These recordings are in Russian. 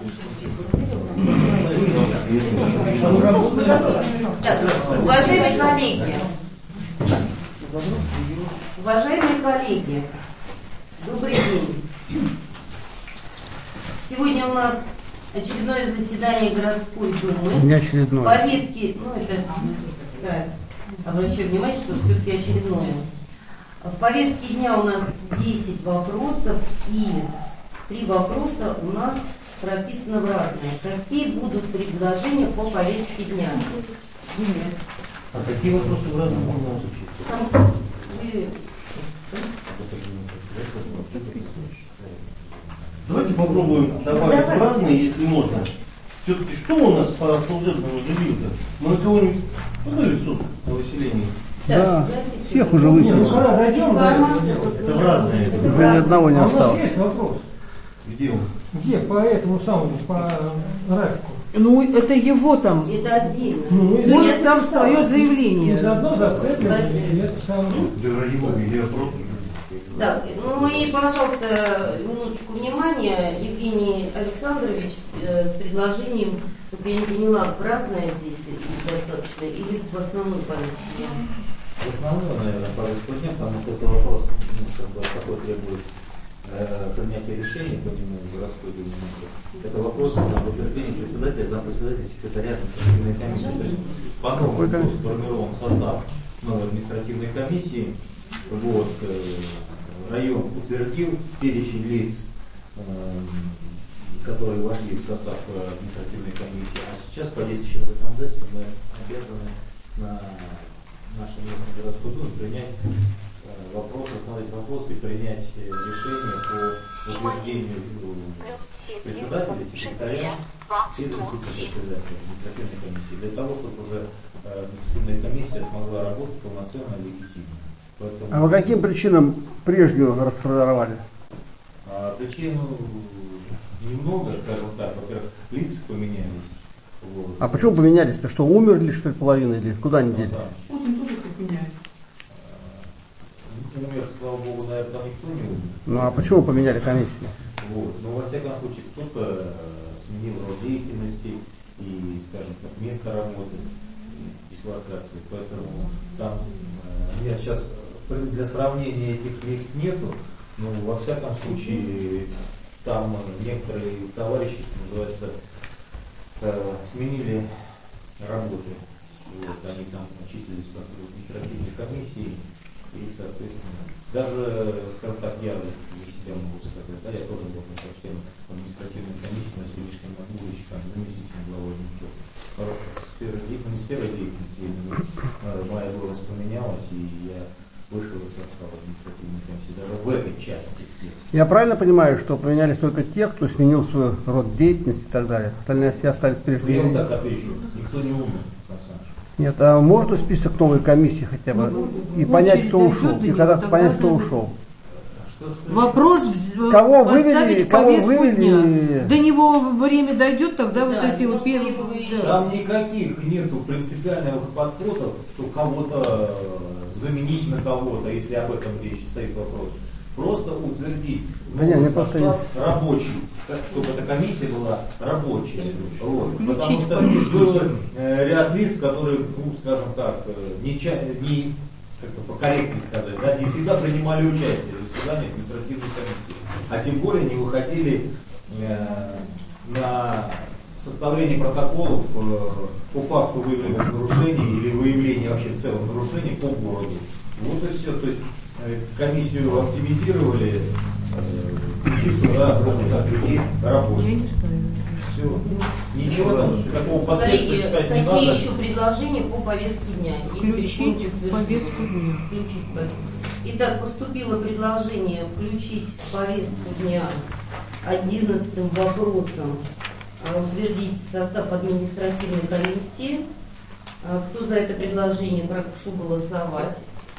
Уважаемые коллеги, добрый день. Сегодня у нас очередное заседание городской думы. Не очередное. Повестки, обращаю внимание, что все-таки очередное. В повестке дня у нас 10 вопросов, и 3 вопроса у нас прописано в разные. Какие будут предложения по повестке дня? А какие вопросы в разные можно отвечать? Давайте попробуем добавить в разные, если можно. Все-таки что у нас по служебному жилью-то? Мы на кого-нибудь подали в суд на выселение? Да, всех уже выселили. Это в разные. Уже ни одного не У нас осталось. есть вопрос. Где он? Где? По этому самому, по графику. Ну, это его там. Это отдельно. Вот там свое И заявление. заодно зацеплено. И это самое. Даже его я просто. Так, ну и, пожалуйста, минуточку внимания. Евгений Александрович с предложением, только я не поняла, разное здесь достаточно или в основной повестке? В основном, наверное, повестку дня, потому что это вопрос, какой требует принятия решения по нему в городской думе. Это вопрос на утверждение председателя, зампредседателя, секретаря административной комиссии. То есть по-новому был сформирован состав новой административной комиссии. Вот, район утвердил перечень лиц, которые вошли в состав административной комиссии. А сейчас по действующему законодательству мы обязаны на нашей местной городской думе принять рассмотреть вопросы и принять решение по утверждению председателя, секретаря и заместителя председателя административной комиссии, для того, чтобы уже административная комиссия смогла работать полноценно и легитимно. Поэтому, А по каким причинам прежнюю расформировали? Причин немного, скажем так. Во-первых, лица поменялись. Вот. А почему поменялись-то? Что, умерли, что ли, половина, или куда они делись? Путин тоже всех меняет. Умер, слава богу, наверное, там никто не умер. Ну а почему поменяли комиссию? Вот. Но во всяком случае кто-то сменил род деятельности и, скажем так, место работы, дислокации. Поэтому там нет сейчас для сравнения этих лиц нету. Но во всяком случае там некоторые товарищи, что называется, сменили работы. Вот. Они там числились в административной комиссии. И, соответственно, даже, скажем так, я за себя могу сказать, да, я тоже был членом административной комиссии, на сегодняшний момент будучи как заместителем главы администрации. Сфера деятельности, моя должность поменялась, и я вышел из состава административной комиссии, даже в этой части. Я правильно понимаю, что поменялись только те, кто сменил свой род деятельности и так далее? Остальные все остались прежними? Я вам так отвечу, никто не умер, на самом деле. Нет, а можно список новой комиссии хотя бы? И понять, кто ушел? И когда понять, кто ушел? Вопрос Кого поставить вывели, в повестку дня. дня? До него время дойдет, тогда вот эти вот первые. Там никаких нету принципиальных подходов, что кого-то заменить на кого-то, если об этом речь стоит вопрос. Просто утвердить состав рабочий, чтобы эта комиссия была рабочей. Вот. Потому что был ряд лиц, которые, ну, скажем так, не как-то покорректнее сказать, да, не всегда принимали участие в заседании административной комиссии, а тем более не выходили на составление протоколов по факту выявленных нарушений или выявления вообще в целом нарушений по городу. Вот и все. То есть комиссию оптимизировали, чисто, скажем так, людей рабочих. Все. Ничего там, такого подтекста читать не надо. Какие еще предложения по повестке дня? Включить в повестку дня. Итак, поступило предложение включить в повестку дня 11-м вопросом утвердить состав административной комиссии. Кто за это предложение, прошу голосовать.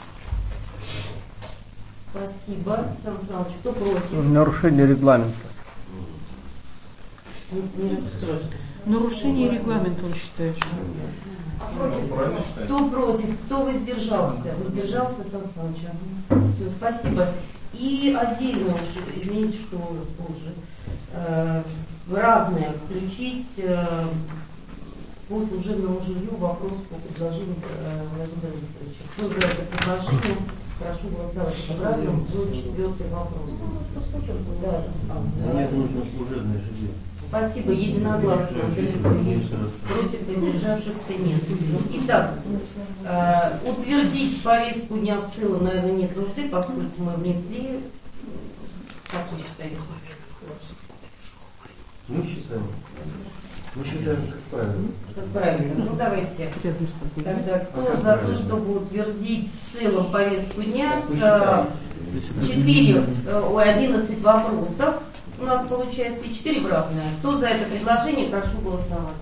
Спасибо, Сан Саныч. Кто против? Нарушение регламента. Нарушение регламента, он считает, что. Кто против? Кто воздержался? Воздержался Сан Саныч. Все, спасибо. И отдельно уже, извините, что позже. в разное включить по служебному жилью вопрос по предложению Владимира Викторовича. Кто за это предложение? Прошу голосовать. В разном был 4-й вопрос. Да. Мне нужно служебное жилье. Спасибо, единогласно. Против воздержавшихся нет. Итак, утвердить повестку дня в целом, наверное, нет нужды, поскольку мы внесли. Как вы считаете? Мы считаем, как правильно. Как правильно. Ну давайте. Тогда кто за то, чтобы утвердить в целом повестку дня с 11 вопросов? У нас получается и 4 в разные. Кто за это предложение, прошу голосовать.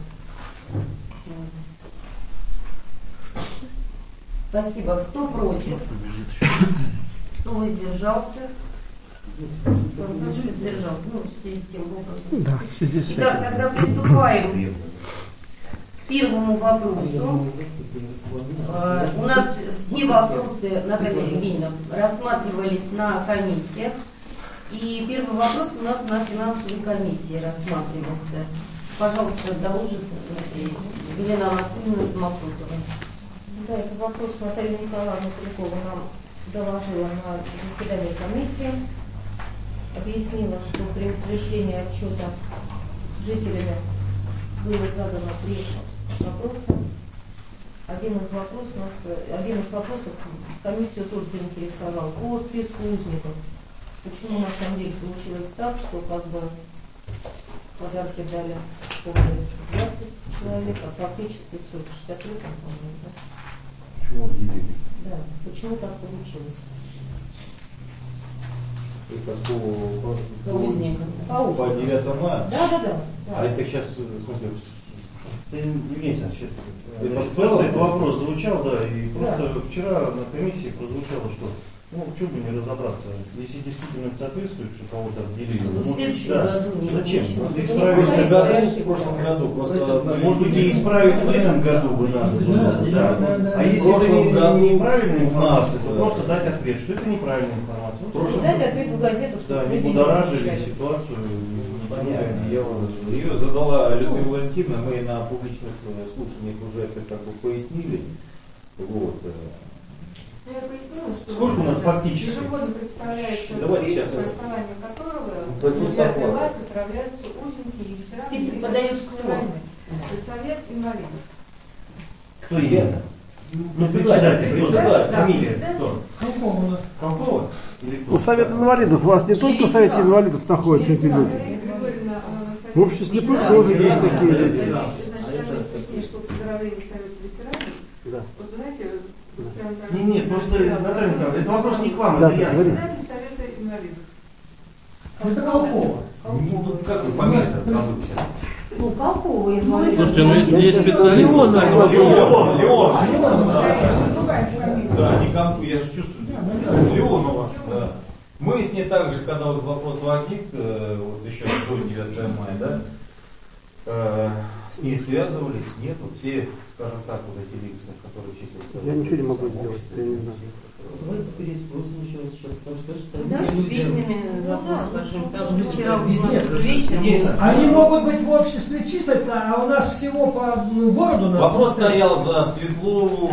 Спасибо. Кто против? Кто воздержался? Сан Саныч воздержался. Ну, в связи с тем вопросом. Да, в связи с Итак, этим. тогда приступаем к первому вопросу. У нас все вопросы, Наталья Евгеньевна, рассматривались на комиссиях. И первый вопрос у нас на финансовой комиссии рассматривался. Пожалуйста, доложит Елена Анатольевна Самокрутова. Да, этот вопрос Наталья Николаевна Полякова нам доложила на заседании комиссии. Объяснила, что при утверждении отчета жителями было задано 3 вопроса. Один из вопросов комиссию тоже заинтересовал по списку узников. Почему на самом деле получилось так, что как бы подарки дали 20 человек, а фактически 163, по-моему, да? Почему объявили? Да, почему так получилось? Это по Узникам. по 9 мая. Да. А это сейчас, в смысле, Евгений Александрович, это в в целом? этот вопрос звучал, да, и Да. просто вчера на комиссии прозвучало, что чего бы не разобраться, если действительно это соответствует, что кого-то отделили. Чтобы в может, следующем да. году не Зачем? получилось. Надо Не исправить получается. в прошлом году просто Может быть, и исправить в этом году бы надо было. Да. А если В прошлом это году неправильная информация, у то нас, просто дать ответ, что это неправильная информация. Ну, прошлом Дать ответ в газету, что да, не люди будоражили замечали. ситуацию. понятно. Ее задала Людмила Валентиновна, мы на публичных слушаниях уже это как бы пояснили. Вот. Ну, я пояснила, что Сколько у нас фактически? ежегодно представляется Давайте список, сейчас. по основанию которого Возьму 9 зарплату. мая поздравляются узники и ветераны. Список Великой подает Отечественной кто? войны. Это Совет инвалидов. Кто именно? Председатель. Председатель. Да, Фамилия председатель. кто? Какого у нас? Колкова? Или кто? Ну, Совет инвалидов. У вас не только Совет инвалидов находятся эти люди. Мария Григорьевна, она на совете В обществе слепых ветеранов. тоже есть такие люди. Значит, самое интереснее, что поздравление Совета ветеранов. Да. Вот знаете, прям так. Нет, просто, Наталья Николаевна, это вопрос не к вам, Да, это я. говори. Председатель Совета инвалидов. Это Колкова. Как вы по месту зовут сейчас? Ну, Колкова инвалид. Слушайте, ну если есть специалист, Леон, Конечно, другая фамилия. Да, никому, я же чувствую. Леонова, да. Мы с ней также, когда вот вопрос возник, вот еще до 9 мая, да, с ней связывались, нет, вот все, скажем так, вот эти лица, которые числятся. Я ничего не могу сделать, я не знаю. Да, с письменными запрос, скажем, потому что вчера у нас уже вечером. Они могут быть в обществе числятся, а у нас всего по городу надо. Вопрос стоял за Светлову,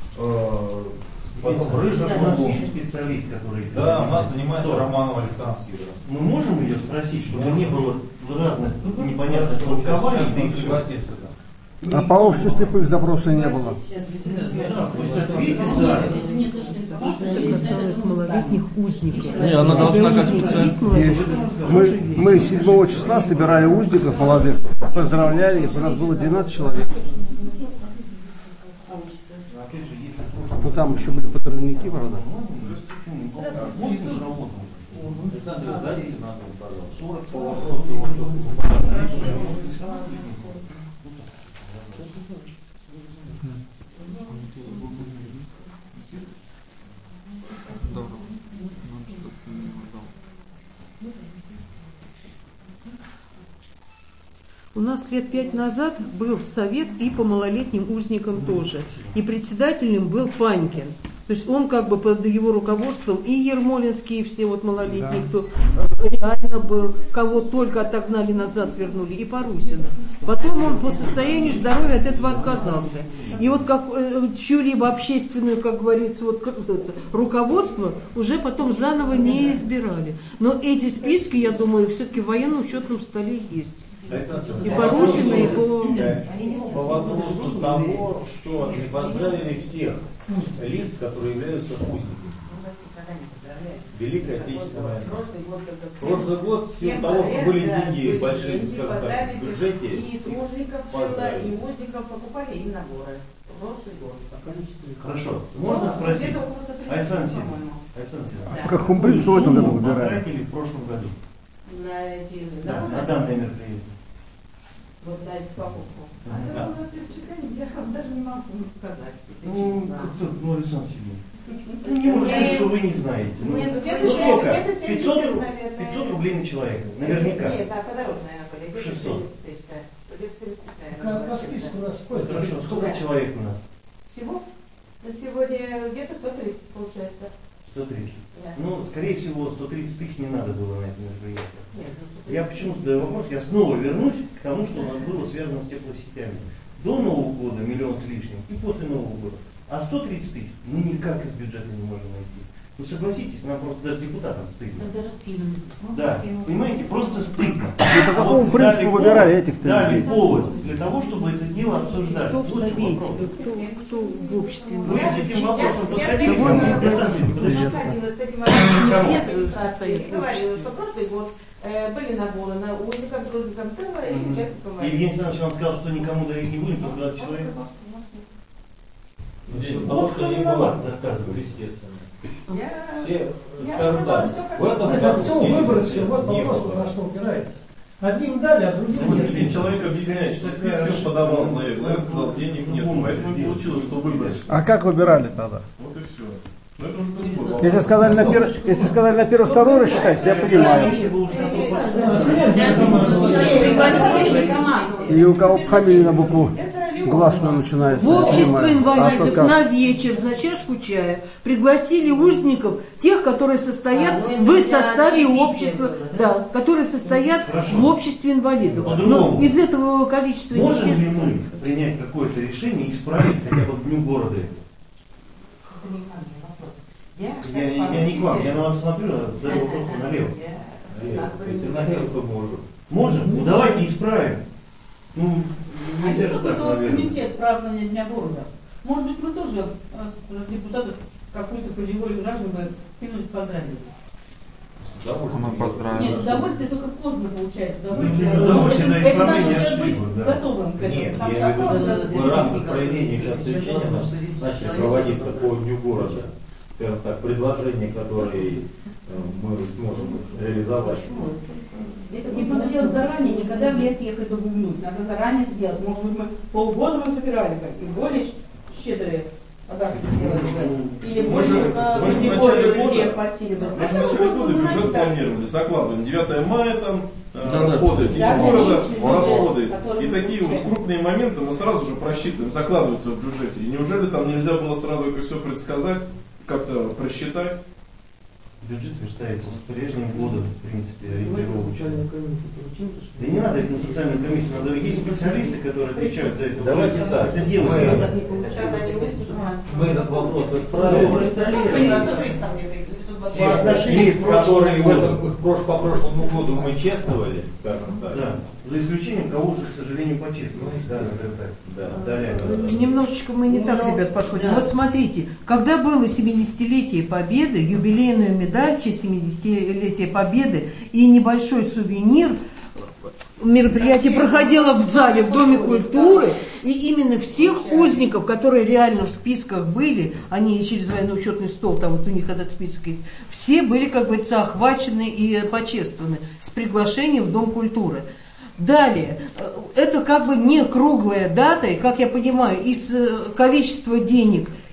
потом У нас Рыжикову. есть специалист, который... Да, у нас занимается Кто? Романов Александр Сидоров. Мы можем ее спросить, чтобы не было разных непонятных толкований? Сейчас да и мы всё. пригласим сюда. А по обществу слепых запроса не было. Да, пусть ответит, да. Касалось малолетних узников. Не, она должна как специалист. Есть. Мы 7 числа собирали узников молодых, поздравляли их, у нас было 12 человек. Опять же, есть Ну там еще были подрывники, правда. Александр, сзади надо, пожалуйста. 40 по вопросу. У нас лет 5 назад был совет и по малолетним узникам тоже. И председателем был Панькин. То есть он как бы под его руководством, и Ермолинский, и все вот малолетние, кто реально был, кого только отогнали назад, вернули, и Парусина. Потом он по состоянию здоровья от этого отказался. И вот как чью-либо общественную, как говорится, вот руководство уже потом заново не избирали. Но эти списки, я думаю, все-таки в военно-учетном столе есть. И по Русину, и по вопросу того, что не поздравили всех лиц, которые являются узниками. Великая Отечественная война. Прошлый год, в силу того, что были деньги большие, скажем так, в бюджете, и тружеников было, и узников покупали им наборы. Прошлый год. Хорошо. Можно спросить? Александр Сергеевич, А как хумбрицу в этом году выбирали? Потратили в прошлом году На эти на данное мероприятие. вот на эту покупку. А это перечисление я вам даже не могу сказать, если Ну, честно. Александр Сергеевич, не может быть, что вы не знаете. Ну, Нет, где-то сколько? 70, 500, наверное. 500 рублей на человека, наверняка. Нет, да, подороже, наверное, были. Где-то 600. 70 тысяч, да. Где-то 70 тысяч, наверное. По списку у нас сколько? Хорошо, сколько человек у нас? Всего? На сегодня где-то 130 получается. 130. Да. Ну, скорее всего, 130 тысяч не надо было на это мероприятие. Нет, ну, 130. Я почему-то задаю вопрос, я снова вернусь к тому, что у нас было связано с теплосетями. До Нового года миллион с лишним и после Нового года. А 130 тысяч мы никак из бюджета не можем найти. Ну согласитесь, нам просто даже депутатам стыдно. Даже скинули. Да, понимаете, просто стыдно. По какому принципу выбирали этих-то Дали людей? повод для того, чтобы это дело обсуждать. кто в Вот в чем совете, вопрос. кто в обществе. Вы с этим вопросом Я подходили ко с мне? этим Подождите. подходила с этим стоят в говорила, что прошлый год были наборы на узников, труженикам тыла и участникам войны. Евгений Александрович вам сказал, что никому дарить не будем, только 20 человек. Вот кто не виноват, было, доказывает. естественно. Я Все, Я скажем сказала, так, всё как в этом Это году почему денег выборы все? Вот не вопрос, было. на что упирается. Одним дали, а другим Вот нет. теперь Человек объясняет, что списки он подавал, но я сказал, денег нет, поэтому получилось, что выбрали. А как выбирали тогда? Вот и все. Но это уже другой вопрос. Если сказали на первый-второй рассчитать, я понимаю. И у кого фамилия на букву гласную начинается. В я общество понимаю. А инвалидов то как? на вечер за чашку чая пригласили узников, тех, которые состоят в составе общества, да, которые состоят в обществе инвалидов. Но из этого количества не Можем все. ли мы принять какое-то решение и исправить хотя бы к Дню города это? Это не ко мне вопрос. Я не к вам, я на вас смотрю, задаю вопрос налево. Если налево, то может. Можем? Ну давайте исправим. Ну, А нельзя есть же так, какой-то наверное. комитет празднования Дня города? Может быть, мы тоже с депутатов какую-то полевую граждан бы кинулись поздравить? Нет, удовольствие только поздно получается. Удовольствие, да, Это исправление надо уже быть ошибок, да. готовым к этому. Нет, Потому я что имею в просто- виду, в рамках проведения сейчас совещания начали проводиться по Дню города, скажем так, предложения, которые мы сможем реализовать. Это не надо делать заранее, никогда в лес ехать догуглить. Надо заранее сделать. Может быть, мы полгода мы собирали, как и более щедрые подарки сделали. Или больше на категорию людей охватили бы. В начале года бюджет планировали, закладываем 9 мая там расходы, День города, расходы. И такие вот крупные моменты мы сразу же просчитываем, закладываются в бюджете. И неужели там нельзя было сразу это все предсказать, как-то просчитать? Бюджет верстается с прежним годом, в принципе, ориентировочно. Да не надо это на социальную комиссию, надо. Есть специалисты, которые отвечают за это. Давайте так. Это делаем. Мы этот вопрос исправим. По отношению Лиц, к прошлому которые году. по прошлому году мы чествовали, скажем так. Да, за исключением кого же, к сожалению, по-честному. Да, Да. Далее. Немножечко мы не так, ребят, подходим. Вот смотрите, когда было 70-летие Победы, юбилейную медаль в честь 70-летия Победы и небольшой сувенир, мероприятие проходило в зале, в Доме культуры, и именно всех узников, которые реально в списках были, они через военно-учетный стол, там вот у них этот список есть, все были, как говорится, охвачены и почествованы с приглашением в Дом культуры. Далее, это как бы не круглая дата, и, как я понимаю, из количества денег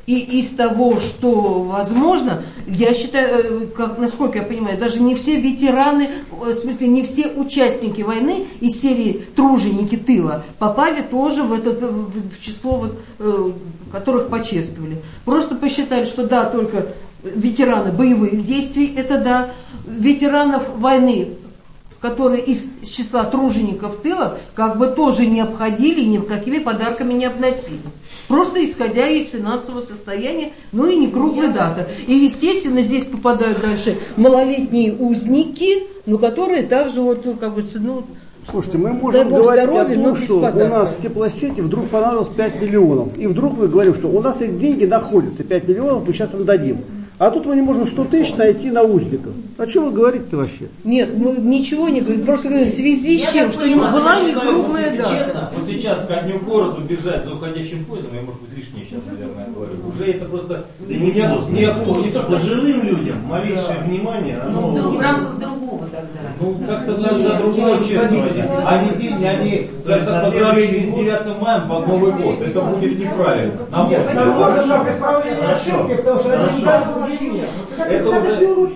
И из того, что возможно, я считаю, насколько я понимаю, даже не все ветераны, в смысле не все участники войны из серии «Труженики тыла» попали тоже в число, которых почествовали. Просто посчитали, что да, только ветераны боевых действий, это да, ветеранов войны, которые из числа тружеников тыла, как бы тоже не обходили и никакими подарками не обносили. Просто исходя из финансового состояния, ну и не круглая дата. И, естественно, здесь попадают дальше малолетние узники, но которые также, как бы, Слушайте, мы можем говорить о том, что у нас в теплосети вдруг понадобилось 5 миллионов. И вдруг мы говорим, что у нас эти деньги находятся, 5 миллионов, мы сейчас им дадим. А тут мы не можем 100 тысяч найти на узников. А что вы говорите-то вообще? Нет, мы ничего не говорим, просто говорим, в связи с чем, что была не круглая дата. Честно, вот сейчас ко дню городу бежать за уходящим поездом, я, может быть, лишнее сейчас, наверное, говорю, уже это просто не то, что пожилым людям малейшее внимание, оно... В рамках другого тогда. Ну, как-то на другого, честно говоря. Они поздравления с 9 мая под Новый год. Это будет неправильно. Нет, мы можем на исправление ошибки, потому что они не это уже...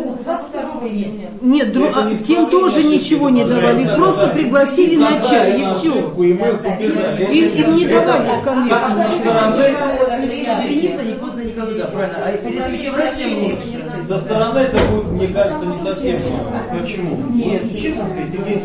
Нет, тем тоже ничего не давали, их просто пригласили на чай, и все. Им не давали в конверт. Со стороны это будет, мне кажется, не совсем. Почему? Нет, честно сказать, Евгений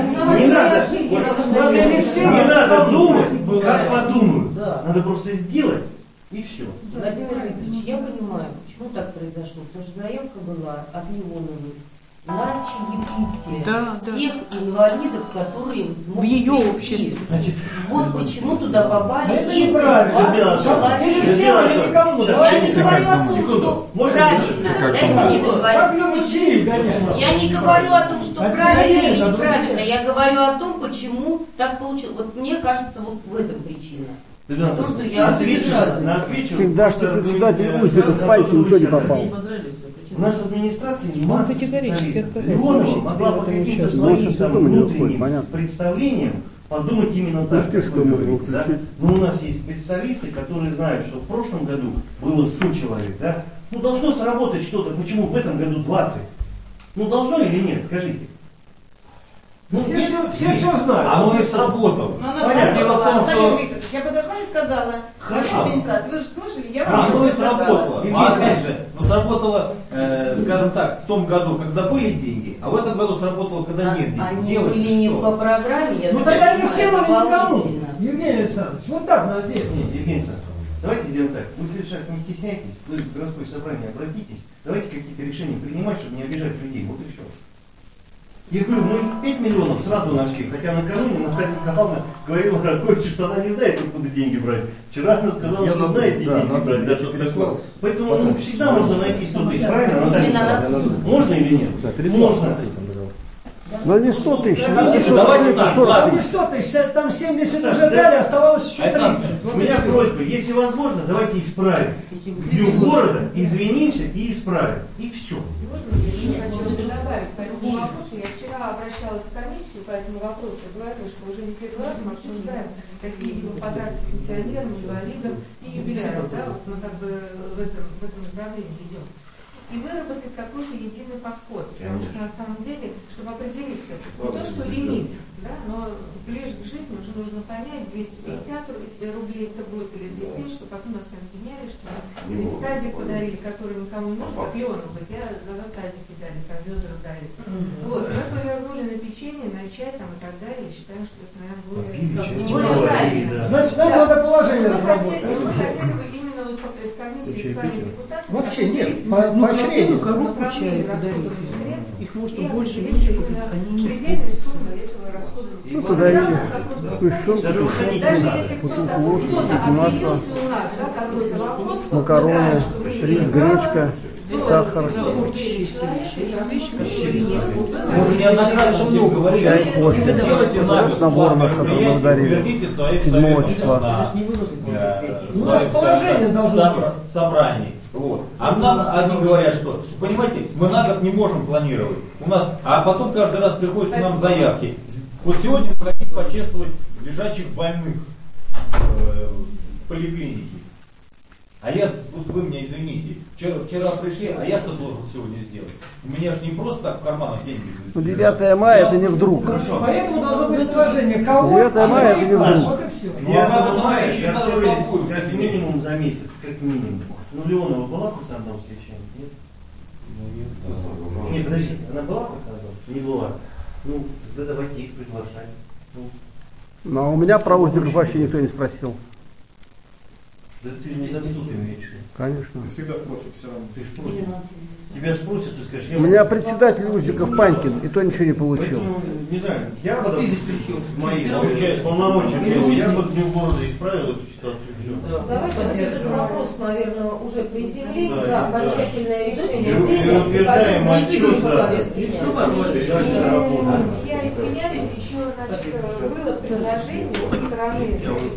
Александрович, не надо думать, как подумают. Надо просто сделать, и все. Владимир Викторович, я понимаю, почему так произошло. Потому что заявка была от Леоновой на чаепитие всех инвалидов, которые смогут в ее прийти. обществе. Вот почему туда попали это эти 20 человек. Я не говорю о том, что правильно. Дайте мне договорить. Я не говорю о том, что правильно или неправильно. Я говорю о том, почему так получилось. Вот мне кажется, вот в этом причина. То, что я отвечу. Всегда, что председатель узников пальцы никто не попал. У нас в администрации масса специалистов. Леонова могла по каким-то своим внутренним представлениям подумать именно так. Да? Но у нас есть специалисты, которые знают, что в прошлом году было 100 человек. Да? Ну должно сработать что-то. Почему в этом году 20? Ну должно или нет? Скажите. Ну, все знают. Оно и сработало. Дело в том, что... Я подошла и сказала, хорошо. Вы же слышали, я вам оно и сработало. Опять же, сработало, скажем так, в том году, когда были деньги, а в этом году сработало, когда нет денег. Они были не по программе, ну тогда не все были никому. Евгений Александрович, вот так надо действовать. Евгений Александрович, давайте сделаем так. Вы в следующий раз не стесняйтесь, вы в городское собрание обратитесь, давайте какие-то решения принимать, чтобы не обижать людей. Вот и все. Я говорю, мы 5 миллионов сразу нашли, хотя накануне Наталья Николаевна говорила Раковичу, что она не знает, откуда деньги брать. Вчера она сказала, что знает, и деньги брать, да, что такое. Поэтому всегда можно найти 100 тысяч, правильно, Наталья Николаевна? Можно или нет? Можно. Но не 100 тысяч, давайте так, 40 не 100 тысяч, там 70 уже дали, оставалось еще 30. У меня просьба, если возможно, давайте исправим. К дню города извинимся и исправим. И все. Я хочу добавить по этому вопросу. Я вчера обращалась в комиссию по этому вопросу. Говорю, что уже не первый раз мы обсуждаем какие-либо подарки пенсионерам, инвалидам и юбилярам. Да? Вот мы как бы в этом направлении идем. И выработать какой-то единый подход. Потому что на самом деле, чтобы определиться, не то, что лимит, да, но ближе к жизни уже нужно понять, 250 рублей это будет или 200, чтобы потом нас объединяли, что или тазик подарили, который никому не нужен, как Леонов, я тогда тазики дали, как ведра дали. Вот, мы повернули на печенье, на чай там, и так далее, и считаем, что это, наверное, более правильно. Значит, нам надо положение разработать. Мы хотели бы именно вот из комиссии, с вами, с депутатами, вообще нет, Последнюю коробку чая подарили. Их можно больше, меньше купить, они не предельной суммы этого расхода. Ну, подарите сгущенку, бутылку масла, макароны, рис, гречка, сахар, чай, кофе. Вот набор наш, который мы ударили 7 числа. У нас положение должно быть. Собраний. Вот. А нам они говорят, что, понимаете, мы на год не можем планировать. У нас, а потом каждый раз приходят к нам заявки. Вот сегодня мы хотим почествовать лежачих больных в поликлинике. А я, вот вы меня извините, вчера пришли, а я что должен сегодня сделать? У меня же не просто так в карманах деньги будут. Ну, 9 мая это не вдруг. Хорошо. Поэтому должно быть предложение. Кого? 9 мая это не вдруг. Вот и все. Готовились как минимум за месяц, как минимум. Ну, Леонова была в Краснодарском священнике? Нет? Нет, подождите, она была в Краснодарском? Не была. Ну, да давайте их приглашать. Но у меня про узников вообще никто не спросил. Да ты же недоступен вечно. Конечно. Ты всегда против все равно. Ты ж против. Тебя спросят, ты скажешь... У меня председатель узников Панькин, и то ничего не получил. Поэтому, не знаю, я бы мои полномочия, я бы в городе исправил эту ситуацию. Давайте этот вопрос, наверное, уже приземлить Да, за окончательное решение. И утверждаем отчет за... Я извиняюсь, еще было предложение со стороны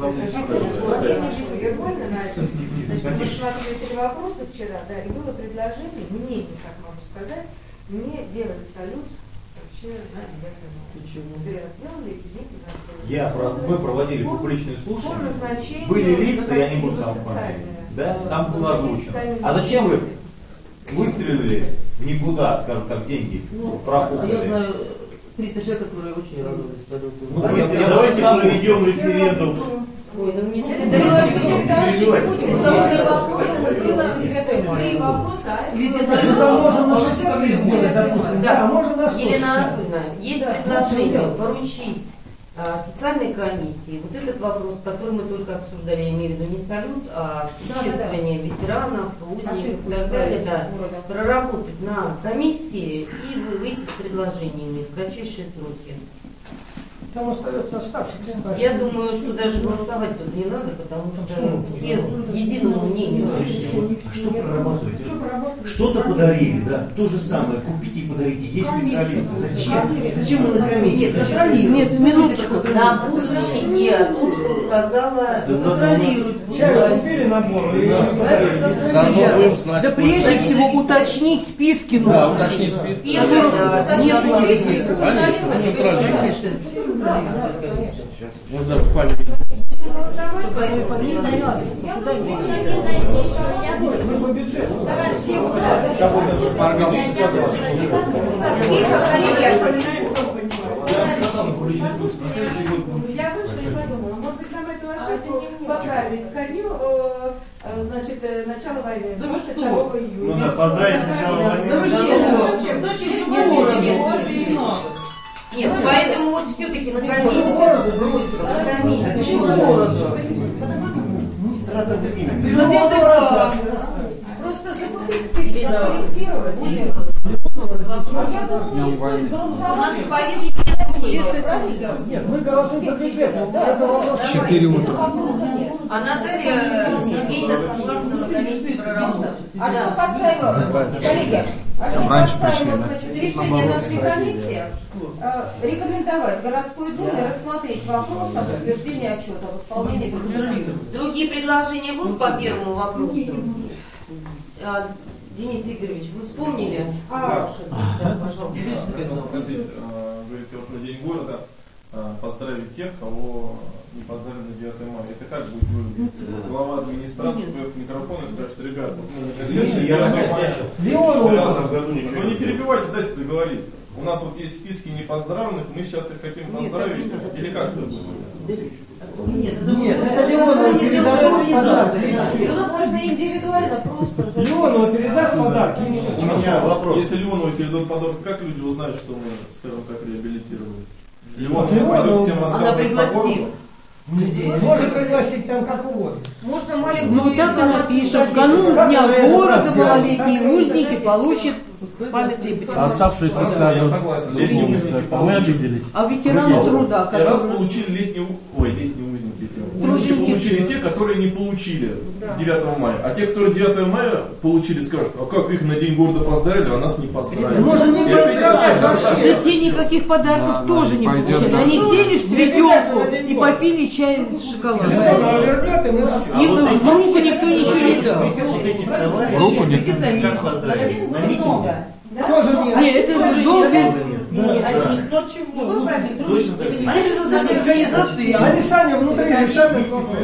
Ермольна на это. Значит, мы смотрели 3 вопроса вчера, да, и было предложение, мне, как могу сказать, не делать салют вообще на 9 мая. Сделали эти деньги. Мы проводили публичные слушания, были лица, я не буду там фамилии, да, там было озвучено. А зачем вы выстрелили в никуда, скажем так, деньги профукали? Я знаю 300 человек, которые очень радовались салюту. Давайте проведем референдум. Ой, ну мне Там можно на 60 тысяч сделать, допустим. Да, а можно на 100. Елена Анатольевна, есть предложение поручить социальной комиссии вот этот вопрос, который мы только обсуждали, я имею в виду не салют, а чествование ветеранов, узников и так далее, да, проработать на комиссии и выйти с предложениями в кратчайшие сроки. Там остается оставшийся. Я думаю, что даже голосовать тут не надо, потому что все к единому мнению пришли. Что проработать? Что-то подарили, да? То же самое, купите и подарите. Есть специалисты. Зачем? Зачем мы на комиссии? Нет, минуточку. На будущее о том, что сказала, контролирует. Чай купили набор. Да прежде всего уточнить списки нужно. Да, уточнить списки. Нет списки. Конечно, можно даже фамилию. Мы по бюджету. Я вышла и подумала, может быть, нам эту ошибку поправить ко дню, значит, начала войны, 22 июня. Ну да, поздравить с началом войны. Нет, поэтому вот все-таки на комиссию. Трата времени. Просто закупить список, откорректировать. Я думаю, не стоит голосовать. Нет, мы голосуем по бюджету. 4 утра. А Наталья Сергеевна согласна на комиссии проработать. А что касаемо, коллеги, значит, решение нашей комиссии рекомендовать городской думе рассмотреть вопрос об утверждении отчета об исполнении бюджета. Другие предложения будут по первому вопросу? Денис Игоревич, вы вспомнили? Да, пожалуйста. Говорите про День города, поздравить тех, кого не поздравили на 9 мая. Это как будет выглядеть? Глава администрации пойдет к микрофону и скажет: ребята, ну не перебивайте, дайте договорить. У нас вот есть списки непоздравленных, мы сейчас их хотим поздравить. Или как это будет? Нет, это Леонова передадут подарки. Можно индивидуально просто. Леонова передаст подарки. У меня вопрос. Если Леонова передадут подарок, как люди узнают, что мы, скажем так, реабилитировались? Леонова пойдет всем рассказывать погоду. Можно пригласить там как угодно. Можно маленькую. Ну так она пишет. В канун Дня города малолетние узники получат памятные признаки. Оставшиеся скажут, мы обиделись. А ветераны труда, И раз которые... получили летние узники. Узники получили те, которые не получили 9 мая. А те, которые 9 мая получили, скажут: а как их на День города поздравили, а нас не поздравили. Можно не поздравлять вообще. За те никаких подарков тоже не получили. Они сели в светелку и попили чай с шоколадом. В руку никто ничего не дал. Руку никто. Как поздравили? На митинге? Тоже нет. Нет, это долго. Никто чего. Они же создали организации. Они сами внутри решают этот вопрос.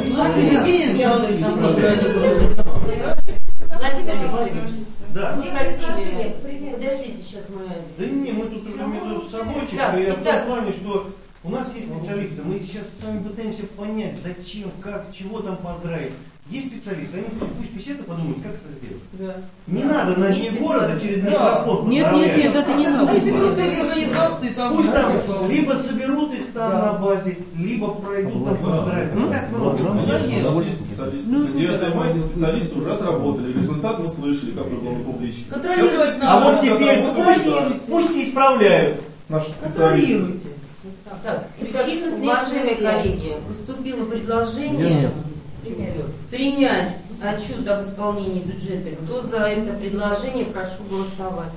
Владимир Викторович. Да. Подождите, сейчас мы... Да не, мы тут уже между собой, Да, и в том плане, что у нас есть специалисты, мы сейчас с вами пытаемся понять, зачем, как, чего там поздравить. Есть специалисты, они пусть беседуют, подумают, как это сделать. Да. Не надо на дне города через микрофон. Нет, это не надо. Пусть там либо соберут их там на базе, либо пройдут там поздравить. Ну так много. У нас есть специалисты. На 9 мая специалисты уже отработали. Результат мы слышали, какой был на публичке. Контролировать надо. А вот теперь пусть исправляют наши специалисты. Так, уважаемые коллеги, поступило предложение принять отчет об исполнении бюджета. Кто за это предложение, прошу голосовать.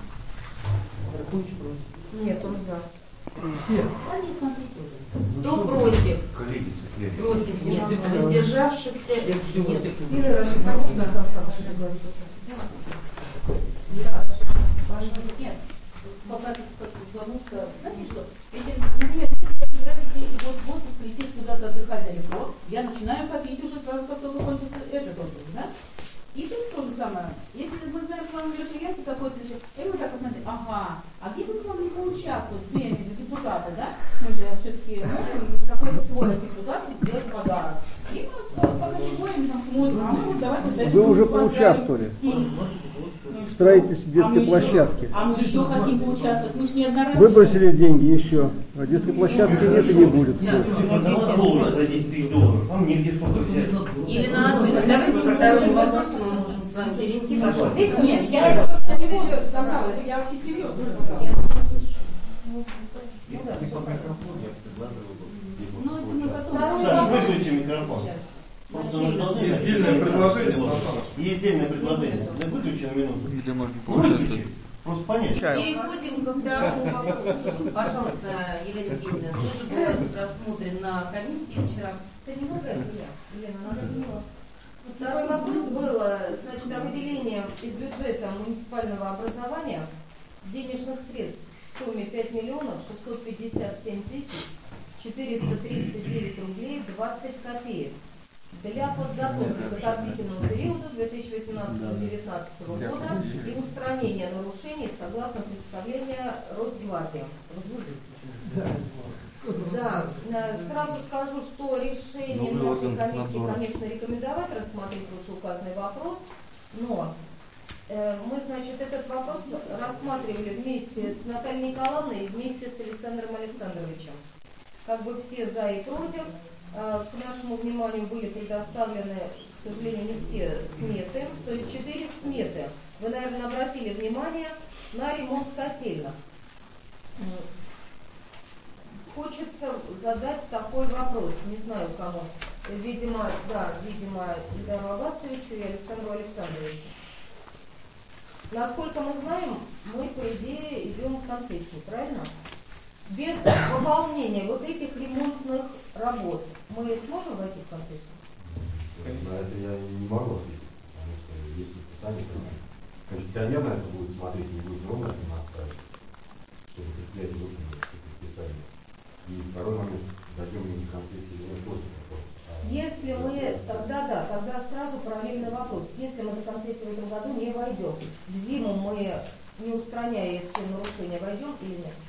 Нет, он за. Кто против? Коллеги, Против нет. Воздержавшихся нет. Ира, спасибо, Сан Саныч, согласился. Нет. Потому что, знаете что, например, если я собираюсь следующий год в отпуск, лететь куда-то отдыхать далеко, я начинаю копить уже сразу, как только кончится этот отпуск, да? И тут то же самое. Если мы знаем план мероприятий какой-то, и мы так посмотрим, ага, а где бы мы могли поучаствовать, премии депутата, да? Мы же все-таки можем какой-то свой депутату сделать подарок. И мы по категориям там смотрим, а мы вот давайте... Вы уже поучаствовали в строительстве детской площадки. А мы еще хотим поучаствовать, мы же не одноразово. Выбросили деньги и все. А детской площадки нет и не будет. $10 за 10 тысяч долларов. Там негде столько взять. Или надо, давайте ко второму вопросу мы можем с вами перейти. Здесь нет, я это не буду сказала, это я очень серьезно сказала. Саша, выключи микрофон. Просто мы должны... Есть отдельное предложение, Сан Саныч. Есть отдельное предложение. Выключи на минуту. Где можно поучаствовать? Просто понять. Переходим ко второму вопросу. Пожалуйста, Елена Евгеньевна, тоже был рассмотрен на комиссии вчера. Это не могу, Елена, надо было. Второй вопрос был, значит, о выделении из бюджета муниципального образования денежных средств в сумме 5 миллионов 657 тысяч 439 рублей 20 копеек для подготовки к отопительному периоду 2018-2019 года и устранения нарушений согласно представлению Росгвардии. Да, сразу скажу, что решением нашей комиссии, конечно, рекомендовать рассмотреть вышеуказанный вопрос, но мы, значит, этот вопрос рассматривали вместе с Натальей Николаевной и вместе с Александром Александровичем. Как бы все за и против. К нашему вниманию были предоставлены, к сожалению, не все сметы, то есть 4 сметы. Вы, наверное, обратили внимание на ремонт котельных. Хочется задать такой вопрос, не знаю кому. Видимо, Ильдару Аббасовичу и Александру Александровичу. Насколько мы знаем, мы, по идее, идем к концессии, правильно? Без выполнения вот этих ремонтных работ мы сможем войти в концессию? На это я не могу ответить, потому что если сами концессионер на это будет смотреть, не будет ровно наставить, чтобы предприятие выполнило все предписания. И второй момент, дойдем мы до концессии или нет, тоже вопрос. Если мы, тогда сразу параллельный вопрос. Если мы до концессии в этом году не войдем, в зиму мы, не устраняя эти нарушения, войдем или нет?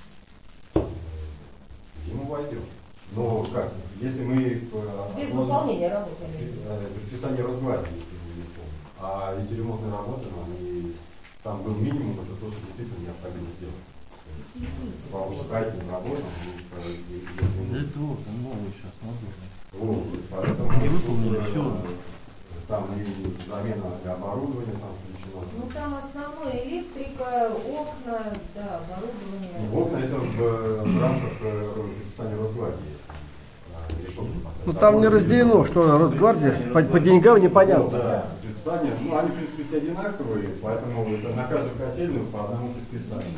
Зиму войдем. Но как, если мы... Без выполнения работы. Предписание Росгвардии, если мы не помним. А эти ремонтные работы, там был минимум, это то, что действительно необходимо сделать. По строительным работам. Это вот, новый сейчас, надо. Поэтому не выполнили все. Там и замена оборудования там включено. Ну там основное электрика, окна, да, оборудование. Окна это в рамках предписания Росгвардии. Ну там не разделено, что Росгвардия по деньгам непонятно. Да, предписания, они в принципе все одинаковые, поэтому это на каждую котельную по одному предписанию.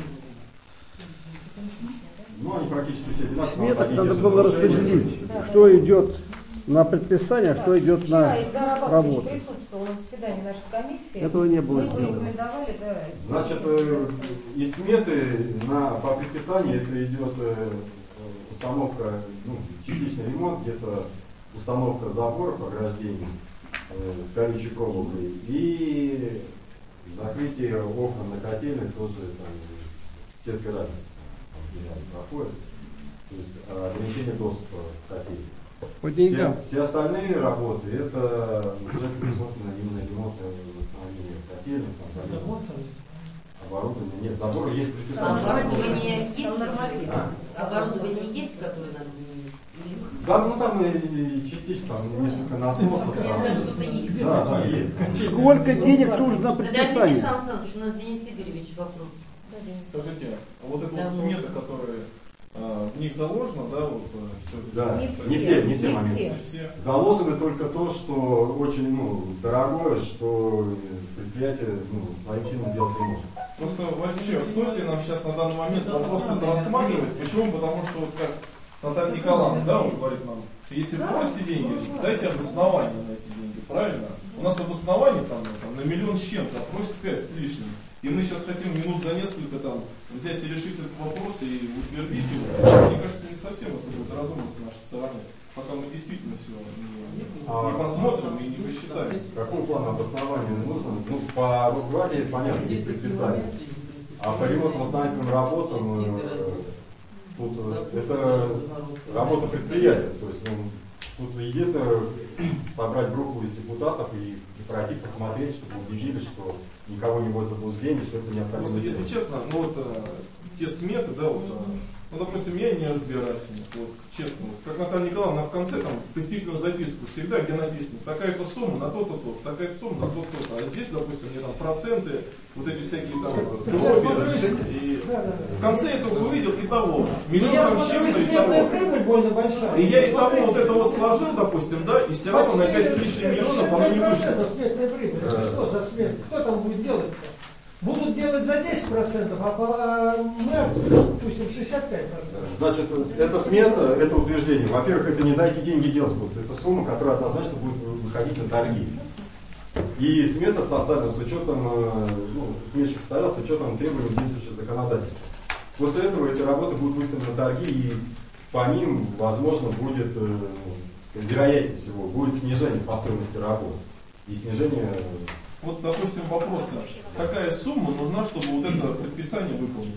Ну они практически все одинаковые. В сметах надо было распределить, что идет на предписание, а что идет на работу. Присутствовал на заседании заседании нашей комиссии этого не было мы сделано. рекомендовали, да. Значит, из сметы по предписанию это идет установка, частичный ремонт, где-то установка заборов, ограждений с колючей проволокой и закрытие окон на котельных тоже там сеткой разницы проходит. То есть ограничение доступа к котельной. По деньгам. Все остальные работы это уже предусмотрено именно ремонтное восстановление котельных, оборудование. Нет, забор есть предписание. Оборудование есть нормативно? Оборудование есть, которое надо заменить? Да, там и частично, там несколько насосов. Да, есть. Сколько денег нужно на Подождите, предписание? Сан Саныч, у нас Денис Игоревич вопрос. Скажите, вот эта вот смета, которая в них заложено, да, вот все это? Да, не все моменты. Заложено только то, что очень дорогое, что предприятие своим силам сделать не может. Просто вообще, стоит ли нам сейчас на данный момент вопрос это рассматривать? Почему? Потому что, вот как Наталья Николаевна, да, он говорит нам, если просите деньги, дайте обоснование на эти деньги, правильно? У нас обоснование там на миллион с чем-то, а просит 5 с лишним. И мы сейчас хотим минут за несколько взять и решить этот вопрос и утвердить его. Мне кажется, не совсем это будет разумно с нашей стороны, пока мы действительно все не посмотрим и не посчитаем. Какого плана обоснования нужно? По Росгвардии, понятно, есть предписание. А по ремонтно-восстановительным работам тут это работа предприятия. То есть тут единственное собрать группу из депутатов и пройти, посмотреть, чтобы убедили, что никого не будет заблуждений, что это необходимо. Просто, если честно, те сметы, да, допустим, я не разбираюсь в них, честно, как Наталья Николаевна в конце пояснительную записку всегда, где написано, такая-то сумма на то-то, такая-то сумма на то-то, а здесь, допустим, мне проценты, вот эти всякие дроби, и в конце я только увидел и того, миллион там чем-то и того. Прибыль больно большая. И я и того вот это вот сложил, допустим, да, и все равно на 5 с лишним миллионов оно не вышло. Сметная прибыль, это что за смета? Кто там будет делать-то? Будут делать за 10%, а мы, допустим, 65%. Значит, это смета, это утверждение. Во-первых, это не за эти деньги делать будут. Это сумма, которая однозначно будет выходить на торги. И смета составлена с учетом, сметчик составлял с учетом требований действующего законодательства. После этого эти работы будут выставлены на торги, и по ним, возможно, будет, вероятнее всего, будет снижение по стоимости работ. И снижение... Вот, допустим, вопрос, какая сумма нужна, чтобы вот это предписание выполнить?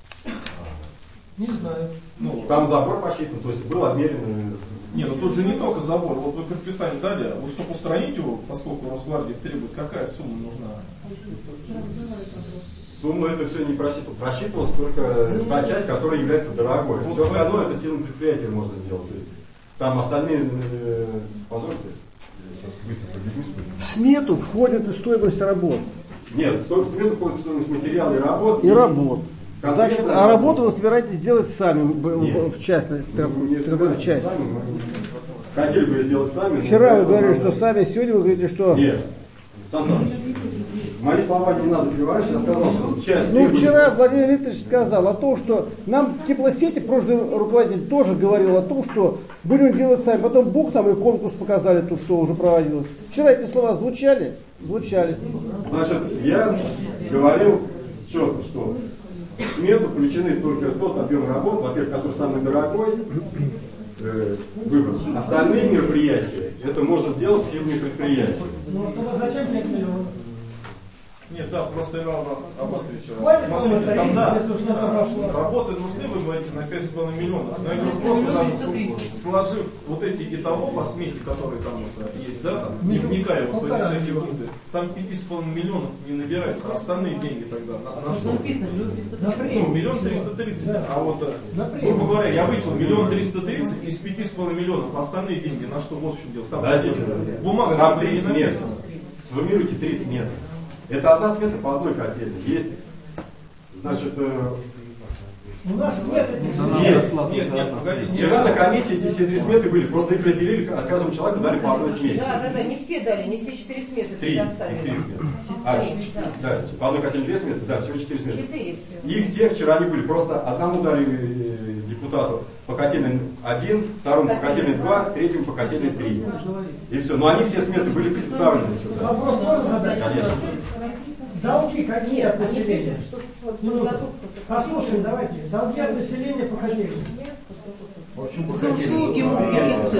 Не знаю. Там забор посчитан, то есть был обмерен... Не, тут же не только забор. Вот вы предписание дали, вот чтобы устранить его, поскольку Росгвардия требует, какая сумма нужна? Сумма это все не просчитывалась. Просчитывалась только та часть, которая является дорогой. Все остальное это силами предприятия можно сделать. То есть, там остальные... Позвольте. В смету входит и стоимость работ. Нет, в смету входит стоимость материала и работ. И работ. Значит, а работу вы собираетесь делать сами в частной части. Хотели бы сделать сами. Вчера вы говорили, что сами, сегодня вы говорите, что... Нет. Сан Саныч, мои слова не надо переворачивать, я сказал, что часть... вчера Владимир Викторович сказал о том, что нам теплосети, прошлый руководитель тоже говорил о том, что будем делать сами. Потом Бог там и конкурс показали, то, что уже проводилось. Вчера эти слова звучали? Звучали. Значит, я говорил четко, что в смету включены только тот объем работ, во-первых, который самый дорогой, выбран. Остальные мероприятия, это можно сделать силами предприятия. Зачем 5 миллионов? Нет, да, просто Иван Абасович, смотрите, там да, работы нужны, вы говорите, на 5,5 миллионов. Но я говорю, просто даже сложив вот эти итого по смете, которые там есть, да, там, не вникая вот в эти всякие пункты, там 5,5 миллионов не набирается, а остальные деньги тогда на что? Миллион 330. А вот, грубо говоря, я вычел 1 330 из 5,5 миллионов, а остальные деньги на что? Вот в чем дело. Там, бумага там 3 сметы. Суммируйте 3 сметы. Это одна смета по одной котельной. Есть, значит... У нас нет этих смет. Нет, погодите. Вчера на комиссии эти все 3 сметы были, просто их разделили, каждому человеку дали по одной смете. Да, не все дали, не все 4 сметы предоставили. 3 сметы. Да, по одной котельной 2 сметы, да, всего 4 сметы. 4 всего. И все вчера не были, просто одному дали депутату по котельной 1, второму по котельной 2, третьему по котельной 3. И все. Но они все сметы были представлены сюда. Вопрос можно задать? Конечно. Долги какие от Они населения? пишут, что подготовка. Послушаем, давайте. Долги от населения по котельной. За услуги мобилизации.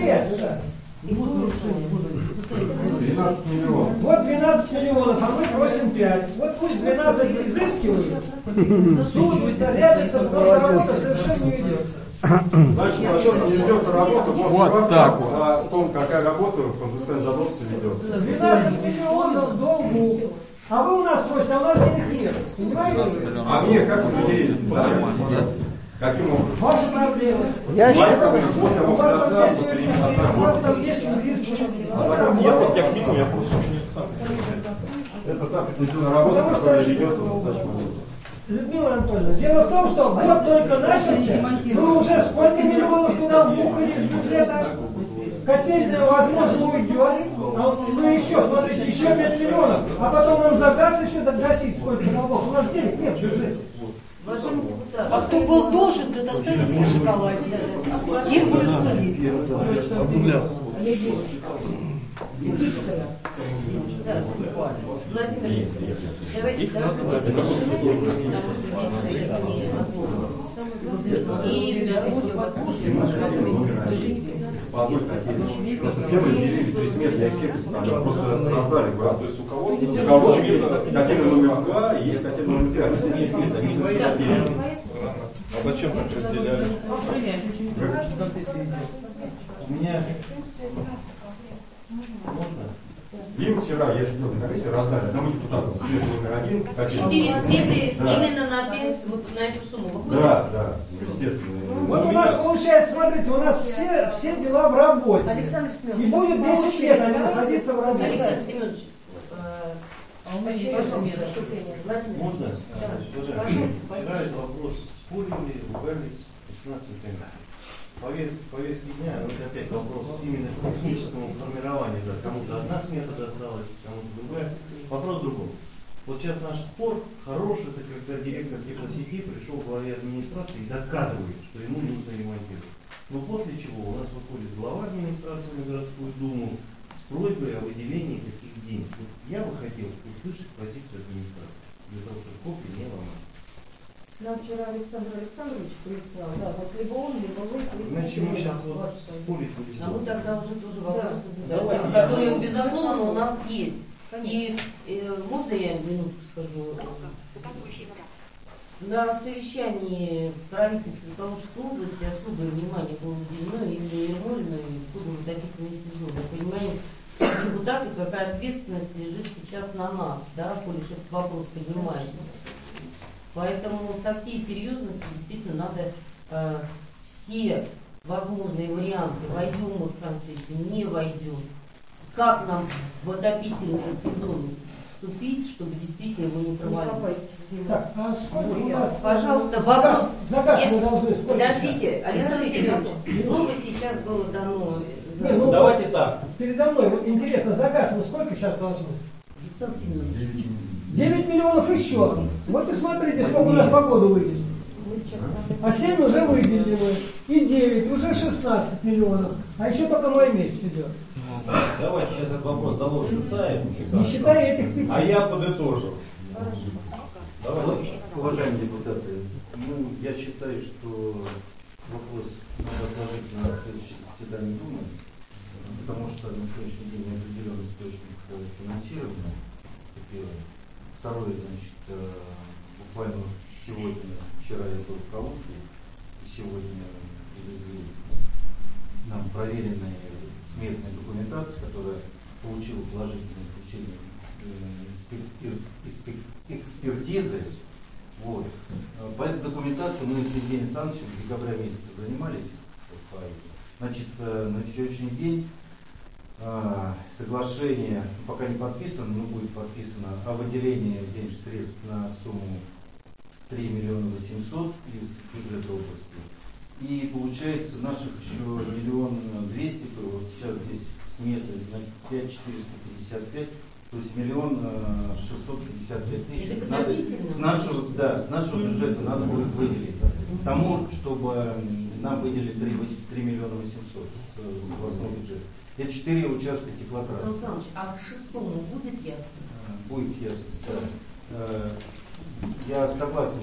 12 миллионов. Вот 12 миллионов, а мы просим 5. Вот пусть 12 изыскивают, суд, зарядятся, потому что работа совершенно не ведется. Значит, о чем не ведется работа, Вот так вот. о том, какая работа по взысканию задолженности ведется. 12 миллионов долгу. А вы у нас просите, а у нас денег нет. Понимаете? А мне как у людей? Каким образом? Ваши проблемы. Я считаю, У вас там есть юристы. Я книгу, я просто Это та претензионная работа, которая ведется в настоящий момент. Людмила Анатольевна, дело в том, что год только начался, вы уже сколько миллионов туда вбухали из бюджета? Котельная, возможно, уйдет, а вы еще, смотрите, еще 5 миллионов, а потом нам за газ еще догасить сколько долгов. У нас денег нет в бюджете. А кто был должен, предоставить в шоколаде. Их будет Владимир, давайте По одной котельной. Просто все разделили 3 сметы, я их всех представляю. Просто раздали. То есть у кого котельная номер 2 и есть котельная номер 3. Они все здесь есть, они свои отдельные. А зачем так разделяли? У меня... Можно? Им вчера, я сидел на комиссии, раздали одному депутату смету номер 1. 4 сметы именно на пенсию, вот на эту сумму выходит? Да, естественно. Вот у нас получается, смотрите, у нас все дела в работе. Александр Семенович. И будет 10 лет они находиться в работе. Александр Семенович, Можно? Вчера этот вопрос спорили, ругались, 16 комиссий. Повестки дня, вот опять вопрос именно технического формирования, да, кому-то одна смета досталась, кому-то другая. Вопрос в другом. Вот сейчас наш спор хороший, это когда директор теплосети пришел в главе администрации и доказывает, что ему нужно ремонтировать. Но после чего у нас выходит глава администрации на городскую думу с просьбой о выделении таких денег. Вот я бы хотел услышать позицию администрации, для того, чтобы копии не ломать. Нам вчера Александр Александрович прислал, да, вот либо он, либо вы Значит, мы сейчас вот спорить будем. а мы тогда уже тоже вопросы задаем, которые, безусловно, у нас есть. И можно я минутку скажу? На совещании правительства Калужской области особое внимание было уделено именно Ермолиной и водопитный сезон. Мы понимаем, депутаты, какая ответственность лежит сейчас на нас, да, коли этот вопрос поднимается. Поэтому со всей серьезностью действительно надо все возможные варианты, войдем мы в концессию, не войдем, как нам в отопительный сезон вступить, чтобы действительно его не провалить. Так, а сколько у нас? Пожалуйста, вопрос. Заказ мы должны сколько? Подождите, Александр Семенович, слово сейчас было дано. Давайте так. Передо мной, вот интересно, заказ мы сколько сейчас должны? Александр Семенович. 9 миллионов еще. Вот и смотрите, сколько у нас по году выйдет. А 7 уже выделили мы. И 9, уже 16 миллионов. А еще только май месяц идет. Давайте сейчас этот вопрос доложим сайт. Не считая этих 5. А я подытожу. Давайте. Уважаемые депутаты, я считаю, что вопрос надо отложить на следующее заседание Думы, потому что на сегодняшний день определен источник финансирования. Второе, значит, буквально сегодня, вчера я был в Калуге, и сегодня привезли нам проверенные сметные документации, которая получила положительное заключение экспертизы. Вот. По этой документации мы с Евгением Александровичем в декабре месяце занимались. Значит, на сегодняшний день соглашение пока не подписано, но будет подписано о выделении денежных средств на сумму 3 миллиона 800 из бюджета области. И получается наших еще 1 200 000, вот сейчас здесь сметы на 5 455, то есть 1 655 000 надо, с нашего бюджета надо будет выделить тому, чтобы чтобы нам выделили 3 миллиона 800 с областного бюджета. Это 4 участка теплотрассы. Сан Саныч, а к 6-му будет ясность? Будет ясность, да. Я согласен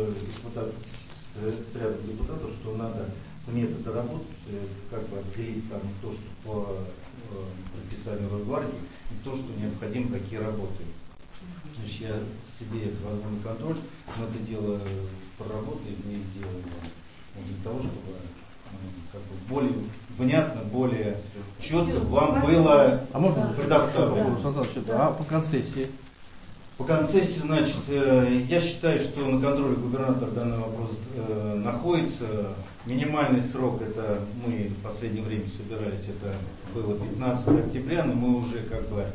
с рядом депутатов, что надо сметы доработать, как бы отделить там то, что по предписанию Росгвардии, и то, что необходимо, какие работы. Значит, я себе это возьму на контроль, мы это дело проработаем и сделаем для того, чтобы как бы более внятно, более четко вам было предоставлено. А по концессии? По концессии, значит, я считаю, что на контроле губернатора данный вопрос находится. Минимальный срок, это мы в последнее время собирались, это было 15 октября, но мы уже как бы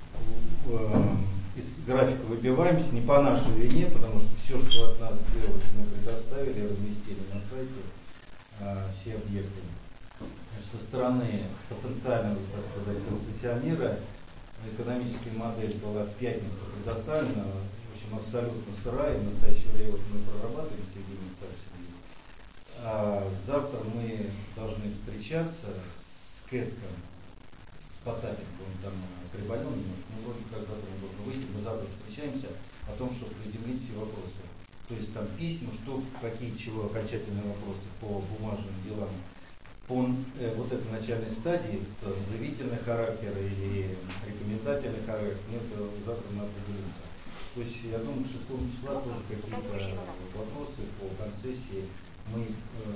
из графика выбиваемся, не по нашей вине, потому что все, что от нас делалось, мы предоставили, разместили на сайте все объекты. Со стороны потенциального, так сказать, концессионера экономическая модель была в пятницу предоставлена, в общем, абсолютно сырая, в настоящее время вот мы прорабатываем с Евгением Царевичем. А завтра мы должны встречаться с Кэском, с Потапенко, он там приболел немножко, но вроде как завтра он должен выйти, мы завтра встречаемся о том, чтобы приземлить все вопросы. То есть там письма, что, какие, чего, окончательные вопросы по бумажным делам, по вот этой начальной стадии, заявительный характер или рекомендательный характер, ну, это завтра мы определимся. То есть я думаю, к 6 числа тоже какие-то вопросы по концессии мы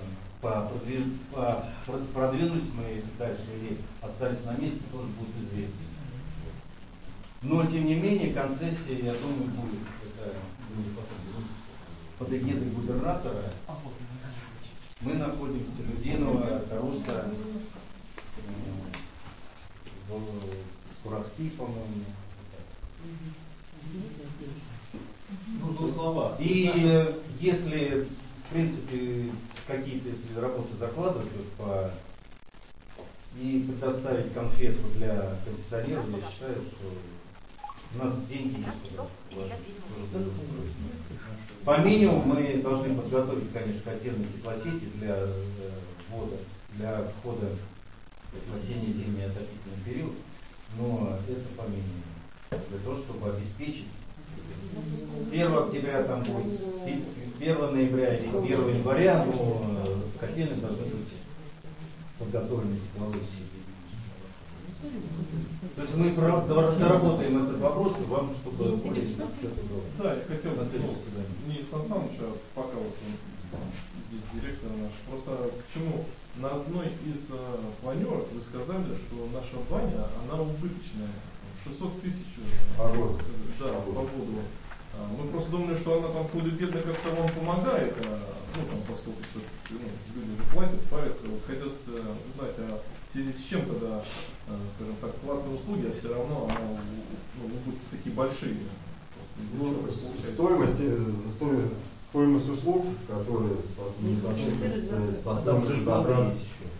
продвинулись мы дальше или остались на месте, тоже будет известно. Но тем не менее концессия, я думаю, будет под эгидой губернатора. Мы находимся Людиново, Таруса, Скуровский, по-моему. Ну, двух словах. И если, в принципе, какие-то если работы закладывать и предоставить конфетку для концессионеров, я считаю, что у нас деньги есть туда вложить. По минимуму мы должны подготовить, конечно, котельные теплосети для ввода, для входа в осенне-зимний отопительный период, но это по минимуму, для того, чтобы обеспечить 1 октября там будет, 1 ноября и 1 января, но котельные должны быть подготовлены тепловые сети. То есть мы доработаем этот вопрос, и вам, чтобы более четко было. Да, я хотел не Сан Саныч, а пока вот он здесь директор наш. Просто к чему? На одной из планерок вы сказали, что наша баня, она убыточная. 600 тысяч по году. Мы просто думали, что она там худо-бедно как-то вам помогает, ну там поскольку все-таки люди же платят, парятся. Вот хотелось узнать, а в связи с чем тогда, скажем так, платные услуги, а все равно она, будут такие большие. Стоимость услуг, которые не соответствуют со стоимостью затрат.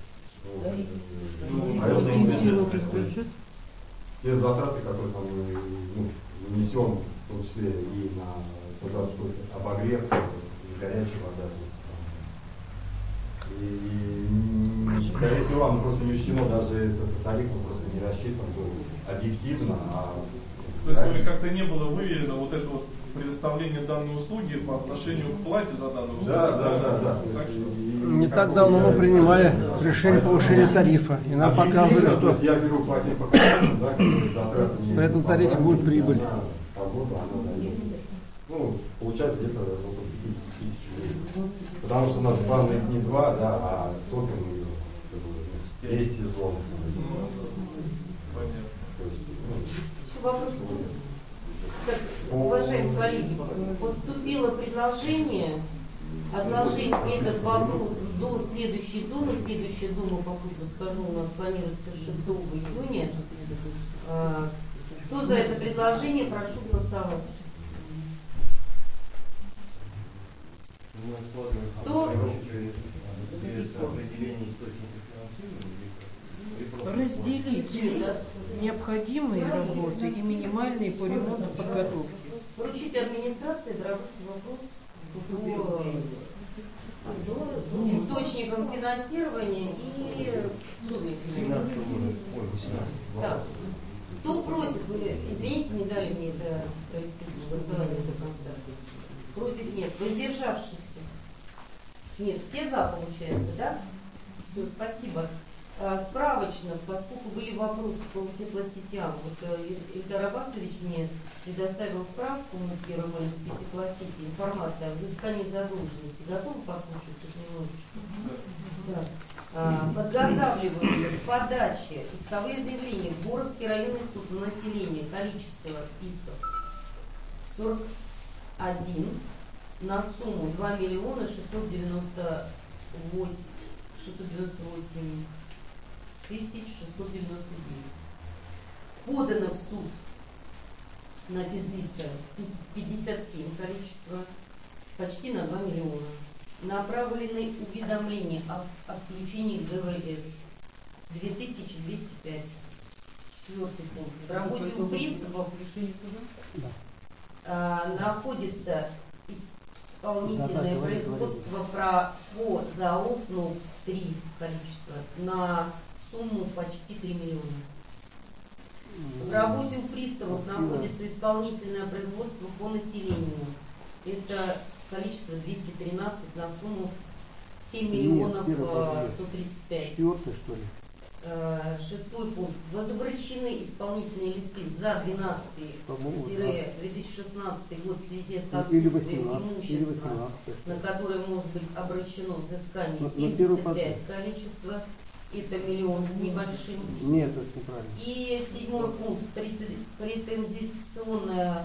Те затраты, которые там мы несем, в том числе и на обогрев, горячая вода. И скорее всего, оно просто не учтено, даже этот тариф он просто не рассчитан был объективно. То есть как-то не было выверено вот это вот предоставление данной услуги по отношению к плате за данную услугу? Да. Не так давно мы принимали решение повышения тарифа. И нам показывали, что я беру платить по квадрату, да, при этом тарифе будет прибыль. Ну, получается где-то около 50 тысяч рублей. Потому что у нас банные не 2, да, а только мы 200 зон. Еще вопрос. Уважаемые коллеги, поступило предложение отложить этот вопрос до следующей Думы. Следующая Дума, попутно скажу, у нас планируется 6 июня. Кто за это предложение, прошу голосовать. Кто? Разделить необходимые работы и минимальные по ремонту подготовки. Поручить администрации доработать вопрос до источником финансирования и сумме финансирования. Так. Кто против? Вы, извините, не дали мне это провести голосование до конца. Против нет. Воздержавшихся? Нет. Все за, получается, да? Все, спасибо. Справочно, поскольку были вопросы по теплосетям, вот Ильдар Аббасович мне предоставил справку на Кирово-Волынской теплосети, информация о взыскании задолженности. Готовы послушать немножечко? Да. Подготавливаются к подаче исковые заявления в Боровский районный суд на население. Количество исков 41 на сумму 2 миллиона 698 1699. Подано в суд на физлица 57 количество, почти на 2 миллиона. Направлены уведомления о включении к ДВС 2205. Четвертый пункт. В работе у приставов находится исполнительное производство по ЗАО СНОП 3 количество на сумму почти 3 миллиона. В работе у приставов находится исполнительное производство по населению. Это количество 213 на сумму 7 миллионов 135. Четвертый, что ли? Шестой пункт. Возвращены исполнительные листы за 12-2016 год в связи с отсутствием имущества, на которое может быть обращено взыскание 75 количество. Это миллион с небольшим. Нет, это неправильно. И седьмой пункт. Претензионная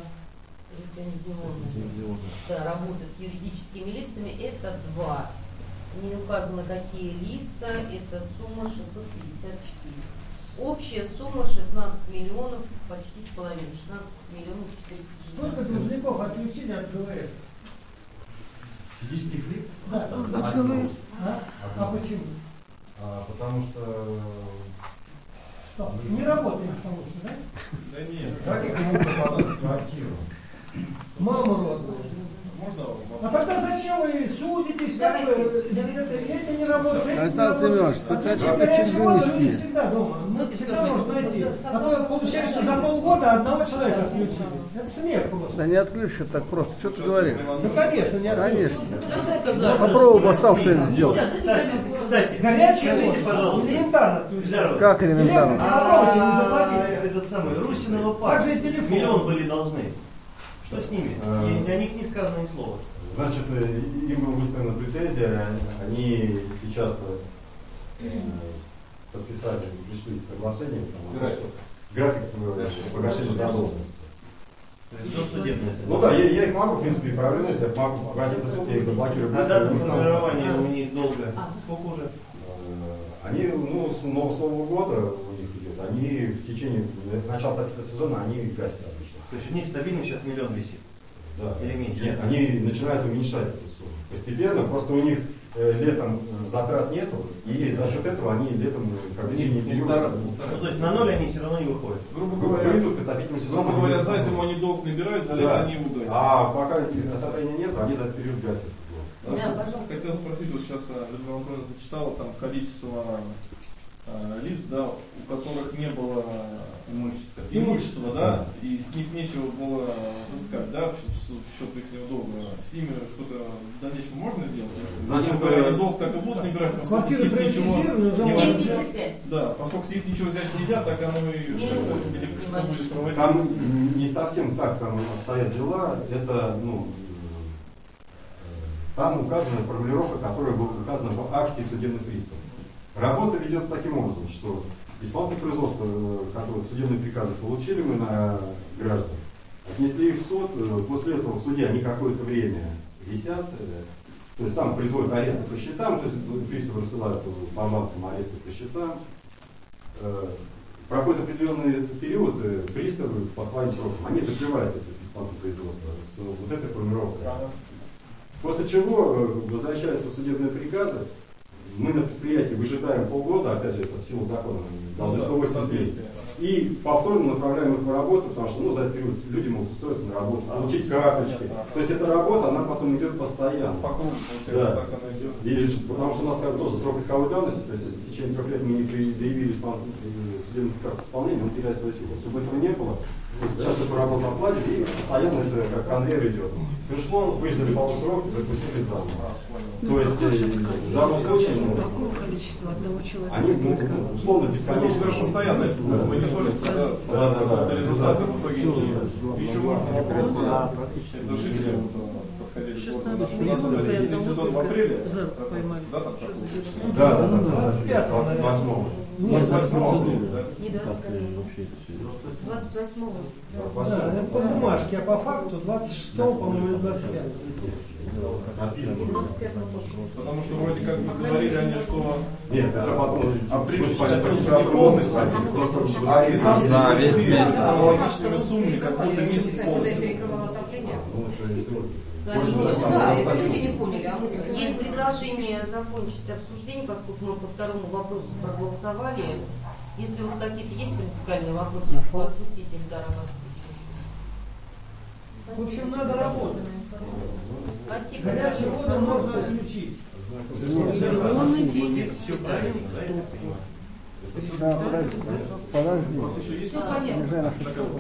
да, работа с юридическими лицами. Это 2. Не указано, какие лица. Это сумма 654. Общая сумма 16 миллионов, почти с половиной. 16 миллионов 400. Сколько должников отключили от ГВС? Физических лиц? Да, от ГВС. А почему? Потому что... Что? Не работает, потому что, да? Да нет. Как их могут попадать в квартиру? Мама родная. Можно вопрос? А тогда зачем вы судитесь? Как вы, эти не работают, Александр Семенович, люди всегда дома. Всегда можно найти. А то, получается, за полгода одного человека отключили. Это смех просто. Да не отключат так просто. Что ты говоришь? Ну, конечно, не отключат. Конечно. Попробуй поставь что-нибудь сделать. Кстати, горячий скажите, воздух. пожалуйста. Элементарно отключат. Как элементарно? Этот самый Русинова парк. Миллион были должны. Что с ними? О них не сказано ни слова. Значит, им была выставлена претензия, они сейчас подписали, пришли с соглашением, график погашения задолженности. Ну да, я их могу, в принципе, проблемы, я могу обратиться в суд, я их заблокирую. А дата формирования у них долго? Сколько уже? Они, ну, с Нового года у них идет, они в течение начала отопительного сезона, они гасят обычно. То есть у них стабильно сейчас миллион висит? Да. Или меньше? Нет, они начинают уменьшать эту сумму постепенно, просто у них летом затрат нету, и за счет этого они летом как бы зимний период. Ну, то есть на ноль они все равно не выходят. Грубо говоря, идут к отопительному сезону. грубо говоря, за зиму они долг набирают, за лето они его гасят. А пока отопления нет, они за этот период гасят. Хотел спросить, вот сейчас Людмила Анатольевна зачитала там количество лиц, да, у которых не было имущества, да, и с них нечего было взыскать, да, в счет их долга. С ними что-то в дальнейшем можно сделать? Значит, долг так и будут набирать, поскольку с них ничего не возьмешь. Да, поскольку с них ничего взять нельзя, так оно и будет проводиться. Там не совсем так там обстоят дела, это, ну, там указана формулировка, которая была указана в акте судебных приставов. Работа ведется таким образом, что исполнительное производство, которое судебные приказы получили мы на граждан, отнесли их в суд, после этого в суде они какое-то время висят, то есть там производят аресты по счетам, то есть приставы рассылают по банкам аресты по счетам. Проходит определенный период, приставы по своим срокам, они закрывают это исполнительное производство с вот этой формулировкой. После чего возвращаются судебные приказы. Мы на предприятии выжидаем полгода, опять же, это в силу закона, должны 180 дней. и повторно направляем их в работу, потому что за этот период люди могут устроиться на работу, получить карточки. То есть эта работа, она потом идет постоянно. Да. Потому что у нас тоже срок исковой давности, то есть если в течение 3 лет мы не предъявили судебный приказ исполнения, он теряет свою силу. Чтобы этого не было, сейчас эту работу отладили, и постоянно это как конвейер идет. Пришло, выждали полсрок, запустили заново. То есть в данном случае они условно бесконечно. Постоянно мониторится, результаты в итоге еще можно вопросы до жителей подходили. У нас это сезон в апреле, да, там такой? Да, 28-го. 28-го. Не 28-го. Это по бумажке, а по факту 26-го, по-моему, или 25-го. Потому что вроде как мы говорили они, что нет, это потом определился не полностью, а квитанции с аналогичными суммами, как будто месяц полностью. Да, это люди не поняли, а мы Есть предложение закончить обсуждение, поскольку мы по второму вопросу проголосовали. Если вот какие-то есть принципиальные вопросы, то отпустите Эльдара Васильевича. В общем, надо работать. Спасибо. Горячую воду можно отключить. Миллионы денег. Все правильно, да, я понимаю. Да, подожди. Все понятно.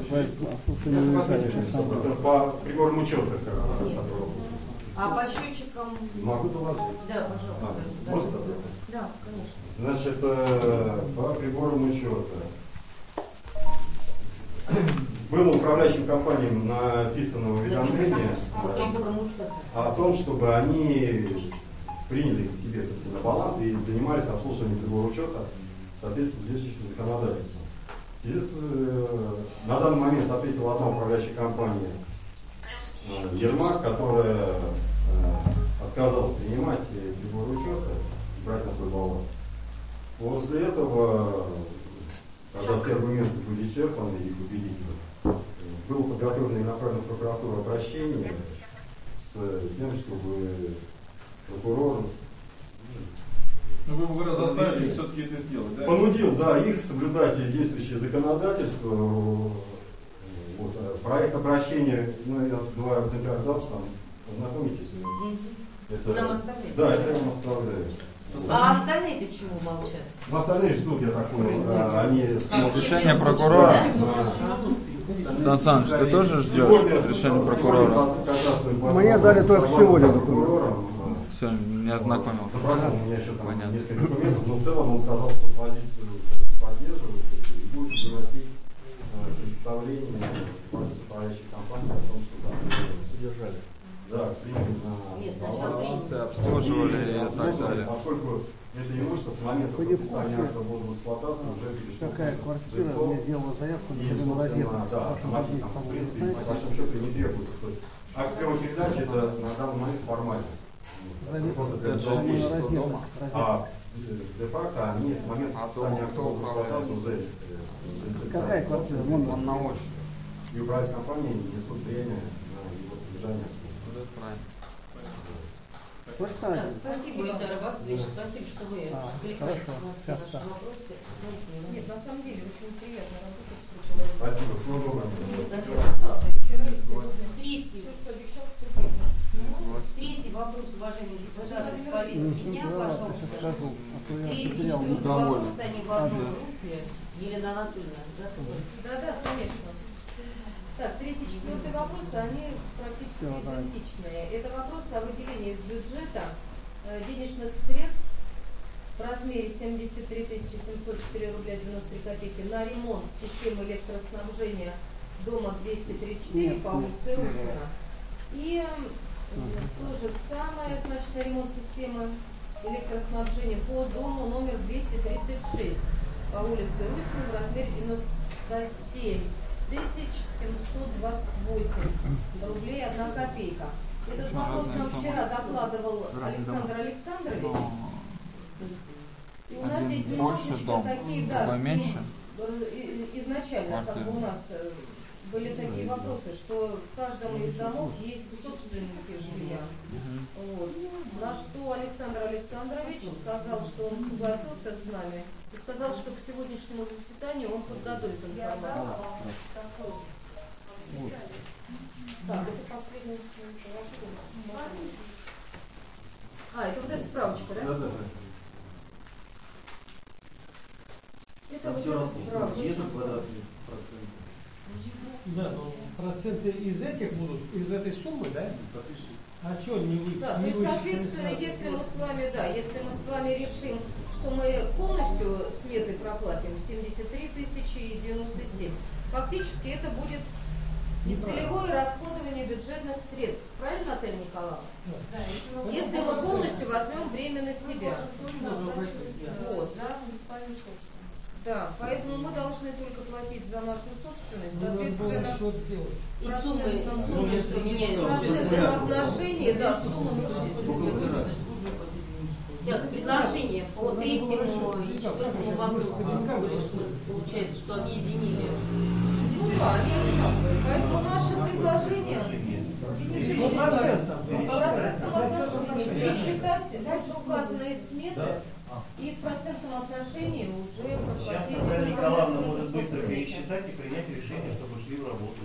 Это по приборам учета. А по счетчикам... Могу доложить? Да, пожалуйста. Можно? Да, конечно. Значит, по приборам учета. Было управляющим компаниям написано уведомление о том, чтобы они приняли к себе на баланс и занимались обслуживанием прибора учета в соответствии с действующим законодательством. На данный момент ответила одна управляющая компания Ермак, которая отказалась принимать прибор учета и брать на свой баланс. После этого, когда все аргументы были исчерпаны и убедительны, было подготовлено и направлено в прокуратуру обращение с тем, чтобы прокурор грубо говоря, заставили все-таки это сделать, да? Понудил, да, их соблюдать действующее законодательство. Вот, проект обращения, ну, я говорю, экземпляр дал, там, ознакомитесь. Нам оставляют? Да, это я вам оставляю. А остальные почему молчат? Ну, остальные ждут, я так понял, они... Решение прокурора. Сан Саныч, ты тоже ждешь решения прокурора? Мне дали только сегодня документ. Все, меня ознакомил. Запросил у меня еще там несколько документов, но в целом он сказал, что позицию поддерживает и будет выносить представление управляющей компании о том, что там содержали. Да, приняли на баланс, обслуживали и так далее. Поскольку это имущество с момента подписания акта ввода в эксплуатацию уже перешло. Какая квартира, мне делала заявку на магазин. Да, автоматически, в принципе, по большому счету не требуется. То есть акт первой передачи это на данный момент формальность. Просто для дальнейшего дома. А де-факто они с момента подписания акта ввода в эксплуатацию уже... Какая квартира? Он на очередь. И управляющие компании несут премию на его содержание. Спасибо, Эльдар Васильевич, спасибо, что вы откликаетесь на все наши вопросы. Нет, на самом деле очень приятно работать с человеком. Спасибо, всего доброго. Третий вопрос, уважаемые депутаты, в повестке дня, пожалуйста. Третий, четвертый вопрос, они в одном русле. Елена Анатольевна, готовы? Да, конечно. Так, третий, четвертый вопрос, они практически идентичные. Это вопросы о выделении из бюджета денежных средств в размере 73 704 рубля 93 копейки на ремонт системы электроснабжения дома 234 по улице Русина. И то же самое, значит, на ремонт системы электроснабжения по дому номер 236 по улице Русина в размере 97 728 рублей 1 копейка. Этот вопрос нам вчера докладывал Александр Александрович. И у нас здесь немножечко такие, да, меньше изначально, как бы у нас были такие вопросы, что в каждом из домов есть собственники жилья. Вот. На что Александр Александрович сказал, что он согласился с нами и сказал, что к сегодняшнему заседанию он подготовит информацию. Так, это последний. Это вот эта справочка, да? Да. Это вот все эта равно. справочка. Это квадратные проценты. Да, но проценты из этих будут, из этой суммы, да? А что не вы? Да, то есть, соответственно, если мы с вами решим, что мы полностью сметы проплатим 73 тысячи и 97, фактически это будет нецелевое расходование бюджетных средств. Правильно, Наталья Николаевна? Да, если мы полностью возьмем время на себя. Вот. Да, поэтому мы должны только платить за нашу собственность, соответственно, И суммы, если меняют процентном отношении, да, сумма нужно. Так, предложение по третьему и четвертому вопросу. Получается, что объединили. Ну да, они одинаковые. Поэтому наше предложение в процентном отношении пересчитать указанные сметы и в процентном отношении уже проплатить. Сейчас Наталья Николаевна может быстро пересчитать и принять решение, чтобы шли в работу.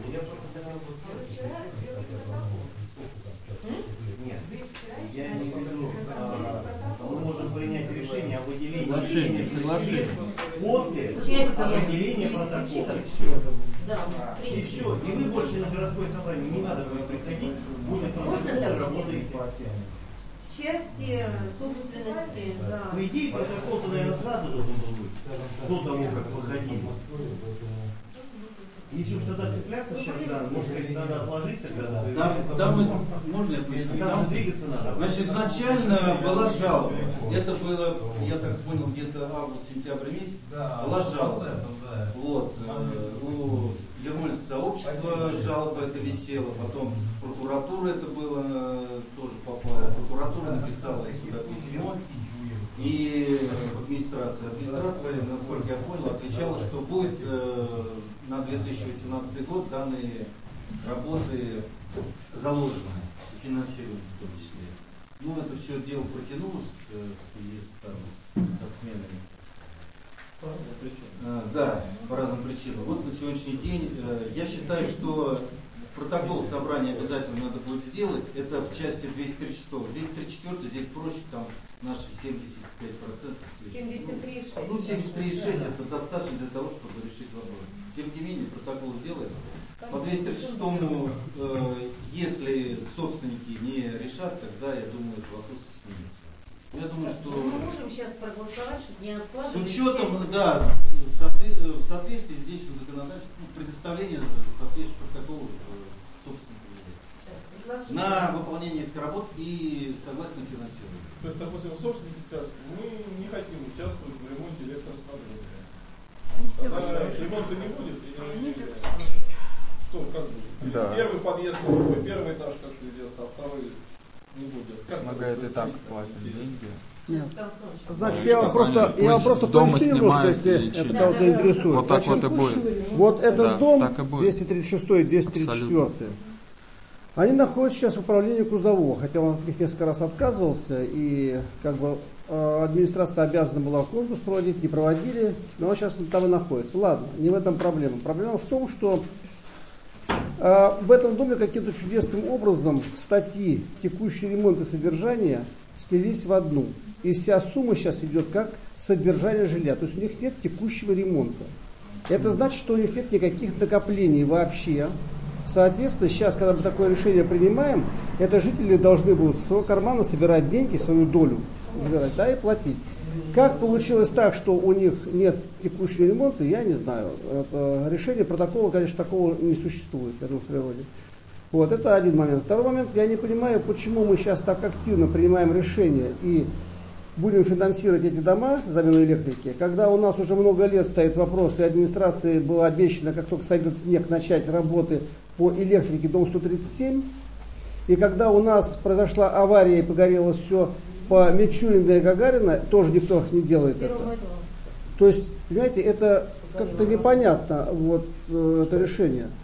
Нет, я не веду. Мы можем принять решение о выделении после определения протокола. И все. И все. И вы больше на городское собрание не надо будет приходить, будет протокол, работаете. В части собственности, да. По идее, протокол-то, наверное, сразу должен был быть, до того, как выходили. Если уж тогда цепляться сейчас, да, может быть, надо отложить тогда. Там можно я поясню? Там двигаться надо. Значит, изначально была жалоба. Это было, я так понял, где-то август-сентябрь месяц. Была жалоба. Вот. У Ермольского сообщества жалоба это висела. Потом прокуратура это было, тоже попала. Прокуратура написала сюда письмо. И администрация, насколько я понял, отвечала, что будет на 2018 год данные работы заложены, финансированы в том числе. Ну, это все дело протянулось в связи со сменами. Да, по разным причинам. Вот на сегодняшний день я считаю, что протокол собрания обязательно надо будет сделать. Это в части 236. 234 здесь проще, там наши 75%. 73,6. Ну, 73,6 это достаточно для того, чтобы решить вопрос. Тем не менее, протокол делаем. По 236, если собственники не решат, тогда, я думаю, этот вопрос снимется. Я думаю, что... Мы можем сейчас проголосовать, чтобы не откладывать. С учетом, да, в соответствии с действием законодательства, предоставление соответствующих протоколов собственников на выполнение этих работ и согласно финансированию. То есть, допустим, собственники скажут, мы не хотим участвовать в ремонте электроснабжения. Тогда ремонта не будет? Что, как будет? Да. Первый подъезд, первый этаж как ведется, а второй не будет. Помогает и так платим деньги. Нет. Значит, я вам просто поясню немножко, если это кого-то интересует. Вот так вот и будет. Вот этот дом, 236 и 234, они находятся сейчас в управлении Кузового, хотя он от них несколько раз отказывался, и как бы администрация обязана была конкурс проводить, не проводили, но он сейчас там и находится. Ладно, не в этом проблема. Проблема в том, что в этом доме каким-то чудесным образом статьи текущий ремонт и содержание слились в одну. И вся сумма сейчас идет как содержание жилья. То есть у них нет текущего ремонта. Это значит, что у них нет никаких накоплений вообще. Соответственно, сейчас, когда мы такое решение принимаем, это жители должны будут с своего кармана собирать деньги, свою долю, собирать, да, и платить. Как получилось так, что у них нет текущего ремонта, я не знаю. Это решение протокола, конечно, такого не существует в природе. Вот, это один момент. Второй момент, я не понимаю, почему мы сейчас так активно принимаем решение и будем финансировать эти дома, замену электрики, когда у нас уже много лет стоит вопрос, и администрации было обещано, как только сойдет снег, начать работы по электрике дом 137, и когда у нас произошла авария и погорело все по Мичурина и Гагарина, тоже никто не делает это. То есть, понимаете, это как-то непонятно, вот это решение.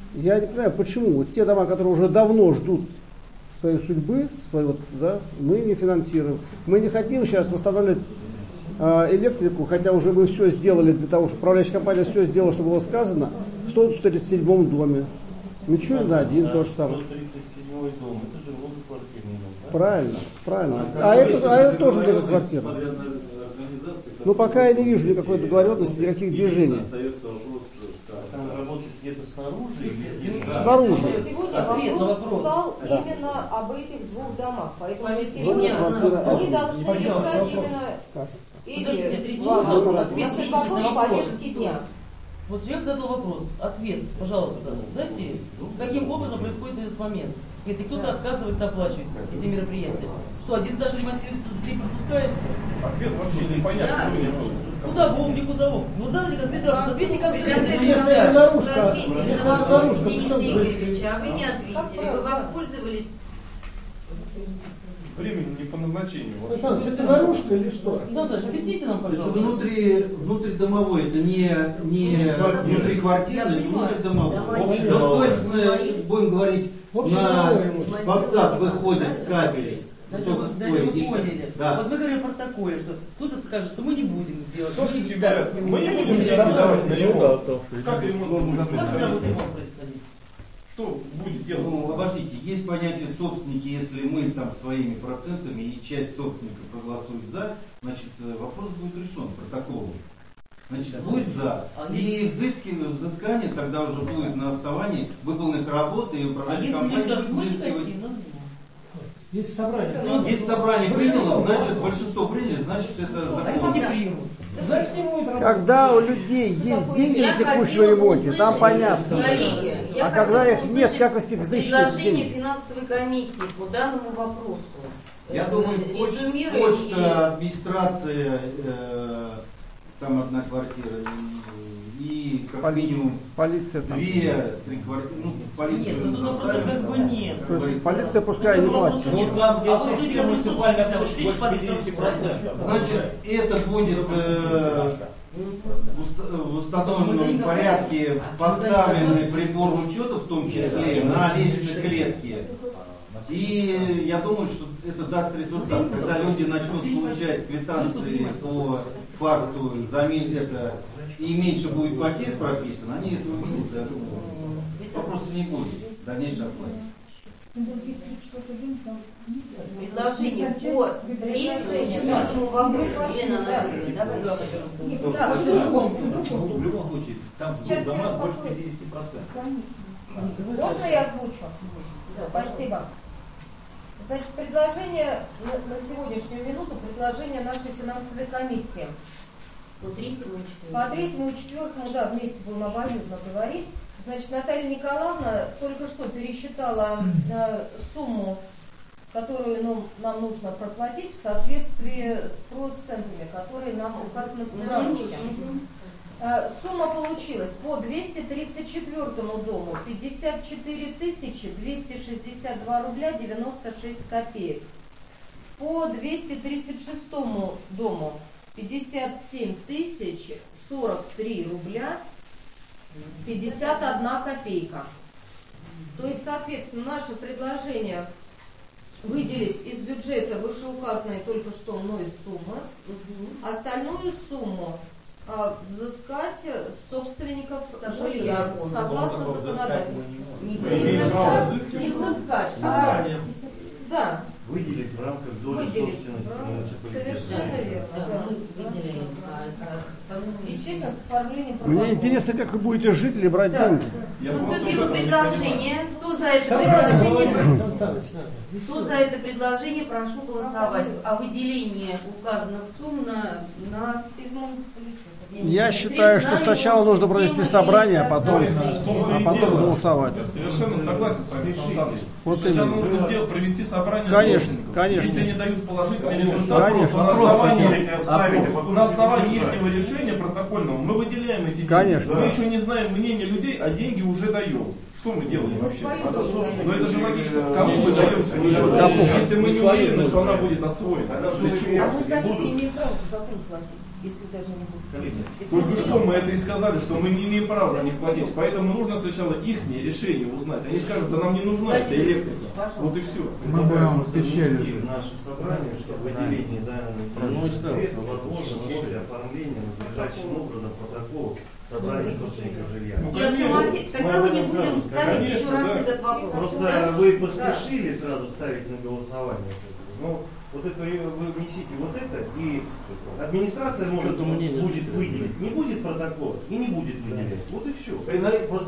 Я не понимаю, почему вот те дома, которые уже давно ждут своей судьбы, мы не финансируем. Мы не хотим сейчас восстанавливать электрику, хотя уже мы все сделали для того, чтобы управляющая компания все сделала, что было сказано, в 137-м доме. Ничего не один то же самое. 137-й дом, это же многоквартирный дом. Правильно, правильно. А это тоже многоквартира. Но пока я не вижу никакой договоренности, никаких движений. Там работать где-то снаружи или где-то снаружи. Сегодня вопрос стал именно об этих двух домах. Поэтому сегодня мы должны решать именно эти два повестки дня. Вот человек задал вопрос. Ответ, пожалуйста. Дайте, каким образом происходит этот момент, если кто-то отказывается оплачивать эти мероприятия? Что, один этаж ремонтируется, другие пропускается? Ответ вообще непонятно. Кузовом, не кузовом. Ну, задайте конкретно вопрос. Ответьте конкретно. Денис Игоревич, а вы не ответили. Вы воспользовались времени не по назначению. Александр, это наружка или что? Александр, объясните нам, пожалуйста. Это внутридомовой, это не внутриквартирный, это внутридомовой. То есть мы будем говорить, на фасад выходят кабели. Да, вы поняли. Да. Вот мы говорим о протоколе, что кто-то скажет, что мы не будем делать. Собственно говоря, мы не будем деньги давать на ремонт. Как ремонт будет происходить? Что будет делаться? Ну, обождите, есть понятие собственники, если мы там своими процентами и часть собственников проголосует за, значит вопрос будет решен протоколом. Значит, будет за. И взыскание тогда уже будет на основании выполненных работ и управляющей компании будет взыскивать. Есть собрание. Если собрание приняло, значит большинство приняли, значит это закон. Когда у людей есть деньги на текущем ремонте, там понятно. А когда их нет, всяких изысканных предложение финансовой комиссии по данному вопросу. Я думаю, почта, администрация, там одна квартира, и как минимум полиция, 2-3 квартиры. Ну, полицию нет, ну тут просто как бы нет. Полиция пускай не платит. Ну там где муниципальная площадь больше 50%. Значит, это будет в установленном порядке поставленный прибор учета, в том числе на лестничной клетке. И я думаю, что это даст результат. Когда люди начнут получать квитанции по факту это, и меньше будет потерь прописано, они это увидят. Я думаю, вопросов не будет в дальнейшем оплате. Предложение по третьему вопросу, Елена Анатольевна, давайте. В любом случае, там в домах больше 50%. Можно я озвучу? Спасибо. Значит, предложение на сегодняшнюю минуту, предложение нашей финансовой комиссии. По третьему и четвертому, да, вместе будем обоюдно говорить. Значит, Наталья Николаевна только что пересчитала сумму, которую нам нужно проплатить в соответствии с процентами, которые нам указаны в справочке. Сумма получилась по 234-му дому 54 262 рубля 96 копеек. По 236-му дому 57 043 рубля 51 копейка. То есть, соответственно, наше предложение выделить из бюджета вышеуказанные только что мной суммы, остальную сумму взыскать с собственников жилья, согласно законодательству. Не взыскать, а да. Выделить в рамках доли собственности. Совершенно верно. Естественно, с оформлением права. Мне интересно, как вы будете жить или брать деньги. Поступило предложение. Кто за это предложение? Кто за это предложение, прошу голосовать о выделении указанных сумм на из муниципалитета. Я считаю, что сначала нужно провести собрание, а потом голосовать. Я совершенно согласен с вами, Сан Саныч. Вот сначала нужно провести собрание собственников. Конечно. Если они дают положительный результат, на основании их решения протокольного мы выделяем эти деньги. Конечно. Мы еще не знаем мнения людей, а деньги уже даем. Что мы делаем вообще? свою Но это же логично. Кому мы даем свою долю? Если мы не уверены, что она будет освоена, для чего? А мы сами не имеем права по закону платить, если даже не будут. Коллеги, только что мы это и сказали, что мы не имеем права за них платить. Поэтому нужно сначала их решение узнать. Они скажут, да нам не нужна эта электрика. Вот и все. Мы будем в пещере жить. Наше собрание, что выделение данных средств возможно после оформления надлежащим образом протоколов собрания собственников жилья. Тогда мы не будем ставить еще раз этот вопрос. Просто вы поспешили сразу ставить на голосование. Ну, вот это вы внесите вот это, и администрация может будет выделить. Не будет протокола и не будет выделять. Вот и все. При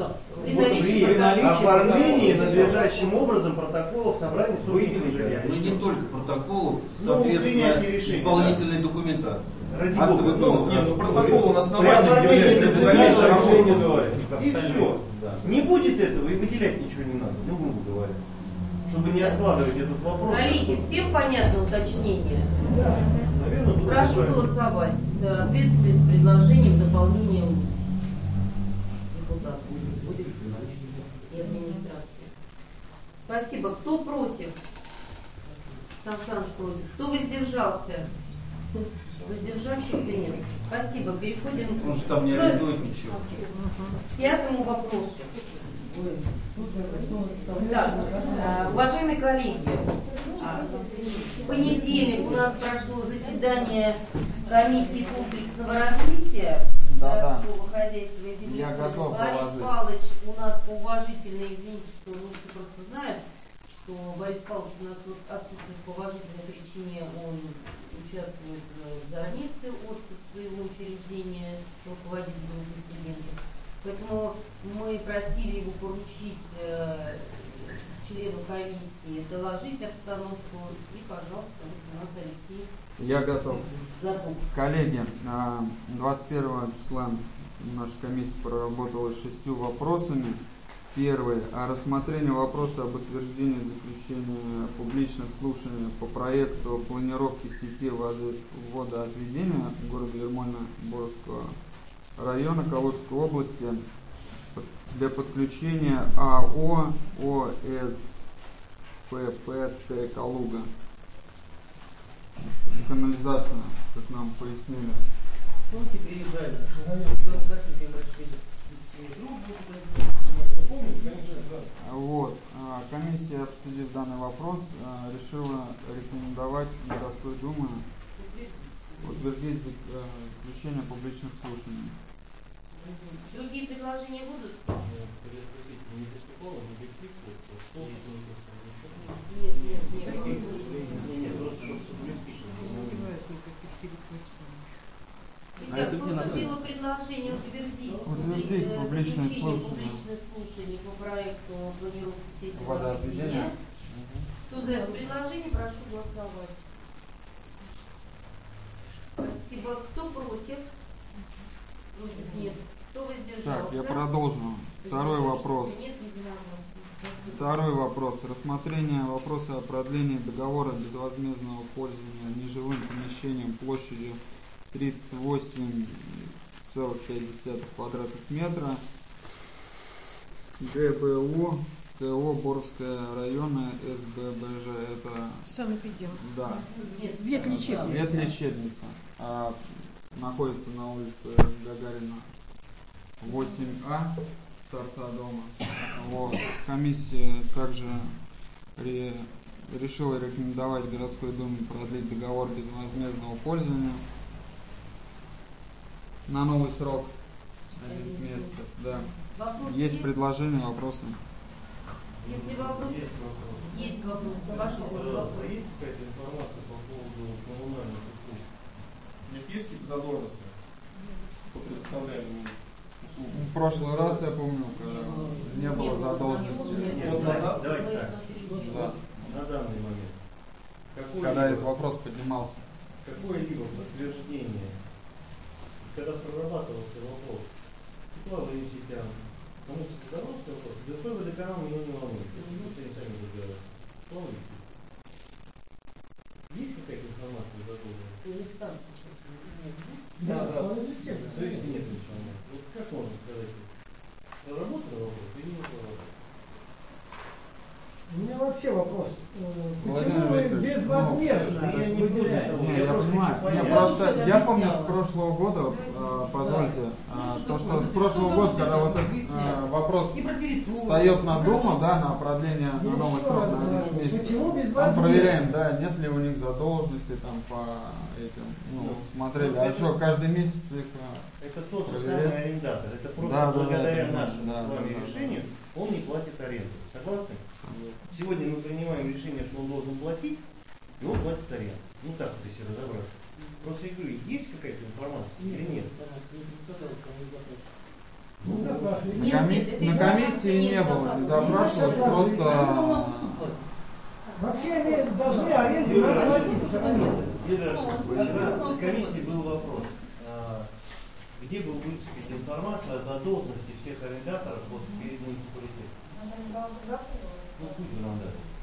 оформлении надлежащим образом протоколов собрания собственников жилья. Ну не только протоколов, соответственно, исполнительной документации. Протокол на основании является дальнейшее решение. И все. Не будет этого, и выделять ничего не надо, ну, грубо говоря. Чтобы не откладывать этот вопрос. Коллеги, всем понятно уточнение? Да. Наверное, прошу голосовать в соответствии с предложением дополнением депутатов и администрации. Спасибо. Кто против? Сан Саныч против. Кто воздержался? Воздержавшихся нет. Спасибо. Переходим к пятому вопросу. Да. Уважаемые коллеги, в понедельник у нас прошло заседание комиссии комплексного развития городского хозяйства и земли. Борис Павлович у нас поуважительно, извините, что все просто знают, что Борис Павлович у нас отсутствует по уважительной причине, он участвует в границе от своего учреждения, руководит группой студентов. Поэтому мы просили его поручить члену комиссии доложить обстановку. И, пожалуйста, вот у нас Алексей. Я готов. Коллеги, 21 числа наша комиссия проработала 6 вопросами. Первый. О рассмотрении вопроса об утверждении заключения публичных слушаний по проекту планировки сети водоотведения города Ермольно-Боровского района Калужской области для подключения АО ОСППТ «Калуга». Канализация, как нам пояснили. Ну, теперь правильно. Вот. Комиссия, обсудив данный вопрос, решила рекомендовать городской думе утвердить заключение публичных слушаний. Другие предложения будут? Итак, поступило предложение утвердить публичные слушания по проекту планировки сети водоотведения. Кто за это предложение, прошу голосовать. Спасибо. Кто против? Против нет. Кто воздержался? Так, я продолжу. Второй вопрос. Нет, единогласно. Второй вопрос. Рассмотрение вопроса о продлении договора безвозмездного пользования нежилым помещением площадью 38,5 квадратных метра. ГБУ КО Боровская районная СББЖ. Это санэпидем. Да. Ветлечебница. Ветлечебница. Находится на улице Гагарина 8А, торца дома. Вот. Комиссия также решила рекомендовать городской думе продлить договор безвозмездного пользования на новый срок 11 месяцев. Да. Есть предложения, вопросы? Если вопросы, есть вопросы. Ваши вопросы. Есть какая-то информация по поводу коммунальных услуг? Нет, есть какие-то задолженности по предоставляемым услугам? В прошлый раз, я помню, не было задолженности. Год назад? Давайте так. Да. На данный момент. Когда этот вопрос поднимался. Какое-либо подтверждение, когда прорабатывался вопрос, тепловым сетям, кому-то задавался вопрос, ГП водоканал меня не волнует. Это не сами разбираются. Есть какая-то информация задолженная? Инстанция сейчас нет. Да. То есть нет ничего. Вот как можно сказать? Проработал вопрос или не проработал? вообще вопрос. Почему вы безвозмездно выделяете? Я понимаю. Просто я помню с прошлого года, позвольте, то, что с прошлого года, когда вот этот вопрос встает на Думу, да, на продление на новый срок на 11 месяцев, там проверяем, да, нет ли у них задолженности там по этим, ну, смотрели, а что, каждый месяц их это тот же самый арендатор, это просто благодаря нашему с вами решению он не платит аренду. Согласны? Сегодня мы принимаем решение, что он должен платить, и он платит аренду. Ну так вот, если разобраться. Просто я говорю, есть какая-то информация или нет? На комиссии не было, не запрашивалось, просто... Вообще они должны аренду платить. В комиссии был вопрос, где был выцепить информацию о задолженности всех арендаторов вот, перед муниципалитетом. Ну, пусть бы нам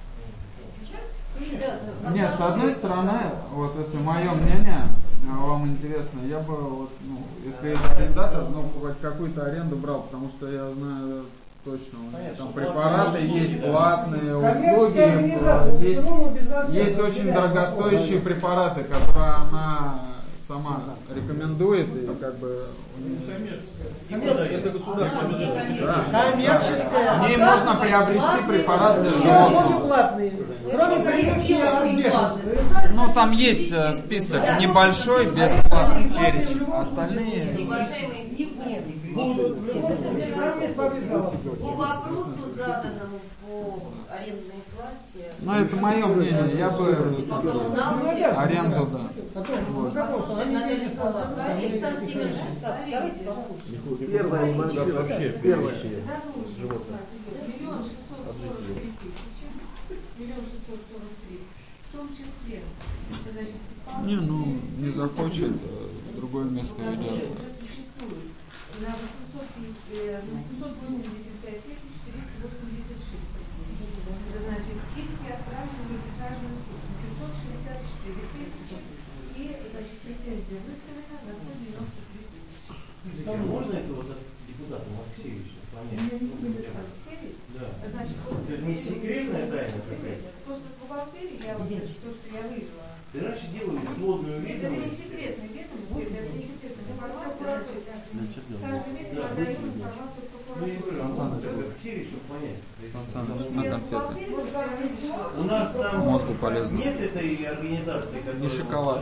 дать. Нет, с одной стороны, вот если мое мнение, вам интересно, я бы, вот, ну, если это арендатор, ну, хоть какую-то аренду брал, потому что я знаю точно, у них там препараты есть, платные услуги, есть очень дорогостоящие препараты, которые она сама рекомендует, и как бы это государственное бюджет. Коммерческая. В ней можно приобрести препарат для все услуги платные. Кроме прививки. Ну там есть список небольшой, бесплатный перечень. Остальные. По вопросу заданному по арендной плате. Ну это мое мнение, я бы аренду, да. Первое, вообще, первое животное. От жителей. 1 643. В том числе, значит, не, ну, не захочет, другое место уйдет. На 885 486. Это значит, иски отправлены в арбитражный суд на 564 тысячи и, значит, претензия выставлена на 193 тысячи. Можно это вот от депутата Алексеевича понять? Алексеевич? Да. Значит, это не секретная тайна какая-то? Просто в бухгалтерии я вот то, что я вывела. Ты раньше делали сводную ведомость. Это не секретная ведомость, это не секретная информация. Каждый месяц мы отдаем информацию в прокуратуру. Алексеевич, чтобы понять. На у нас там мозгу полезно. Нет этой организации, которая не шоколад.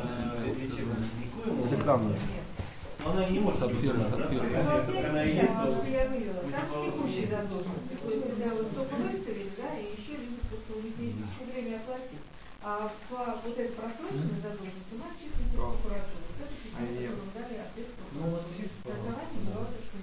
Она не может сапфир. Она и есть. Там с текущей задолженности. То есть, когда вот только выставили, да, и еще люди просто у них есть еще время оплатить. А по вот этой просроченной задолженности мы отчитываемся в прокуратуру. Вот это письмо, которое нам дали ответ прокуратуры. На основании бухгалтерской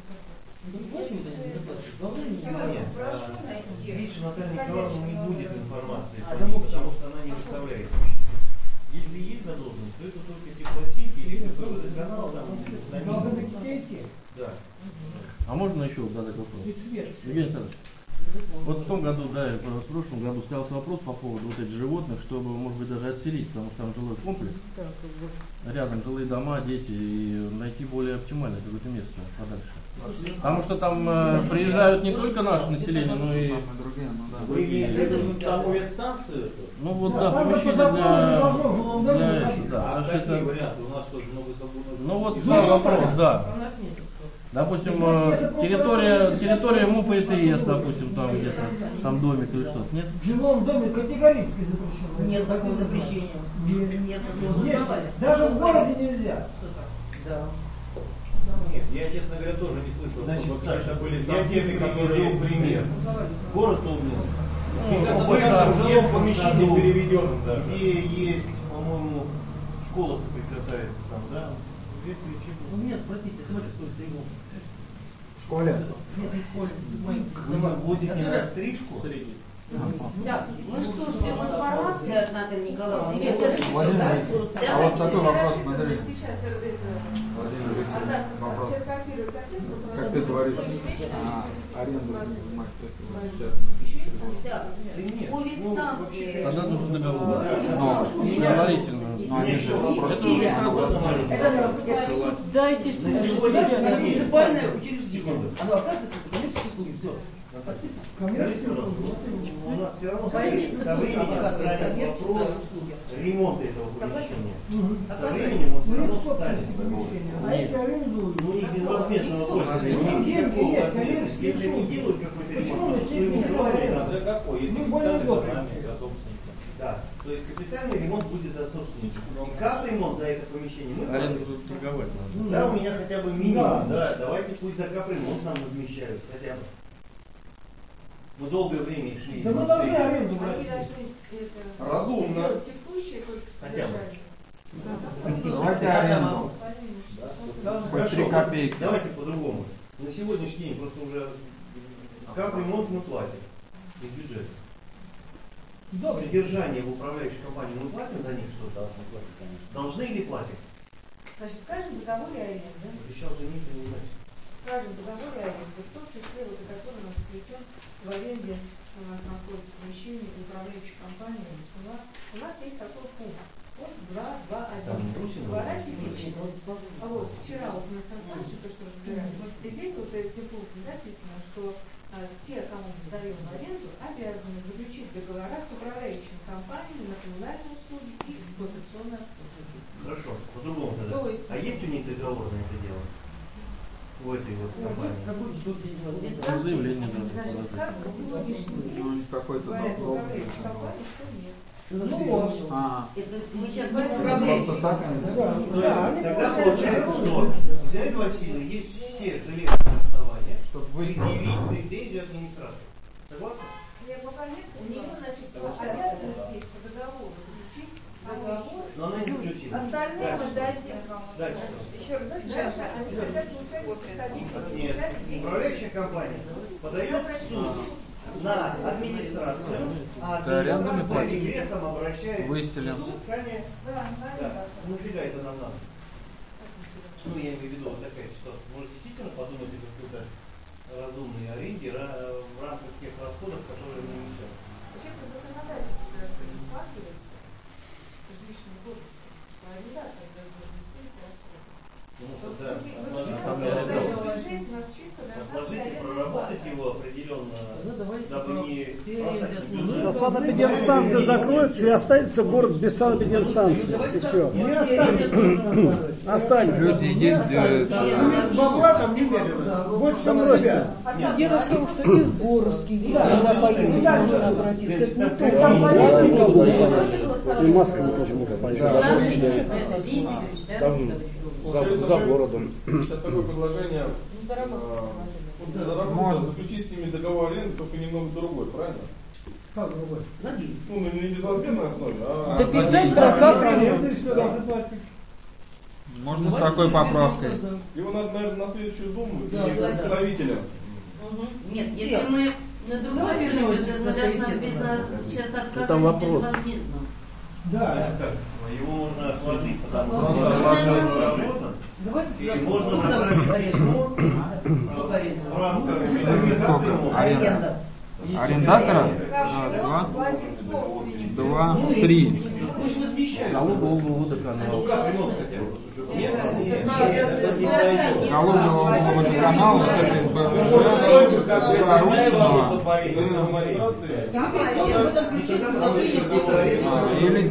информации. Здесь у Натальи Николаевны не будет информации, потому что она не выставляет. Если есть задолженность, то это только теплосети или какой-то канал там. Да. А можно еще задать вопрос? Евгений Александрович, вот в том году, да, в прошлом году ставился вопрос по поводу вот этих животных, чтобы, может быть, даже отселить, потому что там жилой комплекс, рядом жилые дома, дети, и найти более оптимальное какое-то место подальше. Потому что там приезжают не только наше население, но и другие. Это саму ветстанцию? Ну вот да, помещение для да. Какие варианты? У нас тоже много свободных. Ну вот вопрос, да. Допустим, территория МУПа ИТС, допустим, там где-то, там домик или что-то, нет? В жилом доме категорически запрещено. Нет такого запрещения. Нет такого. Есть. Даже в городе нельзя. Да. Нет, я, честно говоря, тоже не слышал. Значит, Саша, были я тебе приведу пример. Город Обнинск. Уже в помещении переведенном даже. Где есть, по-моему, школа соприкасается там, да? Ну нет, простите, смотрите, стригу. В школе? Нет, не в школе. Вы возите на стрижку? Средний. Да, мы что, ждем информации от Натальи Николаевны? А вот такой вопрос, смотри. Владимир Викторович, вопрос. Как ты говоришь, аренду занимать, да, по ветстанции. Тогда нужно договор. Предварительно. Дайте слушать. Муниципальное учреждение. Оно оказывается коммерческие услуги. Все. Скажите, пожалуйста, у нас все равно со временем станет вопрос ремонта этого помещения. Со временем он все равно станет. Ну не безвозмездного пользования. Никакого возмездности. Если они делают какой-то ремонт, то своему да, то есть капитальный ремонт будет за собственником. И капремонт за это помещение мы торговать надо. Да, у меня хотя бы минимум, да, давайте пусть за капремонт нам возмещают, хотя бы. Мы долгое время шли. Да мы должны аренду брать. Разумно. Хотя бы. Давайте аренду. Хоть 3 копейки. Давайте по-другому. На сегодняшний день просто уже капремонт мы платим из бюджета. Содержание в управляющей компании мы платим за них что-то? Должны или платим? Значит, в каждом договоре аренды, да? Обещал же никто не знать. В каждом договоре аренды, в том числе, вот, который у нас включен в аренде, у нас находится помещение управляющей компании УСНА, у нас есть такой пункт. Пункт 2.2.1. Двора тепличного. Вот, вчера вот мы с Александром то, что разбирали, вот здесь вот этим пунктом написано, что те, кому сдаем в аренду, обязаны заключить договора с управляющими компаниями на коммунальные услуги и эксплуатационные услуги. Хорошо, по-другому тогда. А есть у них договор на это дело? У этой вот компании? Заявление Значит, как на сегодняшний день какой-то управляющая компания, что нет. Это мы сейчас будем управляющие. Тогда получается, что у Зинаиды Васильевны есть все железные основания, чтобы предъявить претензии администрации. Согласны? Нет, пока нет. У нее, значит, обязанность есть по договору заключить договор. Но она не заключила. Остальное мы дадим. Дальше. Еще раз, сейчас. Нет, управляющая компания подает в суд на администрацию, а администрация регрессом обращается в суд. Да. Ну, фига это нам надо. Ну, я имею в виду вот такая ситуация. Может, действительно подумать о какой-то разумной аренде в рамках тех расходов, которые мы несем. Вообще-то законодательство предусматривается жилищным кодексом, что арендатор должен вести эти расходы. Отложите, проработать его определенно, дабы не... А санэпидемстанция закроется и останется город без санэпидемстанции. И все. Не останется. Останется. Люди ездят. Бабла там не верят. Больше там ребят. Дело в том, что и в Боровске, когда поедут, можно обратиться. Это не то. И масками тоже можно поехать. За городом. Сейчас такое предложение. Можно заключить с ними договор аренды, только немного другой, правильно? Как другой? Ну, не безвозмездной основе, а... Дописать про капремонт. Можно с такой поправкой. Его надо, наверное, на следующую думу и представителям. Нет, если мы на другой стороне, то мы должны сейчас отказать безвозмездно. Да. Его можно отложить, потому что и можно направить письмо в рамках аренда. Арендатора? 2, 3. Налогового водоканала. Налогового водоканала, или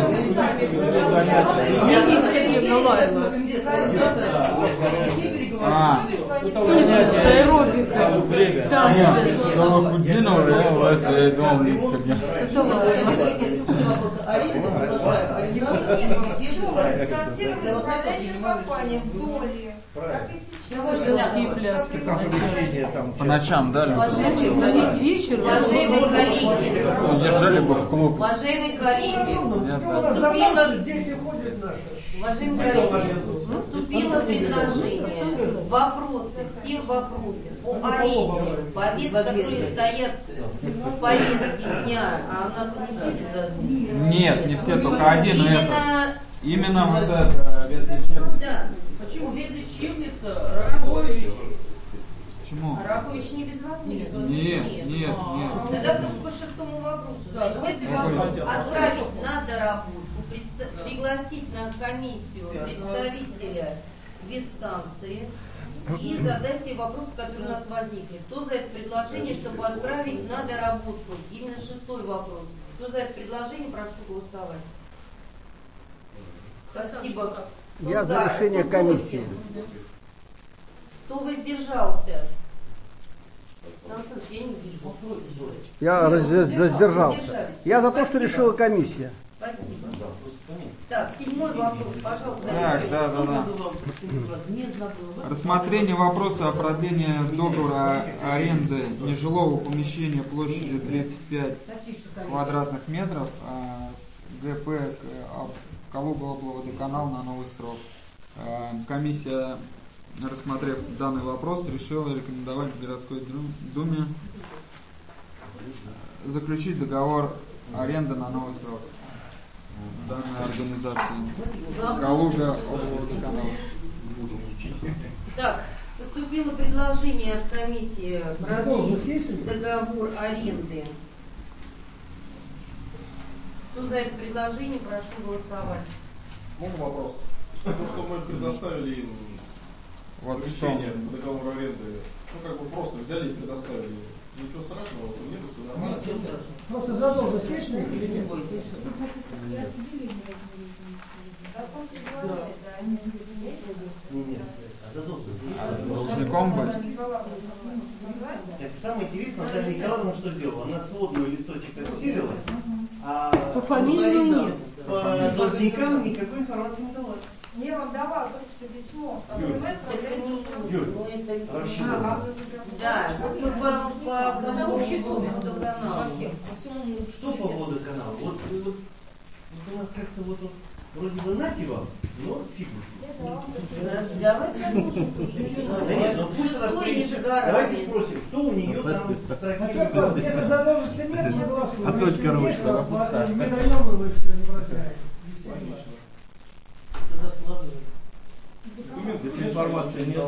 с аэробика. Женские пляски. По ночам, да, вечер. Уважаемые коллеги, держали бы в клуб. уважаемые коллеги, поступило предложение, вопросы, все вопросы по аренде, повестки, которые стоят в повестке дня, а у нас не все безвозмездные. Нет, не все, только один. Именно вот это Да. Почему ветлечебница, Ракович? Почему? Ракович не безвозмездно? Нет. Тогда только по шестому вопросу. Значит, это вопрос отправить на доработку, пригласить на комиссию представителя ветстанции, и задайте вопросы, которые у нас возникли. Кто за это предложение, чтобы отправить на доработку? Именно 6-й вопрос. Кто за это предложение, прошу голосовать. Спасибо. Я за решение комиссии. Кто воздержался? Я не вижу. Я воздержался. Я за то, что решила комиссия. Спасибо. Так, 7-й вопрос, пожалуйста. Так, да. Рассмотрение вопроса о продлении договора аренды нежилого помещения площадью 35 квадратных метров с ГП Калуга-Облводоканал на новый срок. Комиссия, рассмотрев данный вопрос, решила рекомендовать городской думе заключить договор аренды на новый срок данной организации Калуга-Облводоканал. Так, поступило предложение от комиссии продлить договор аренды. Кто за это предложение, прошу голосовать. Можно вопрос? То, что мы предоставили им помещение по договору аренды, просто взяли и предоставили. Ничего страшного, нет, все нормально. Просто задолженность сечная или нет? Должником быть. Самое интересное, Наталья Николаевна что сделала? Она сводную листочек отсилила, а по фамилии нет. По должникам никакой информации не дала. Я вам давала только что письмо. Да, по общей сумме водоканалу. Что по водоканалу? Вот у нас как-то вроде бы нате вам, но фигу. Давайте слушаем. Давайте спросим, что у нее там в строке. Если задолженности нет, мы голосуем. А точка ручка пустая. Мы даем, вы не бросаем. Если информации нет.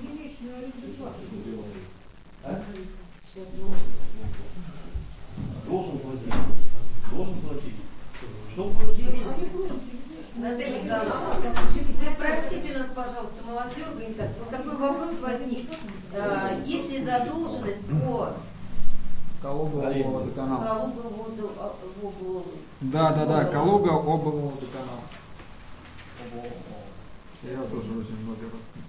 Должен платить. Должен платить. Что платить? Наталья Николаевна, простите нас, пожалуйста, мы вас дергаем. Вот такой вопрос возник. Если задолженность по Калуга-Облводоканал. Да, Калуга-Облводоканал. Я тоже очень много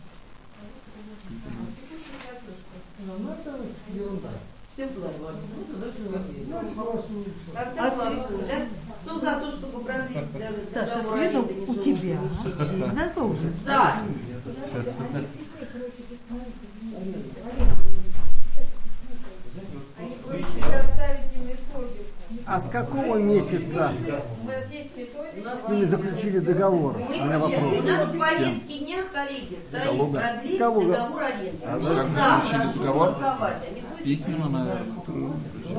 Ну, это ерунда. Все было. Кто за то, чтобы продлить? Саша, Света у тебя. Знакомы? За. Они просят предоставить им методику. А с какого месяца У вас есть методика? с ними заключили договор? У меня вопрос. У нас в повестке дня, коллеги, стоит продлить договор аренды. Как заключили договор? Письменно, наверное.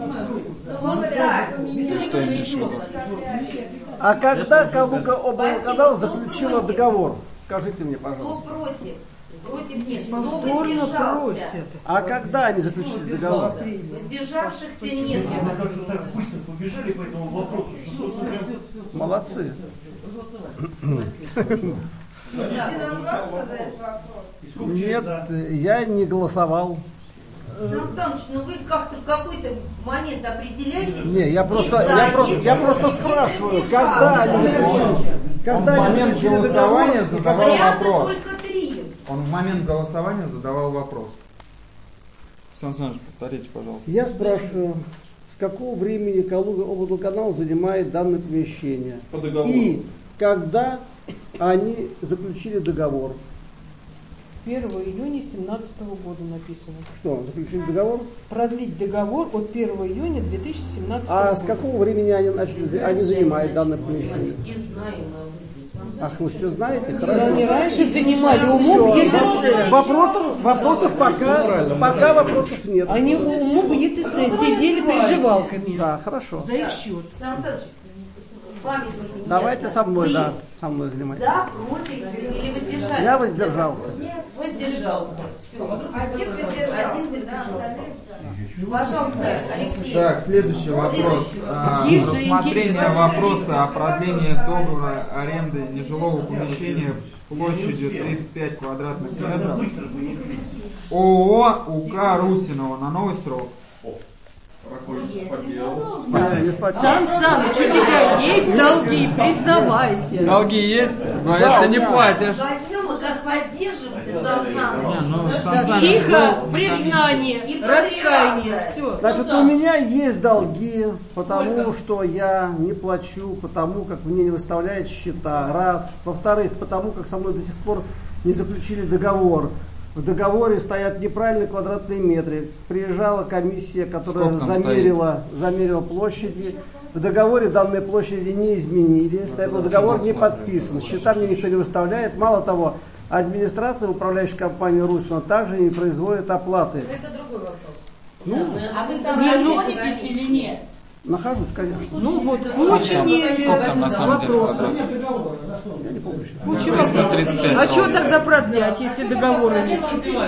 Что имеешь в виду? А когда Калуга-Облводоканал заключила договор? Скажите мне, пожалуйста. Кто против? Против нет. Кто Повторно воздержался? просят. А когда они заключили договор? Воздержавшихся нет. Мы как-то так быстро побежали по этому вопросу, что прям... Молодцы. Нет, я не голосовал. Сан Саныч, ну вы как-то в какой-то момент определяетесь? Не, я просто спрашиваю, когда они заключили голосования задавал вопрос. Только 3. Он в момент голосования задавал вопрос. Сан Саныч, повторите, пожалуйста. Я спрашиваю, с какого времени Калуга-Облводоканал занимает данное помещение? По договору. И когда они заключили договор? 1 июня 2017 года написано. Что, заключили договор? Продлить договор от 1 июня 2017 года. А с какого времени они занимают данное помещение? Все знаем. Ах, вы все знаете? Но Хорошо. они раньше занимали умом ЕТС. Вопросов пока вопросов нет. Они умом ЕТС сидели приживалками. Да, хорошо. За их счет. Сан Саныч, с вами только не Давайте ясно. со мной, Вы да, со мной занимайтесь. За, против или воздержались? Я воздержался. Воздержался. Все. Один воздержался. Пожалуйста, Алексей. Так, следующий вопрос. Рассмотрение вопроса о продлении договора аренды нежилого помещения площадью 35 квадратных метров ООО УК Русинова на новый срок. Сан Саныч, у тебя есть долги, признавайся. Долги есть, но это не платишь. Возьмем и как воздержимся, Сан Саныч. Тихо, признание, раскаяние, все. Значит, у меня есть долги, потому что я не плачу, потому как мне не выставляют счета, раз. Во-вторых, потому как со мной до сих пор не заключили договор. В договоре стоят неправильные квадратные метры. Приезжала комиссия, которая замерила площади. В договоре данные площади не изменили, поэтому договор не подписан. Счета мне никто не выставляет. Мало того, администрация, управляющая компания Русина, также не производит оплаты. Это другой вопрос. Ну, а вы там находитесь или нет? Нахожусь, конечно. Ну вот, куча вопросов. Я не помню. Куча вопросов. А что тогда продлять, если договора нет?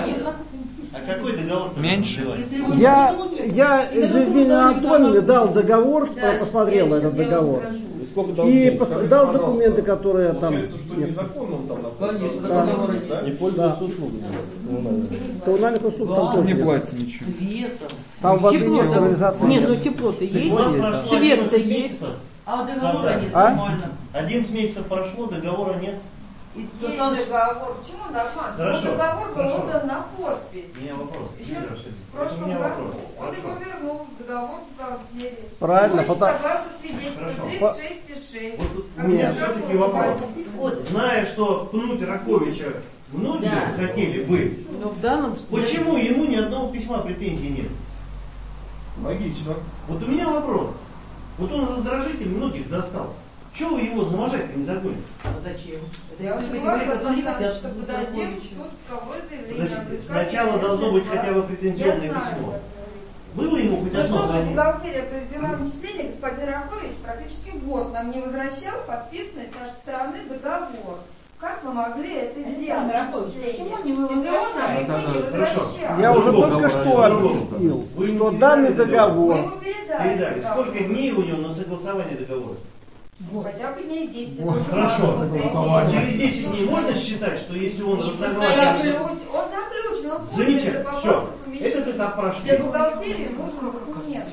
А какой договор? Меньше. Я Людмиле Анатольевне дал договор, что я посмотрел на этот договор. И дал документы, которые там... Получается, что незаконно он там находится. Да. Не пользуется услугами. Коммунальных услуг там тоже Не нет. платит ничего. Там воды нет, канализации Нет, нет. ну тепло-то есть, свет-то есть. А договора нет, А? нормально. 11 месяцев прошло, договора нет. Есть договор. Почему доклад? Хорошо, Договор был хорошо. отдан на подпись. У меня вопрос. Еще Юрий в Рашидович, прошлом у меня году. вопрос. Он Хорошо. его вернул в договор в бухгалтерии. Правильно, Согласно свидетельству Хорошо. 36,6. Вот у меня все-таки вопрос. Зная, что пнуть Раковича многие хотели бы, Но в данном случае... почему ему ни одного письма претензий нет? Логично. Вот у меня вопрос. Вот он раздражитель многих достал. Чего вы его заможать-то не законе? Зачем? Я уже говорила, что подадим в суд исковое заявление. Подождите, сначала должно быть хотя бы претензионное письмо. Было ему хоть За одно что же занятие? бухгалтерия произвела начисление, господин Ракович практически год нам не возвращал подписанный с нашей стороны договор. Как вы могли это делать? Почему не вы Если он нам его не возвращал? Я уже только что объяснил, что данный договор... Мы его передали. Сколько дней у него на согласование договора? Хотя бы дней 10. Хорошо. Через 10 дней можно считать, что если он Он согласен... заключен, он Замечательно. Все. Этот этап прошли. Для бухгалтерии нужен документ.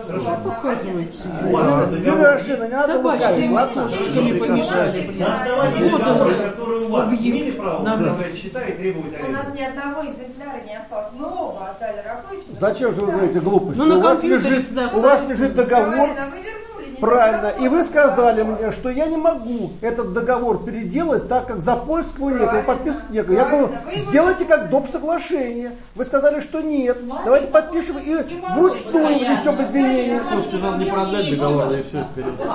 Юлия Рашидовна, не надо лукавить, ладно? На основании договора, который у вас, имели право выставлять счета и требовать У нас аренду? ни одного экземпляра не осталось. Мы оба отдали Раковичу. Зачем же вы говорите глупость? Ну, на у вас компьютере лежит, туда у вас лежит договор. Правильно, вы вернули. не Правильно. договор. И вы сказали мне, что я не могу этот договор переделать, так как Запольского нет, его подписывать некого. Я говорю, сделайте как доп. Соглашение. Вы сказали, что нет. Давайте подпишем и вручную внесем изменения. Слушайте, надо не продлять договор, да и все это перед.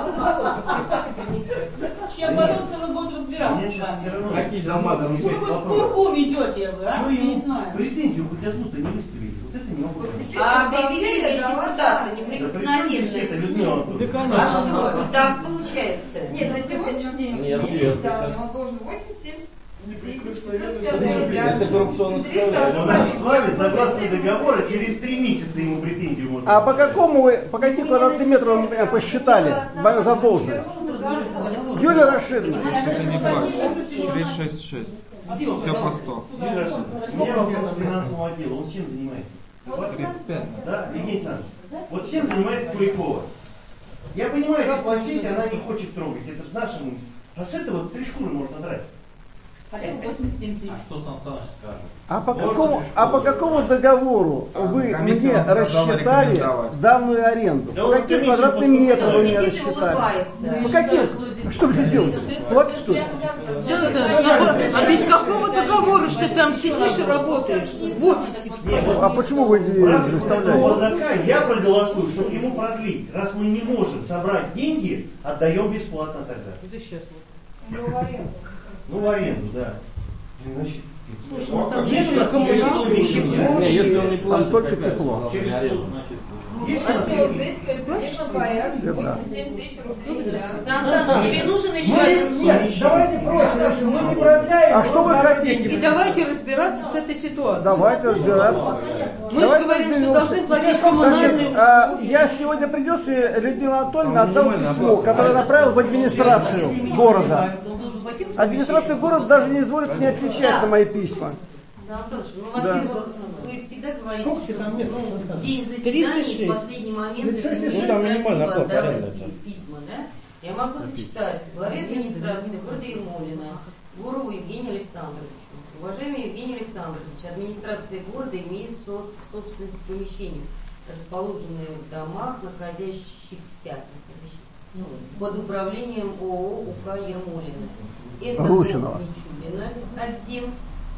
Чем потом целый год разбираться с вами? Какие дома там есть? Куркум идете вы, а? Чего Я не ему знаю. претензию хоть одну-то не выставили? Вот это не могу понять. А объявили депутата неприкосновенность. Это Людмила Анатольевна. А что? Так получается. Нет, на сегодняшний день Нет, есть данные, он должен 80-70. Это коррупционное состояние. У нас с вами, согласно договора, через 3 месяца ему претензию можно. А по какому вы, по каким квадратным метрам вы посчитали мою задолженность? Юлия Рашидовна. Это не платит. 366. Все по 100. Юрий Рашидович, у меня вопрос к финансовому отделу. Он чем занимается? 35. Да, Евгений Александрович, вот чем занимается Куликова? Я понимаю, теплосеть она не хочет трогать, это же нашему. А с этого 3 шкуры можно драть. Хотя бы 87 тысяч. Что Сан Саныч скажет? А по какому договору вы мне рассчитали данную аренду? Да По вот каким комиссия квадратным метрам вы мне Сидит и рассчитали? улыбается. По каким? Что вы делаете? Платите, что ли? Сан Саныч, а без какого договора что ты там сидишь и работаешь в офисе? А почему вы не представляете? Я проголосую, чтобы ему продлить. Раз мы не можем собрать деньги, отдаем бесплатно тогда. Ну, в аренду, да. Слушай, ну там же Нет у нас никаких Не, если он не Там платит, только какая тепло. через суд. 87 тысяч рублей. Тебе нужен еще один суд? Нет, давайте проще, мы не продляем. А что вы хотите? И давайте разбираться с этой ситуацией. Давайте разбираться. Мы же говорим, что должны платить коммунальные услуги. Я сегодня принес, и Людмила Анатольевна отдал письмо, которое направил в администрацию города. Администрация города даже не изволит мне отвечать на мои письма. Во-первых, вы всегда говорите, что в день заседания в последний момент отдавайте письма, да? Я могу зачитать главе администрации города Ермолина, Гурову Евгению Александровичу. Уважаемый Евгений Александрович, администрация города имеет собственность помещений, расположенные в домах, находящихся под управлением ООО УК Ермолина. Это Русинова. Мичулина 1,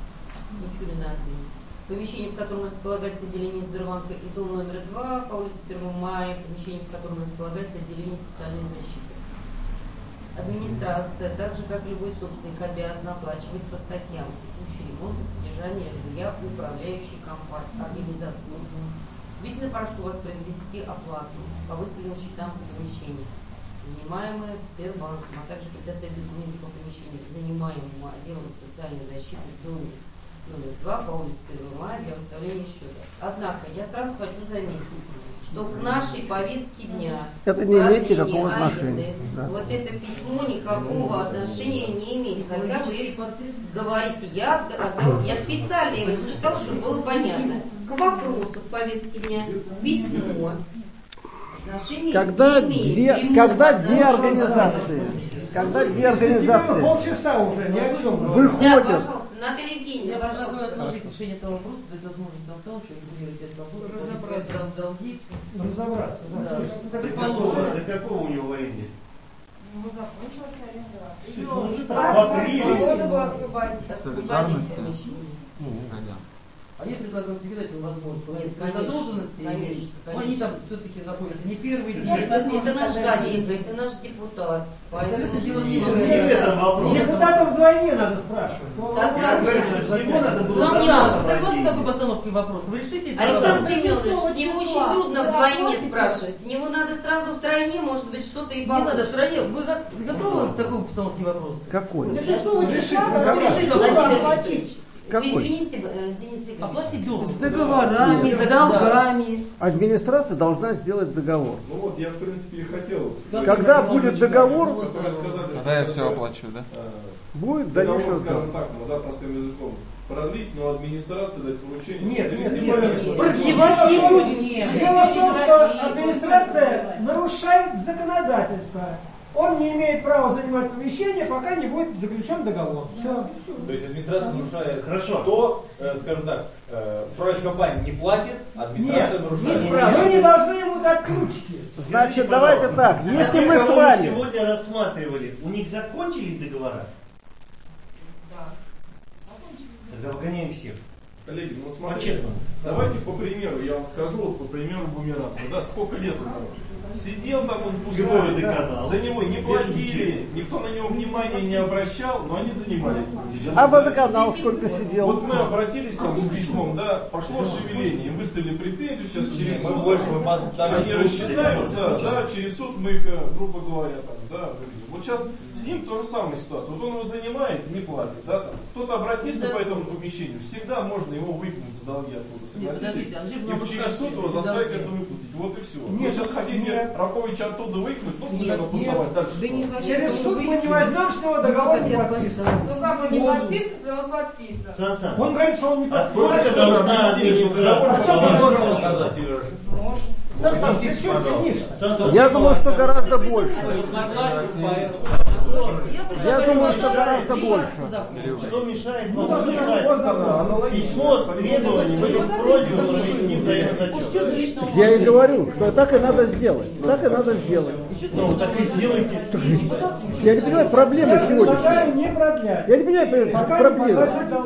помещение, в котором располагается отделение Сбербанка, и дом номер 2 по улице 1 мая, помещение, в котором располагается отделение социальной защиты. Администрация, так же как любой собственник, обязана оплачивать по статьям текущий ремонт и содержание жилья управляющей организации. Видно, прошу вас произвести оплату по выставленным счетам за помещение, занимаемое Сбербанком, а также предоставить документы по помещению, занимаемому отделом социальной защиты в доме номер 2 по улице 1 мая для выставления счета. Однако я сразу хочу заметить, что к нашей повестке дня это не имеет никакого отношения. Да. Вот это письмо никакого отношения не имеет. Хотя вы говорите, я специально его зачитал, чтобы было понятно. К вопросу в повестке дня письмо. Когда две организации полчаса уже ни о чем выходят. Наталья Евгеньевна, пожалуйста. Отложить решение этого вопроса, дать возможность Сан Санычу регулировать этот вопрос, разобрать долги. Разобраться, да. До какого у него в аренде? Ну, закончилась аренда. А я предлагаю тебе дать им возможность по задолженности. Они там все-таки находятся не первый день. Это наш коллега, это наш депутат. Поэтому это дело не депутатов вдвойне надо спрашивать. Согласны с такой постановкой вопроса? Вы решите эти вопросы? Александр Семенович, с него очень трудно вдвойне спрашивать. С него надо сразу втройне, может быть, что-то и получится. Не надо втройне. Вы готовы к такой постановке вопроса? Какой? Извините, Денис Игоревич. Оплатить долг. С договорами, с долгами. Администрация должна сделать договор. Ну вот, я в принципе и хотел. Когда будет договор, тогда я все оплачу, да? Будет договор, дальнейший скажем так, ну да, простым языком. Продлить, но администрация дать поручение. Нет. Продлевать не будем. Дело в том, что администрация нарушает законодательство. Он не имеет права занимать помещение, пока не будет заключен договор. Все. То есть администрация нарушает то, скажем так, управляющая компания не платит, администрация нарушает. Мы не должны ему дать ключики. Значит, давайте так, если мы с вами сегодня рассматривали, у них закончились договора? Да. Тогда выгоняем всех. Коллеги, ну смотрите, давайте по примеру, я вам скажу, вот по примеру Бумеранга, да, сколько лет он там сидел там, он пустой, за него не платили, никто на него внимания не обращал, но они занимались. А водоканал сколько сидел? Вот мы обратились там с письмом, да, пошло шевеление, им выставили претензию, сейчас через суд они рассчитаются, да, через суд мы их, грубо говоря, там, да, вот сейчас с ним то же самая ситуация. Вот он его занимает, не платит, да, там, кто-то обратится по этому помещению, всегда можно его выкинуть за долги оттуда, согласитесь? И через суд его заставить это выплатить, вот и все. Вы сейчас хотите Раковича оттуда выкинуть, ну куда его пустовать дальше? Через суд мы не возьмем, что его договор не подписан. Ну как он не подписан, если он подписан? Он говорит, что он не подписан. А сколько должна администрация? Я думаю, что гораздо больше. Я думаю, что гораздо больше. Что мешает вам написать письмо с требованием, мы с просьбой провести взаимозачет? Я и говорю, что так и надо сделать. Так и надо сделать. Ну, так и сделайте. Я не понимаю проблемы сегодняшней. Я не понимаю проблемы.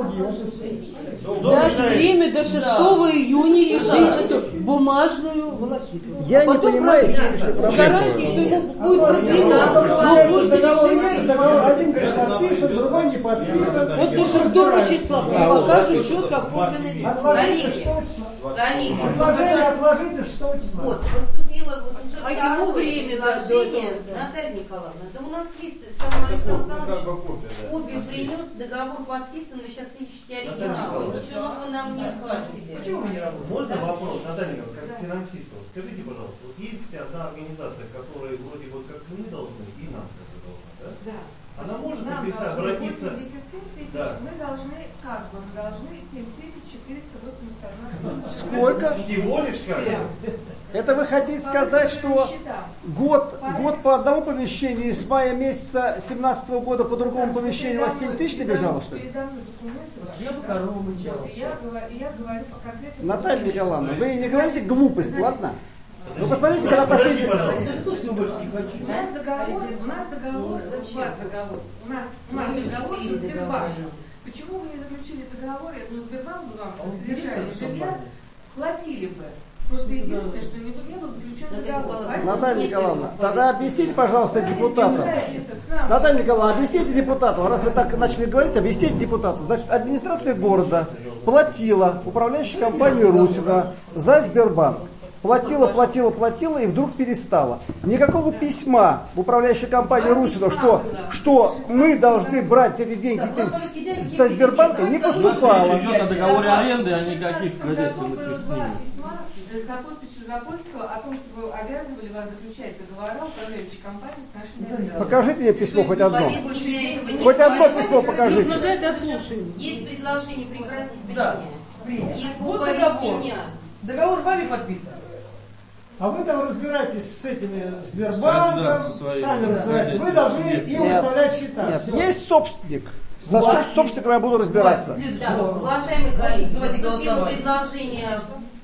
Дать время до 6 июня решить эту бумажную волокиту. Я не понимаю с гарантией, что ему будет продлено, но пусть решит есть договор, один говорит подписан, другой не подписан. Вот до 6 числа покажут четко оформленный лист. Отложите 6 числа. Предложение отложите 6 числа. Вот, поступило вот уже А ему время предложение. Наталья Николаевна, да у нас есть сам Александр Александрович, обе принес, договор подписан, вы сейчас ищете оригинал. Ничего нового нам не скажете. Почему вы не работаете? Можно вопрос, Наталья Николаевна, как финансист? Скажите, пожалуйста, вот есть одна организация, которая вроде вот как мы должны, и нам тоже должна, да? Да. Она может нам написать, обратиться... 87 тысяч, Да. мы должны, как бы, мы должны 7481. Сколько? Всего лишь как? Это вы хотите сказать, что год по одному помещению, с мая месяца 2017 года по другому помещению у вас 7 тысяч набежало, что ли? Я бы корову мычала. Я говорю по конкретному. Наталья Николаевна, вы не говорите глупость, ладно? Ну посмотрите, когда последний... У нас договор, зачем договор? У нас договор со Сбербанком. Почему вы не заключили договор, но Сбербанк бы вам содержали жилья, платили бы. Просто единственное, что не был заключен договор. Наталья Николаевна, тогда объясните, пожалуйста, депутатам. Наталья Николаевна, объясните депутатам, раз вы так начали говорить, объясните депутатам. Значит, администрация города платила управляющей компании Русина за Сбербанк. Платила и вдруг перестала. Никакого письма в управляющую компанию Русина, что мы должны брать эти деньги со Сбербанка, не поступало. Идет о договоре аренды, а никаких хозяйственных письма за подписью Запольского о том, чтобы обязывали вас заключать договора управляющей компании с нашими арендами. Покажите мне письмо хоть одно. Хоть одно письмо покажите. Ну дай дослушаем. Есть предложение прекратить принятие. И Вот договор. Договор вами подписан. А вы там разбираетесь с этими Сбербанком, сами разбираетесь. Вы должны им выставлять счета. Нет, есть собственник. С собственником я буду разбираться. Да, уважаемые коллеги, поступило предложение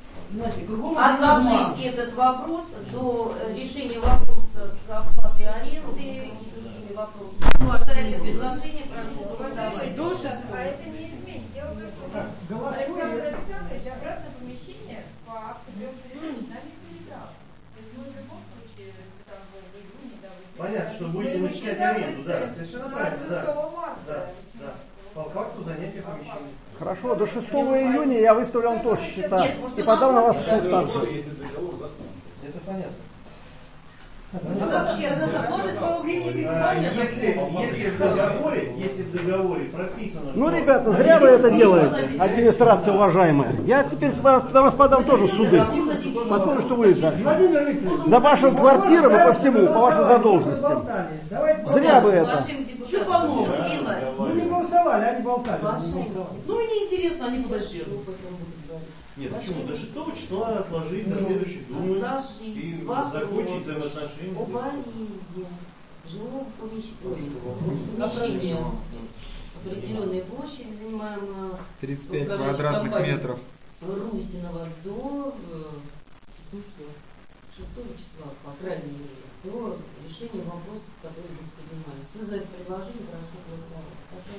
отложить этот вопрос до решения вопроса с оплатой аренды и другими вопросами. Уважаемые предложения, прошу голосовать. А это не изменит. Дело в том, что Александр Александрович обратно помещение по акту передачи нам не передал. То есть мы в любом случае, там в июне, понятно, что будете начислять аренду, да, совершенно правильно, да. По факту занятия помещения. Хорошо, до 6 июня я выставлю вам тоже счета и подам на вас в суд также. Это понятно. Если в договоре прописано... Ну, ребята, зря вы это делаете, администрация уважаемая. Я теперь на вас подам тоже в суды. Посмотрим, что будет. За вашим квартирам и по всему, по вашим задолженностям. Зря вы это. Что по-новому? Ну не голосовали, они болтали. Ну и неинтересно, они подождут. Нет, почему? До 6 числа отложить на следующий думаю и закончить взаимоотношения. Об аренде жилого помещения. Определенная площадь занимаем 35 квадратных метров. Русинова до 6 числа, по крайней мере, до решения вопросов, которые здесь поднимались. Мы за это предложение прошу голосовать.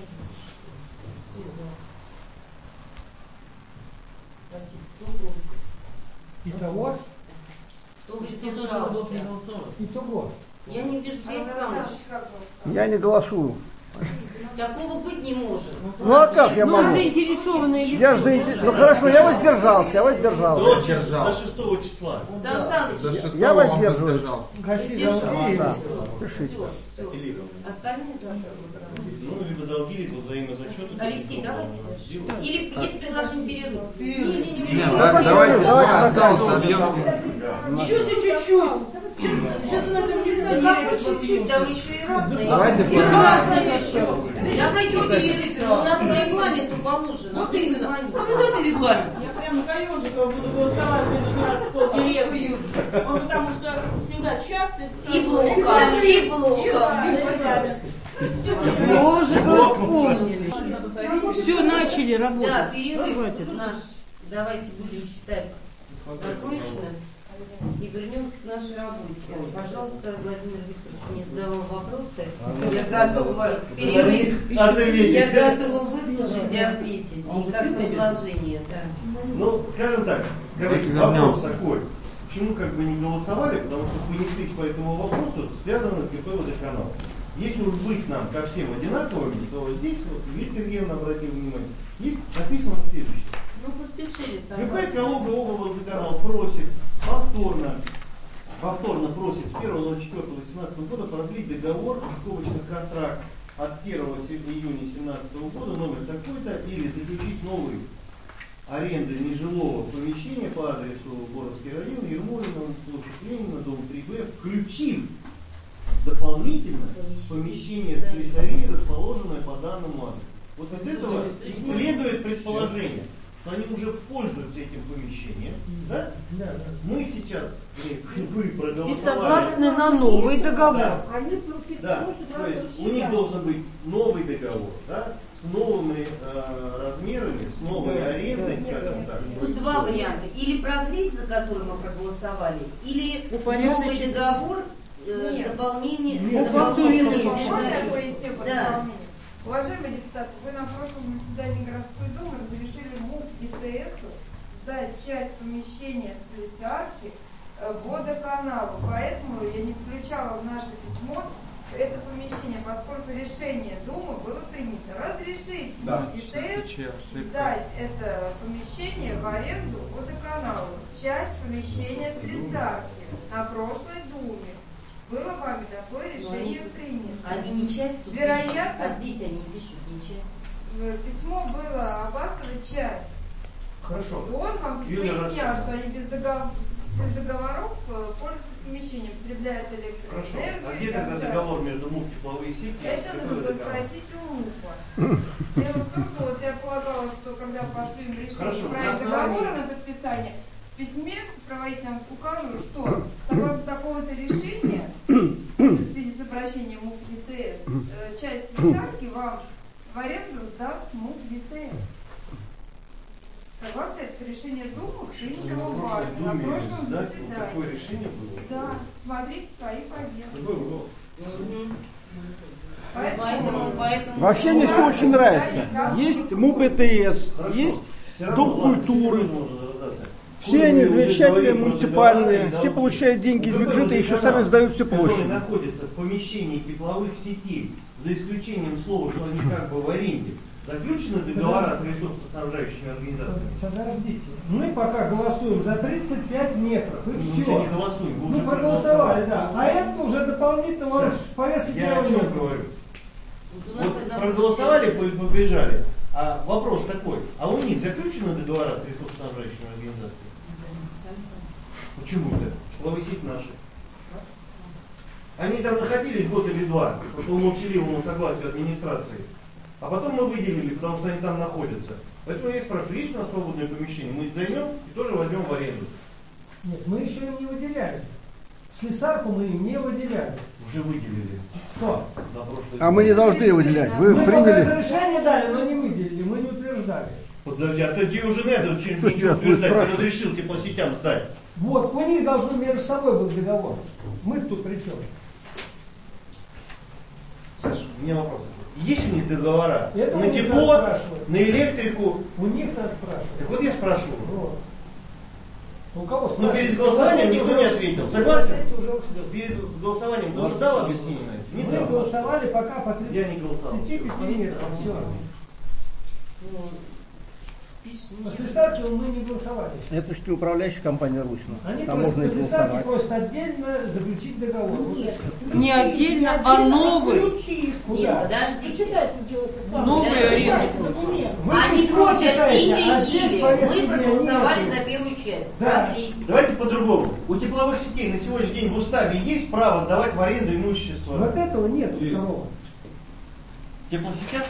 Спасибо. Кто против? Итого? Кто воздержался? Итого. Я не вижу, Александр. Я не голосую. Такого быть не может. Ну а как я могу? Заинтересованные. Я же Ну хорошо, я воздержался. До 6 числа. Сан Саныч. Я воздерживаюсь. Да. Пишите. Остальные завтра. Ну, либо долги, либо взаимозачеты. Алексей, давайте. Или есть предложение перерыв? Нет, давайте остался объем. Еще чуть-чуть. Сейчас на этом же чуть-чуть, там еще и разные. Давайте и разные еще. Давайте перерыв. У нас по регламенту положено. Вот именно. Соблюдайте регламент. Я прям на Каежикова буду голосовать в следующий раз по деревьям. Потому что всегда час и блока, и блока. Боже, вы вспомнили. Все, начали работать. Да, перерыв наш. Давайте будем считать законченным и вернемся к нашей работе. Пожалуйста, Владимир Викторович, мне задавал вопросы. Я готова я готова выслушать и ответить. И как предложение, да. Ну, скажем так, коллеги, вопрос такой. Почему как бы не голосовали? Потому что вынеслись по этому вопросу, связано с ГП «Водоканал». Если уж быть нам ко всем одинаковыми, то здесь, вот, Витя Сергеевна обратила внимание, здесь написано следующее. Ну, поспешили сами. ГП Калуга-Облводоканал просит повторно просит с 1.04.2018 года продлить договор, скобочный контракт от 1 июня 2017 года, номер такой-то, или заключить новый аренды нежилого помещения по адресу Боровский район, Ермолино, площадь Ленина, дом 3Б, включив дополнительно помещение слесарей, расположенное по данному адресу. Вот из этого следует предположение, что они уже пользуются этим помещением, да? Мы сейчас, вы проголосовали. И согласны на новый договор. Да, то есть у них должен быть новый договор, да? С новыми размерами, с новой арендой, скажем так. Тут два варианта. Или продлить, за который мы проголосовали, или новый договор с дополнением. Да. Уважаемые депутаты, вы на прошлом заседании городской думы разрешили МУП ИТС сдать часть помещения слесарки водоканалу. Поэтому я не включала в наше письмо это помещение, поскольку решение Думы было принято разрешить ИТС сдать это помещение в аренду водоканалу. Часть помещения слесарки на прошлой Думе. Было вами такое решение принято. Они не часть тут вероятно, пишут, а здесь они пишут не часть. Письмо было Аббасовой часть. Хорошо. И он вам пояснял, что они без договоров пользуются помещением, потребляют электроэнергию. Хорошо. А где тогда договор между МУП тепловые сети? Это нужно спросить у МУПа. Дело в том, что вот я полагала, что когда пошли решение проект договора на подписание, в письме сопроводительном указываю, что согласно такого-то решения в связи с обращением МУП ГТС часть слесарки вам в аренду сдаст МУП ГТС. Согласно это решение Думы, принятого вами на прошлом заседании. Такое решение было? Да. Смотрите свои поверки. Поэтому... Вообще мне все очень нравится. Есть МУП ИТС, есть Дом культуры. Все они замечательные, муниципальные, все получают деньги из бюджета и еще сами сдают всю площадь. Которые находятся в помещении тепловых сетей, за исключением слова, что они как бы в аренде, заключены договора с ресурсоснабжающими организациями? Подождите. Мы пока голосуем за 35 метров, и мы все. уже не голосуем, вы мы уже проголосовали, да. А это уже дополнительно в повестке дня. Я о чем говорю? Вот проголосовали, побежали. А вопрос такой, а у них заключены договора с ресурсоснабжающими организациями? Почему это? Тепловые сети наши. Они там находились год или два, по молчаливому согласию администрации. А потом мы выделили, потому что они там находятся. Поэтому я спрашиваю, есть у нас свободное помещение? Мы их займем и тоже возьмем в аренду. Нет, мы еще им не выделяли. Слесарку мы им не выделяли. Уже выделили. Кто? А мы не должны выделять. Вы мы приняли... разрешение дали, но не выделили, мы не утверждали. Подожди, а ты уже не надо ничего утверждать, ты разрешил теплосетям сдать. Вот, у них должен между собой был договор. Мы тут при чем? Саша, у меня вопрос. Есть у них договора это на тепло, на электрику? У них надо спрашивать. Так вот я спрашиваю. Вот. У кого спрашивать? Ну перед голосованием никто не ответил. Согласен? Перед голосованием кто дал объяснение? Не Мы голосовали пока по 30 Я не голосовал. 35 метров. Все. На слесарке мы не голосовали. Это что управляющая компания ручно. Они там просят можно на слесарке просят отдельно заключить договор. Нет, не отдельно, а новый. Нет, подождите. Новый аренду. Они просят или. Мы проголосовали за первую часть. Да. Давайте по-другому. У тепловых сетей на сегодняшний день в уставе есть право сдавать в аренду имущество? Вот этого нет второго. Теплосетях?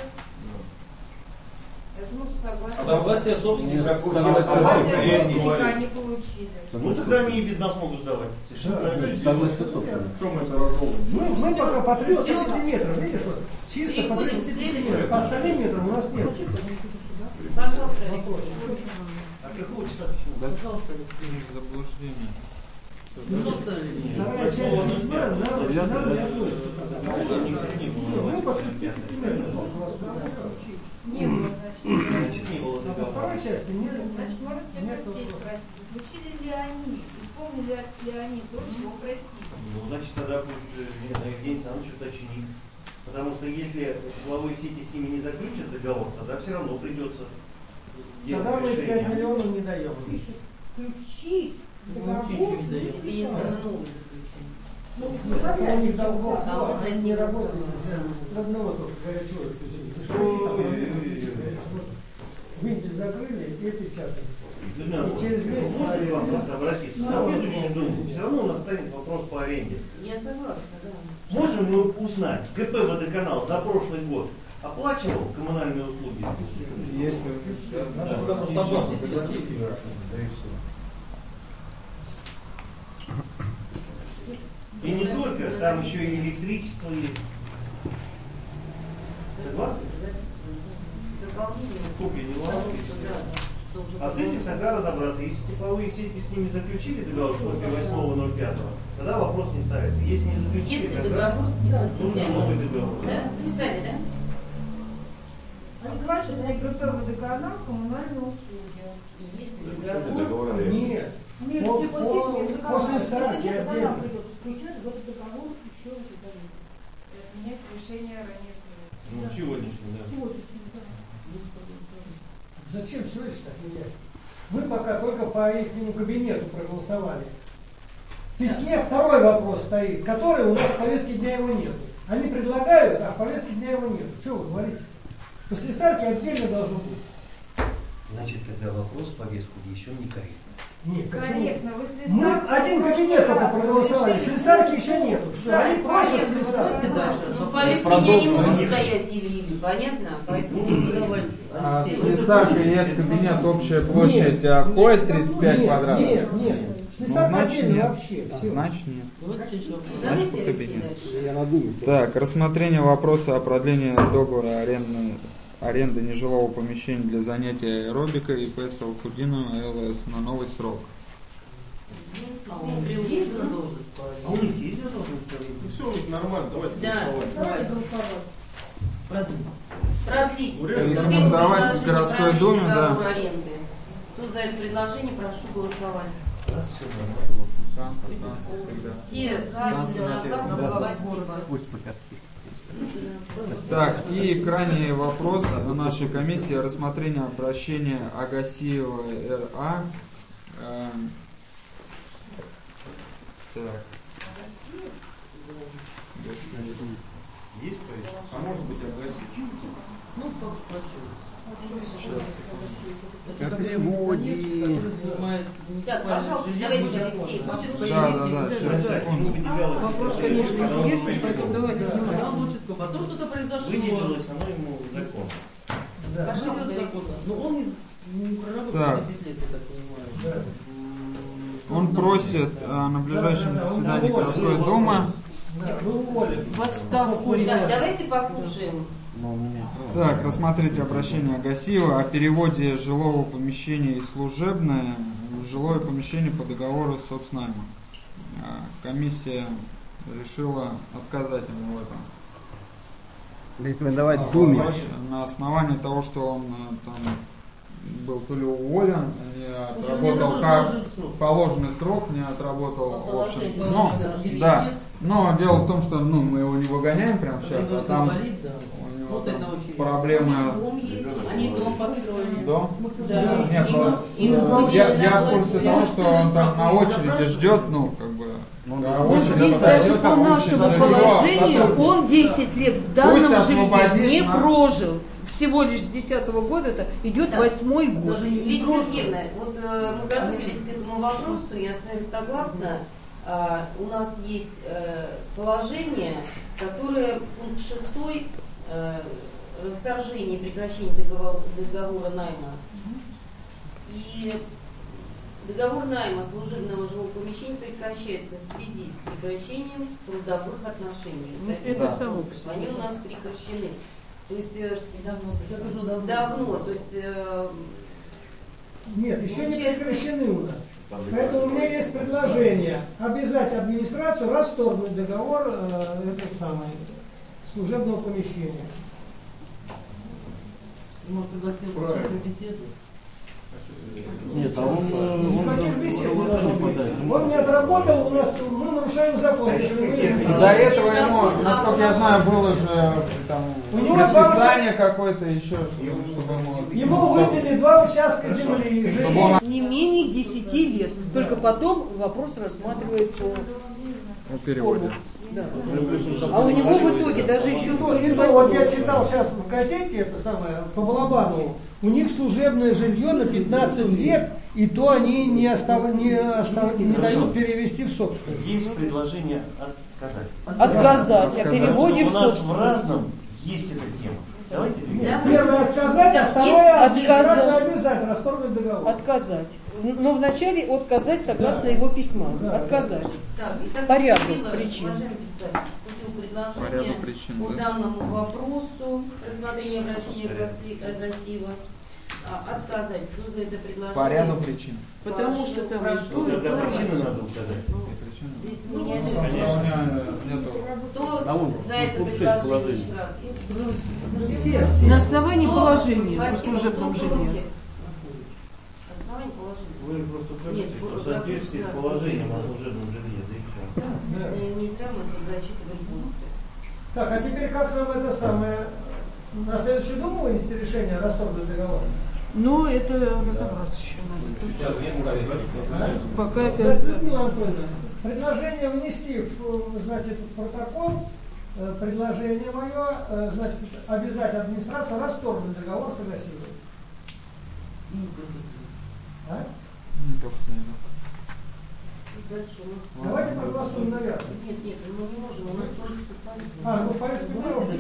Согласие собственника не получили. Ну тогда они и без нас могут сдавать. Согласие собственника. В чем это разжевывать? Мы пока по 35 метров, видишь, вот, чисто по 35 метров. По остальным метрам у нас нет. Пожалуйста, А какого числа? Пожалуйста, заблуждение. Вторая часть не знаю, нам не относится. Мы по 35 метров. Не было, значит, не было договора. Второй части нет. Значит, можно здесь спросить, заключили ли они, исполнили ли они то, чего просили? Ну, значит, тогда будет Евгений Александрович уточнить. Потому что если тепловые сети с ними не заключат договор, тогда все равно придется делать Тогда мы решение. 5 миллионов не даем. Включить договор. Если мы новый заключим. У них долгов А мы за не не работают. Одного только горячего. Вентиль закрыли и печатали. И через месяц... Можно к вам просто обратиться? На следующую думу все равно у нас станет вопрос по аренде. Я согласна, да. Можем мы узнать, КП «Водоканал» за прошлый год оплачивал коммунальные услуги? Есть. И не только, там еще и электричество есть. Согласны? Сколько не волнуйтесь. А с этим тогда разобраться. Если тепловые сети с ними заключили договор после 8.05, тогда вопрос не ставится. Если не заключили, Если тогда договор с теплосетями. нужен новый договор. Да? Записали, да? Называется ГП «Водоканал» коммунальные услуги. Если договор... Нет. Нет, После 40 отдельно. Включать договор еще раз отменять решение ранее. Ну, сегодняшний, да. Сегодняшний, да. Зачем слышишь так меня? Мы пока только по их кабинету проголосовали. В письме второй вопрос стоит, который у нас в повестке дня его нет. Они предлагают, а в повестке дня его нет. Что вы говорите? То слесарки отдельно должно быть. Значит, тогда вопрос в повестку еще некорректно. Нет, корректно. Вы слесарки... Мы один кабинет только проголосовали, слесарки еще нет. Все, они просят слесарки. Ну, повестки дня не может стоять или, понятно? Поэтому давайте. А слесарка и этот кабинет, общая площадь входит 35 квадратов? Нет. Слесарка Значит отдельно нет. вообще. Все. Значит нет. Давайте, по Алексей, кабинету. дальше. Я надумаю. Так, рассмотрение вопроса о продлении договора аренды нежилого помещения для занятия аэробикой ИП Салахутдинова ЛС на новый срок. А у них есть задолженность? А у них есть задолженность? Ну все, у них нормально, давайте Да, голосовать. продлить. Рекомендовать в городской думе, да. Договор аренды. Кто за это предложение, прошу голосовать. Все за, единогласно, спасибо. Пусть по 5. Так, и крайний вопрос нашей комиссии: рассмотрение обращения Агасиева РА. Так. Есть повестка? А может быть огласить? Ну, только спрошу. О переводе. Так, пожалуйста, давайте, Алексей. Да, сейчас, секунду. Вопрос, конечно, интересный, поэтому давайте внимательно. Там лучше сказать, а то что-то произошло. Выделилось оно ему закон. Пожалуйста, закон. Но он не проработал Так. 10 лет, я так понимаю. Он просит на ближайшем заседании городской думы. В отставку. Так, давайте послушаем. Так, рассмотреть обращение Агасиева о переводе жилого помещения из служебное в жилое помещение по договору соцнайма. Комиссия решила отказать ему в этом. Рекомендовать Думе. На основании того, что он там был то ли уволен, не отработал как положенный срок, не отработал в общем. Но, да, но дело в том, что мы его не выгоняем прямо сейчас, а там у него там проблемы. Они дом построили. Дом? Да. Нет, я в курсе того, что он там на очереди ждет, Здесь даже по нашему положению он 10 лет в данном жилье не прожил. Всего лишь с 2010 года это идет 8-й год. Лидия Сергеевна, вот мы готовились к этому вопросу, я с вами согласна. У нас есть положение, которое пункт 6, расторжение и прекращение договора найма. И договор найма служебного жилого помещения прекращается в связи с прекращением трудовых отношений. Это само по себе. Они у нас прекращены. То есть давно, то есть нет, еще не прекращены у нас. Поэтому у меня есть предложение обязать администрацию расторгнуть договор служебного помещения. Может, пригласил комитету? Нет, а он не отработал, у нас мы нарушаем закон. До этого ему, насколько я знаю, было же там предписание какое-то еще, чтобы ему выдали 2 участка земли. Не менее 10 лет. Только потом вопрос рассматривается о переводе. Да. А у него в итоге даже еще... Вот я читал сейчас в газете, это самое, по Балабанову, у них служебное жилье на 15 лет, и то они не дают перевести в собственность. Есть предложение отказать. Отказать, а переводе в собственность. У нас в разном есть эта тема. Давайте первое отказать, а второе обязать, расторгнуть договор. Отказать. Но вначале отказать согласно его письма. Отказать. По ряду причин. По ряду причин. По данному вопросу рассмотрения обращения красиво. Отказать. Кто за это предложение? По ряду причин. Потому что там причины надо указать. Здесь меня кто за это предложение еще раз? На основании положения по служебному жилью. Вы просто укажите, что в соответствии с положением о служебном жилье, да и все. Не зря мы тут зачитывали пункты. Так, а теперь как нам это самое, на следующую думу вынести решение о расторгнуть договор? Ну, это разобраться еще надо. Сейчас нет пока это... Предложение внести значит, в протокол, предложение мое, значит, обязать администрацию расторгнуть договор с Агасиловой. А? Не только с ней. Давайте проголосуем, наверное. Нет, мы не можем, у нас повестка повестка. Ну повестка дорожная.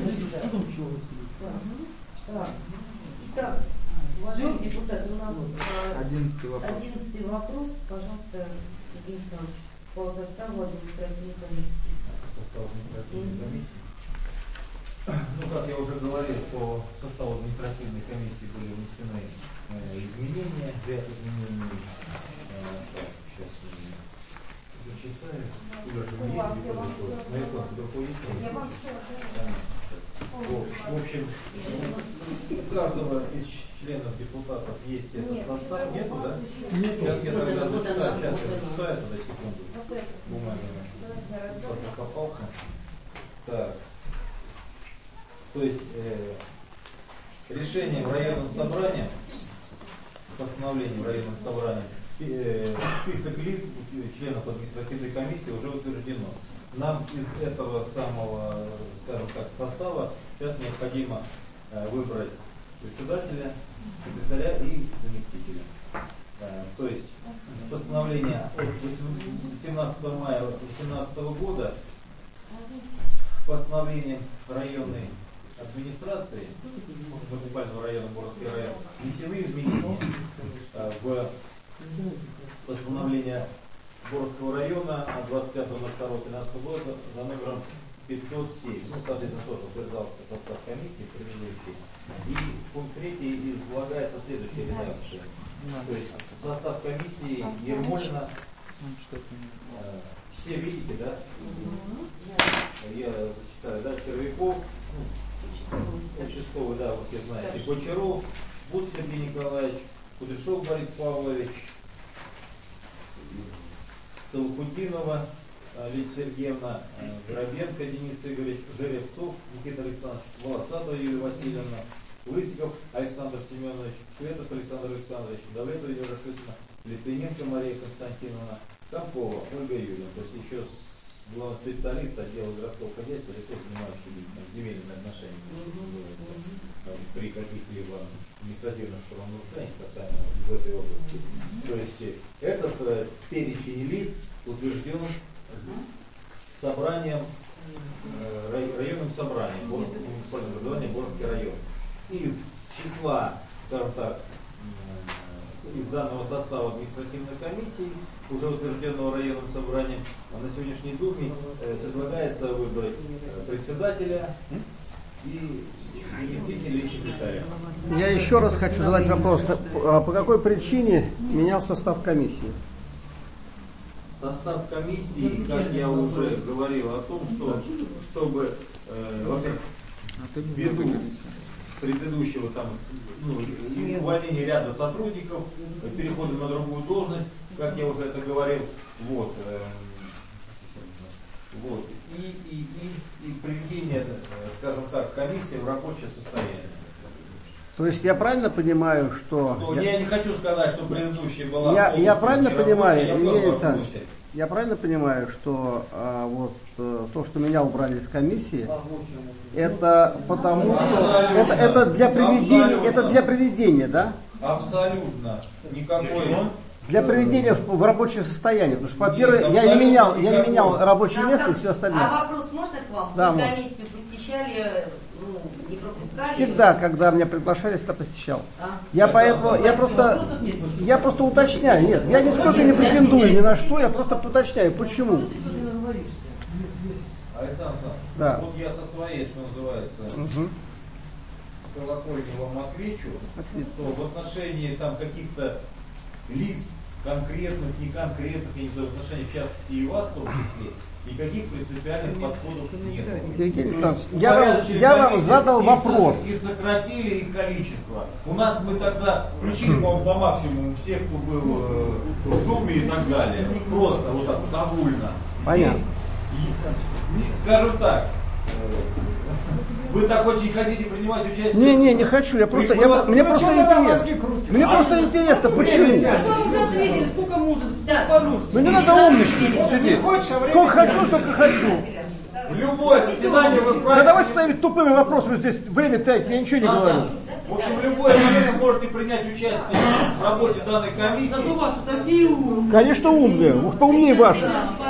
Итак, уважаемые депутаты, у нас 11 вопрос. 11 вопрос, пожалуйста, Евгений Александрович, по составу административной комиссии. Состав административной комиссии. Ну, как я уже говорил, по составу административной комиссии были внесены изменения, ряд изменений. Сейчас зачитаю. В общем, у каждого из членов депутатов есть этот состав. Нету, да? Сейчас я тогда зачитаю. Сейчас я зачитаю, тогда секунду. Бумагами. Сейчас закопался. Так. То есть решением районного собрания, постановлением районного собрания, список лиц, членов административной комиссии уже утверждено. Нам из этого самого, скажем так, состава сейчас необходимо выбрать председателя, секретаря и заместителя. То есть постановление от 17 мая 2018 года постановлением районной администрации муниципального района Боровский район внесены изменения в постановление Боровского района от 25.02.13 года за номером 507. Соответственно, тоже утверждался состав комиссии предыдущий. И пункт 3 излагается следующая редакция. То есть состав комиссии Ермолина. Все видите, да? Я зачитаю, да? Червяков, участковый, да, вы все знаете. Гончаров, Буд Сергей Николаевич, Кудряшов Борис Павлович, Целухудинова Лидия Сергеевна, Горобенко Денис Игоревич, Жеребцов Никита Александрович, Волосатова Юлия Васильевна, Лысиков Александр Семенович, Шветов Александр Александрович, Давлетова Юрия Рашитовна, Литвиненко Мария Константиновна, Комкова Ольга Юрьевна, то есть еще главный специалист отдела городского хозяйства, занимающийся земельными отношениями при каких-либо административных правонарушениях касаемо в этой области. То есть этот перечень лиц утвержден собранием, районным собранием муниципального образования Боровский район. Из числа, скажем так, из данного состава административной комиссии, уже утвержденного районным собранием, на сегодняшней думе предлагается выбрать председателя и заместителя и секретаря. Я еще раз хочу задать вопрос. По какой причине менял состав комиссии? Состав комиссии, как я уже говорил о том, что чтобы, во-первых, ввиду предыдущего там увольнения ряда сотрудников, перехода на другую должность, как я уже это говорил, вот, и приведение, скажем так, комиссии в рабочее состояние. То есть я правильно понимаю, что я не хочу сказать, что предыдущая была. Я правильно понимаю, Евгений Александрович, я правильно понимаю, что то, что меня убрали из комиссии, это потому что это для приведения, да? Абсолютно. Никакой. Для приведения в рабочее состояние. Потому что, во-первых, я не менял рабочее место и все остальное. А вопрос можно к вам? Да, вы комиссию посещали, не пропускали? Всегда, когда меня приглашали, всегда посещал. Я просто уточняю. Нет, я нисколько не претендую ни на что, я просто уточняю, почему. Александр, да. Вот я со своей, что называется, колокольни вам отвечу, что в отношении там каких-то лиц конкретных, неконкретных, я не знаю, в отношении в частности и вас в том числе, никаких принципиальных подходов нет. Евгений Александрович, я вам задал вопрос. И сократили их количество. У нас мы тогда включили, по-моему, по максимуму всех, кто был в Думе и так далее. Просто вот так вот огульно. Понятно. Здесь, скажем так, вы так очень хотите принимать участие? Не хочу. Мне просто интересно. Мне просто интересно, почему. Сколько может? Ну не надо умничать сидеть. Сколько хочу, столько хочу. Любое заседание вы правильно... Да давайте ставить тупыми вопросами здесь. Время тянет, я ничего не говорю. В общем, в любое время можете принять участие в работе данной комиссии. Зато ваши такие умные. Конечно умные. Ух, поумнее ваши.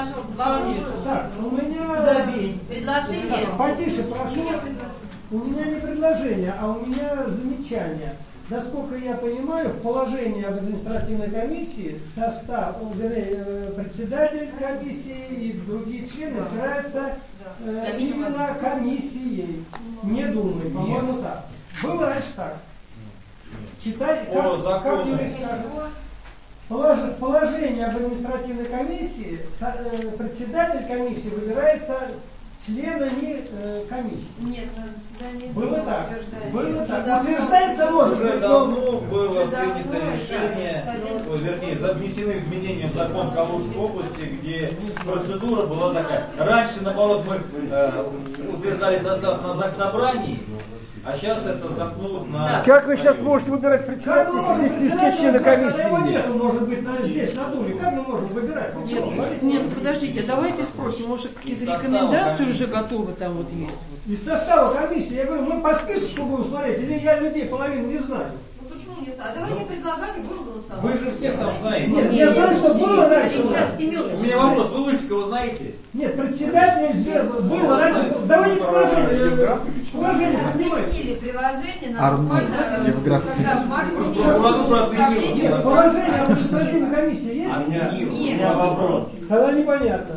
У меня предложение. Потише, прошу. У меня не предложение, а у меня замечание. Насколько я понимаю, в положении об административной комиссии состав, председатель комиссии и другие члены избираются именно комиссией, не Думой, по-моему, так. Было раньше так. Читай, как юрист скажет. В положении об административной комиссии председатель комиссии выбирается членами комиссии. Нет, на заседании было так. Было так. Да, Утверждается может уже быть. давно было принято решение, вернее, внесены изменения в закон Калужской области, где процедура была такая. Раньше, наоборот, мы утверждали состав на заксобрании, а сейчас это замкнулось на... Как вы сейчас можете выбирать председателя, если здесь не все члены комиссии? Его нет, может быть, здесь, на Думе. Как мы можем выбирать? Нет, подождите, давайте спросим, может какие-то рекомендации уже готовы там вот есть? Из состава комиссии, я говорю, мы по списку будем смотреть, или я людей половину не знаю. Ну почему не знаю? Давайте предлагать и будем голосовать. Вы же всех там знаете. Нет, я знаю, что было раньше. У меня вопрос, вы Лысикова знаете? Нет, председатель было раньше. Давайте положение. Положение поднимайте. Или приложение на буквально, когда в марте Прокуратура отменила. Нет, положение об административной комиссии есть? У меня вопрос. Тогда непонятно.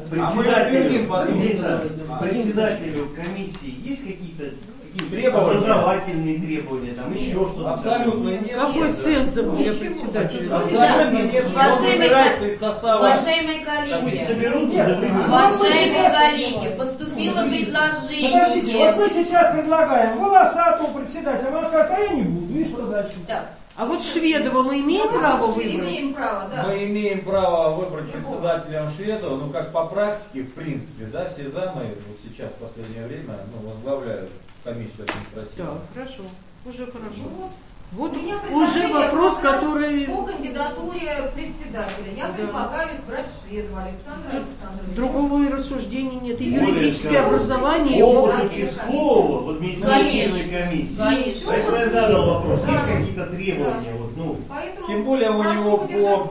Председателю комиссии есть какие-то требования, образовательные требования, там еще что-то? Абсолютно нет. Какой цензор для председателя? Абсолютно нет. Уважаемые коллеги, уважаемые коллеги, поступило предложение. Вот мы сейчас предлагаем волосатого председателя. Она скажет, а я не буду. И что дальше? А вот Шведова мы имеем право выбрать? Имеем право, да. Мы имеем право выбрать председателем Шведова, ну как по практике, в принципе, да, все замы вот сейчас в последнее время возглавляют комиссию административную. Да, хорошо, уже хорошо. Вот у меня уже вопрос, который... По кандидатуре председателя я предлагаю избрать Шведова Александра Александровича. Другого рассуждения нет. И юридическое образование... Опыт участкового в административной комиссии. Конечно. Поэтому я задал вопрос, есть какие-то требования? Вот, ну. Тем более у него по...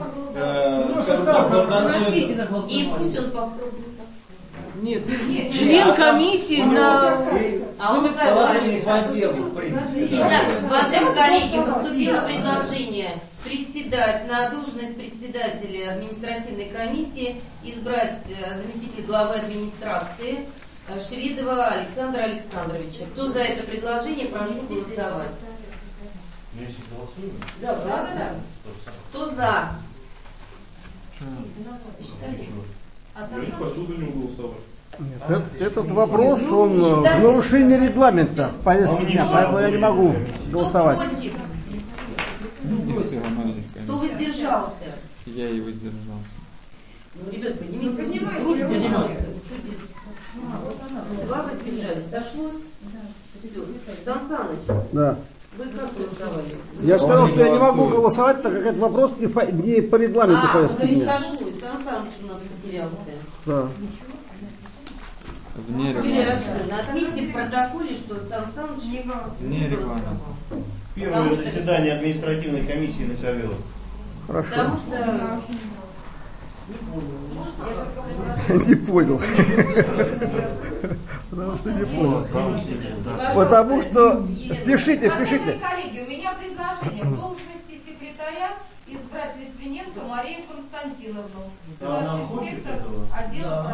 И пусть он попробует. Нет, член комиссии на... А он согласен. Итак, уважаемые коллеги, поступило предложение на должность председателя административной комиссии избрать заместителя главы администрации Шведова Александра Александровича. Кто за это предложение, прошу голосовать. Да. Кто за? Я не хочу за него голосовать. Нет, этот вопрос, он в нарушении регламента повестки дня, поэтому я не могу голосовать. Кто воздержался? Я и воздержался. Ну, ребят, поднимите руки, воздержался. Два воздержались, сошлось? Все. Сан Саныч, да. Вы как голосовали? Я сказал, что я не могу голосовать, так как этот вопрос не по регламенту повестки дня. Сошлось, Сан Саныч у нас потерялся. Да. Вне регламента. Отметьте в протоколе, что Сан Саныч не голосовал. Первое заседание административной комиссии на Ковелах. Хорошо. Потому что... Не понял. Потому что не понял. Потому что... Пишите. Коллеги, у меня предложение. В должности секретаря избрать Литвиненко Марию Константиновну. Старший инспектор отдела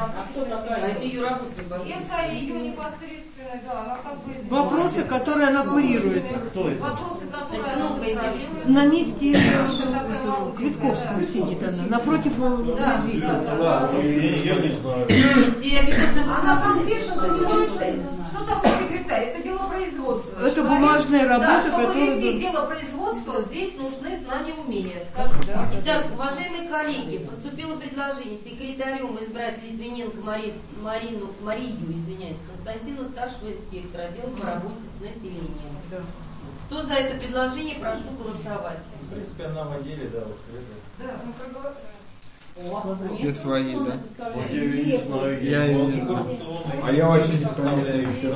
Это ее непосредственная, да, она как бы... Вопросы, которые она курирует. Вопросы, которые она контролирует. На месте Квитковского сидит она, напротив Медведева. Я не знаю. Она конкретно занимается... Что такое секретарь? Это дело производства. Это бумажная работа, чтобы которая... вести дело производства, здесь нужны знания и умения, скажем, да. Итак, уважаемые коллеги, поступило предложение секретарем избрать Литвиненко Марию, Константину, старшего инспектора отдела по работе с населением. Да. Кто за это предложение, прошу голосовать. В принципе, она в отделе, да, уж Да, ну как бы... Все свои, да? Я не знаю. Я ее не знаю. А я вообще не сомневаюсь еще.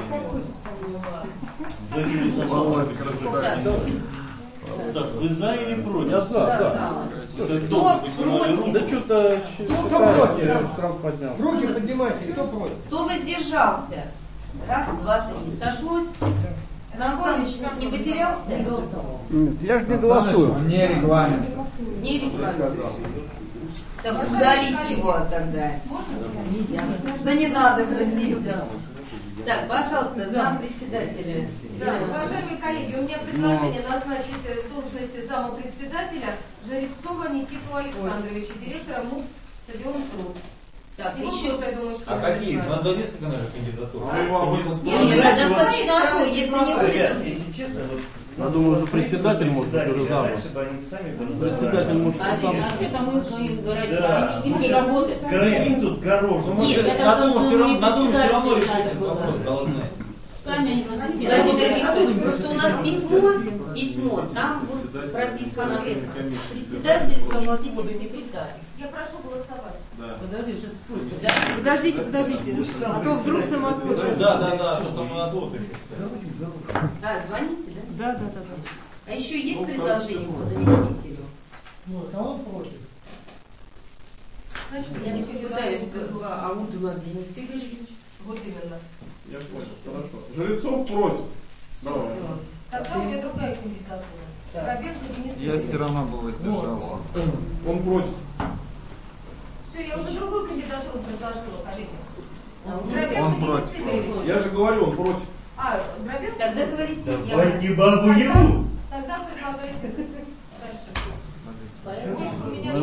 Стас, вы за или против? Я за, да. Кто против? Да что-то штраф поднял. Руки поднимайте, кто против? Кто воздержался? Раз, два, три. Сошлось? Сан Саныч не потерялся? Нет, я же не голосую. Не регламент. Не регламент. Так удалить его тогда. За ненадобностью. Так, пожалуйста, зам председателя. Да, уважаемые коллеги, у меня предложение назначить в должности зампредседателя Жеребцова Никиту Александровича, директора МУП «Стадион Труд». Так, еще еще. я думаю, что А какие? Надо несколько, наверное, кандидатур. Нет, достаточно одной, если не будет. Если честно, я думаю, что председатель может быть уже зам. Председатель может быть зам. А что там их городить? Да. Им же работать. Городить тут горож. На Думу все равно решить этот вопрос должны. Сами они Владимир Викторович, просто у нас письмо, там вот прописано председатель, заместитель, секретарь. Я прошу голосовать. Подождите, а то вдруг самоотвод. Да, то самоотвод еще. Да, звоните, да? Да. А еще есть предложение по заместителю? А он против. Значит, я не пытаюсь, а вот у нас Денис Игоревич. Вот именно. Я понял, хорошо. Жеребцов против. Давай. Тогда у меня другая кандидатура. Рабенко Денис Я все равно бы воздержался. Он против. Все, я уже другую кандидатуру предложила, коллеги. Он против. Я же говорю, он против. Грабенко? Тогда говорите, Давайте бабу Ягу. Тогда предлагайте дальше. Больше у меня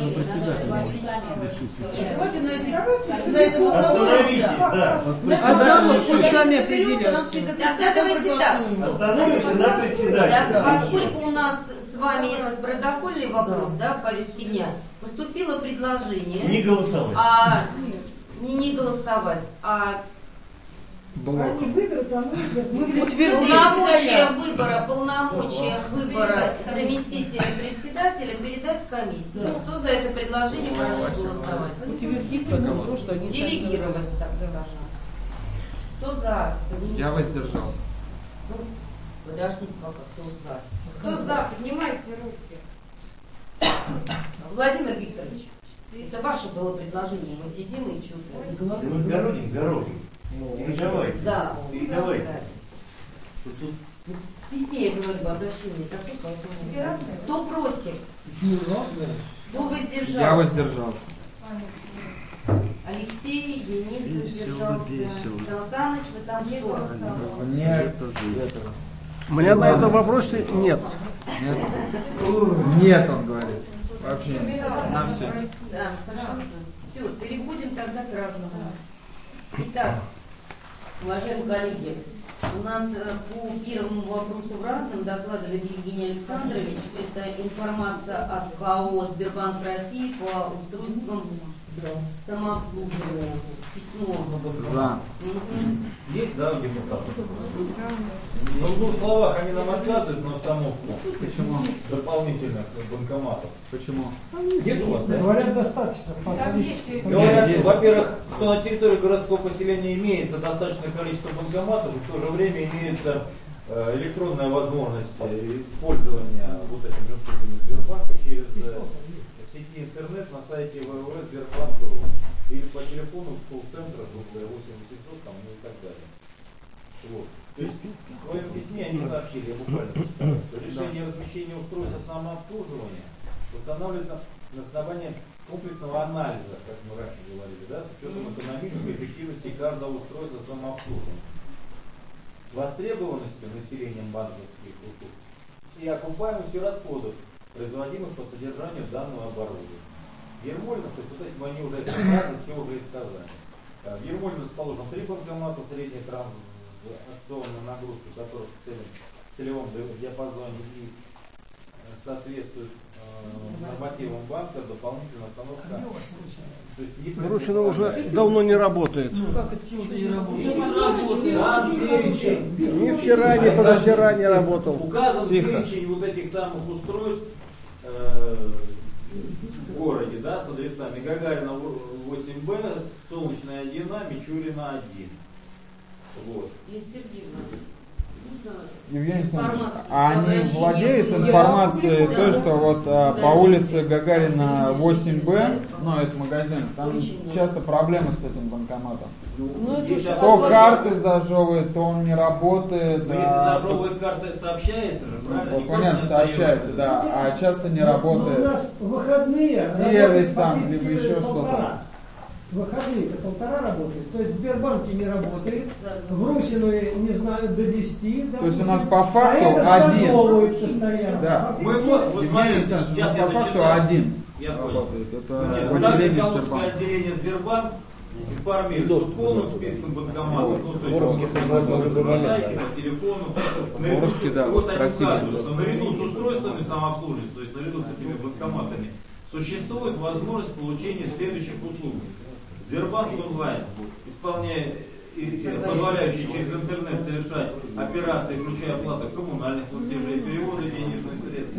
Остановитесь, да. Сами определяются. Тогда давайте так. Остановимся на председателя. Поскольку у нас с вами этот протокольный вопрос, да, в повестке дня, поступило предложение. Не голосовать. Не голосовать, Они выберут, полномочия выбора заместителя председателя передать в комиссию. Кто за это предложение, прошу голосовать. Утвердить то, что они делегировать, так скажем. Кто за? Я воздержался. Подождите пока, кто за? Кто за? Поднимайте руки. Владимир Викторович, это ваше было предложение. Мы сидим и что-то. Мы городим. Передавайте. За. Передавайте. В письме я говорю, обращение такое, поэтому... Кто против? Кто воздержался? Я воздержался. Алексей, Денис воздержался. Сан Саныч, вы там что? Нет. У меня на этом вопросе нет. Нет, он говорит. Вообще. На все. Да, Саша, все, переходим тогда к разному. Итак, уважаемые коллеги, у нас по первому вопросу в разном докладывает Евгений Александрович. Это информация от КАО «Сбербанк России» по устройствам самообслуживания. Письмо. За. Есть, да, депутаты? Ну, в двух словах они нам отказывают на установку. Почему? Дополнительных банкоматов. Почему? Нет у вас, да? Говорят, достаточно. Говорят, во-первых, что на территории городского поселения имеется достаточное количество банкоматов, и в то же время имеется электронная возможность пользования вот этими услугами Сбербанка через сети интернет на сайте www.sberbank.ru или по телефону колл-центра 8800 там, ну и так далее. Вот. То есть в своем письме они сообщили, я буквально читаю, что решение размещения устройства самообслуживания устанавливается на основании комплексного анализа, как мы раньше говорили, да, с учетом экономической эффективности каждого устройства самообслуживания, востребованностью населением банковских услуг и окупаемостью расходов, производимых по содержанию данного оборудования. Ермолино, то есть вот этим они уже все уже и сказали. В Ермолино расположено 3 банкомата средней транзакционной нагрузки, которых в целевом диапазоне и соответствует нормативам банка, дополнительная остановка. То есть Русина уже давно не работает. Как это чего-то не работает? Ни вчера, ни позавчера не работал. Указан перечень вот этих самых устройств в городе, да, с адресами Гагарина 8Б, Солнечная 1А, Мичурина 1. Вот. Елена Сергеевна, Евгений Александрович, а они владеют информацией той, что вот по улице Гагарина 8Б, ну это магазин, там часто проблемы с этим банкоматом. То карты зажевывает, то он не работает. Но если зажевывает карты, сообщается же, правильно? Вот, понятно, сообщается, да, а часто не работает. У нас выходные сервис там, либо еще что-то. Выходные-то 1,5 работает. То есть в Сбербанке не работает, в Русинове, не знаю, до 10. То есть у нас по факту один. Постоянно. Да. Мы вот смотрите, сейчас я по факту начинаю. один. Я работает. Это Калужское отделение Сбербанк информирует, что полным списком банкоматов, ну то есть на сайте, по телефону, вот они указывают, что наряду с устройствами самообслуживания, то есть наряду с этими банкоматами, существует возможность получения следующих услуг. Сбербанк онлайн, позволяющий через интернет совершать операции, включая оплату коммунальных платежей, переводы денежных средств.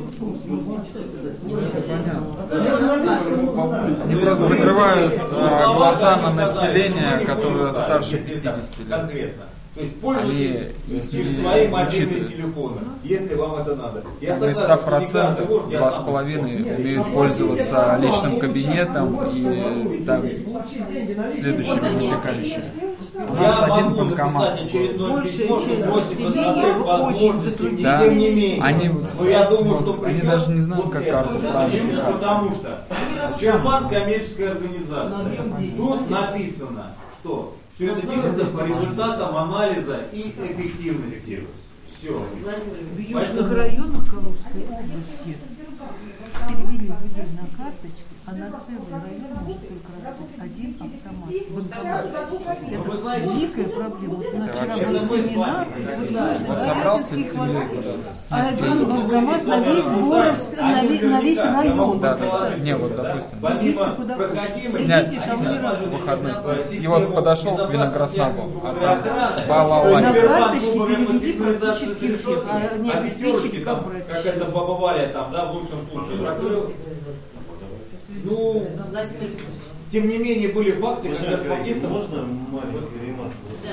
Они просто закрывают глаза на население, которое старше 50 лет. Конкретно. То есть пользуйтесь через свои мобильные телефоны, если вам это надо. Я из 100% 2,5 умеют пользоваться личным кабинетом и там следующими вытекающими. У нас один банкомат. Очередное письмо, что просит посмотреть возможности, да. тем не менее. Я думаю, что они даже не знают, как карту правильно. Потому что Сбербанк коммерческая организация. Тут написано, что все это делается по результатам анализа и эффективности. Все. В южных районах Калужской области перевели людей на карточки, а на целый район может только работать один автомат. Вы знаете, дикая проблема. Вот вчера был семинар, вот собрался из семьи. Один банкомат на весь город, на весь район. Да. Не, вот допустим. Снять выходных. И вот подошел к Виноградсному. На карточке перевели практически всех, а не обеспечить как брать. Как это баба Валя там, да, в лучшем случае закрыл. Ну, тем не менее были факты, когда спокойно. Можно маленький ремарк?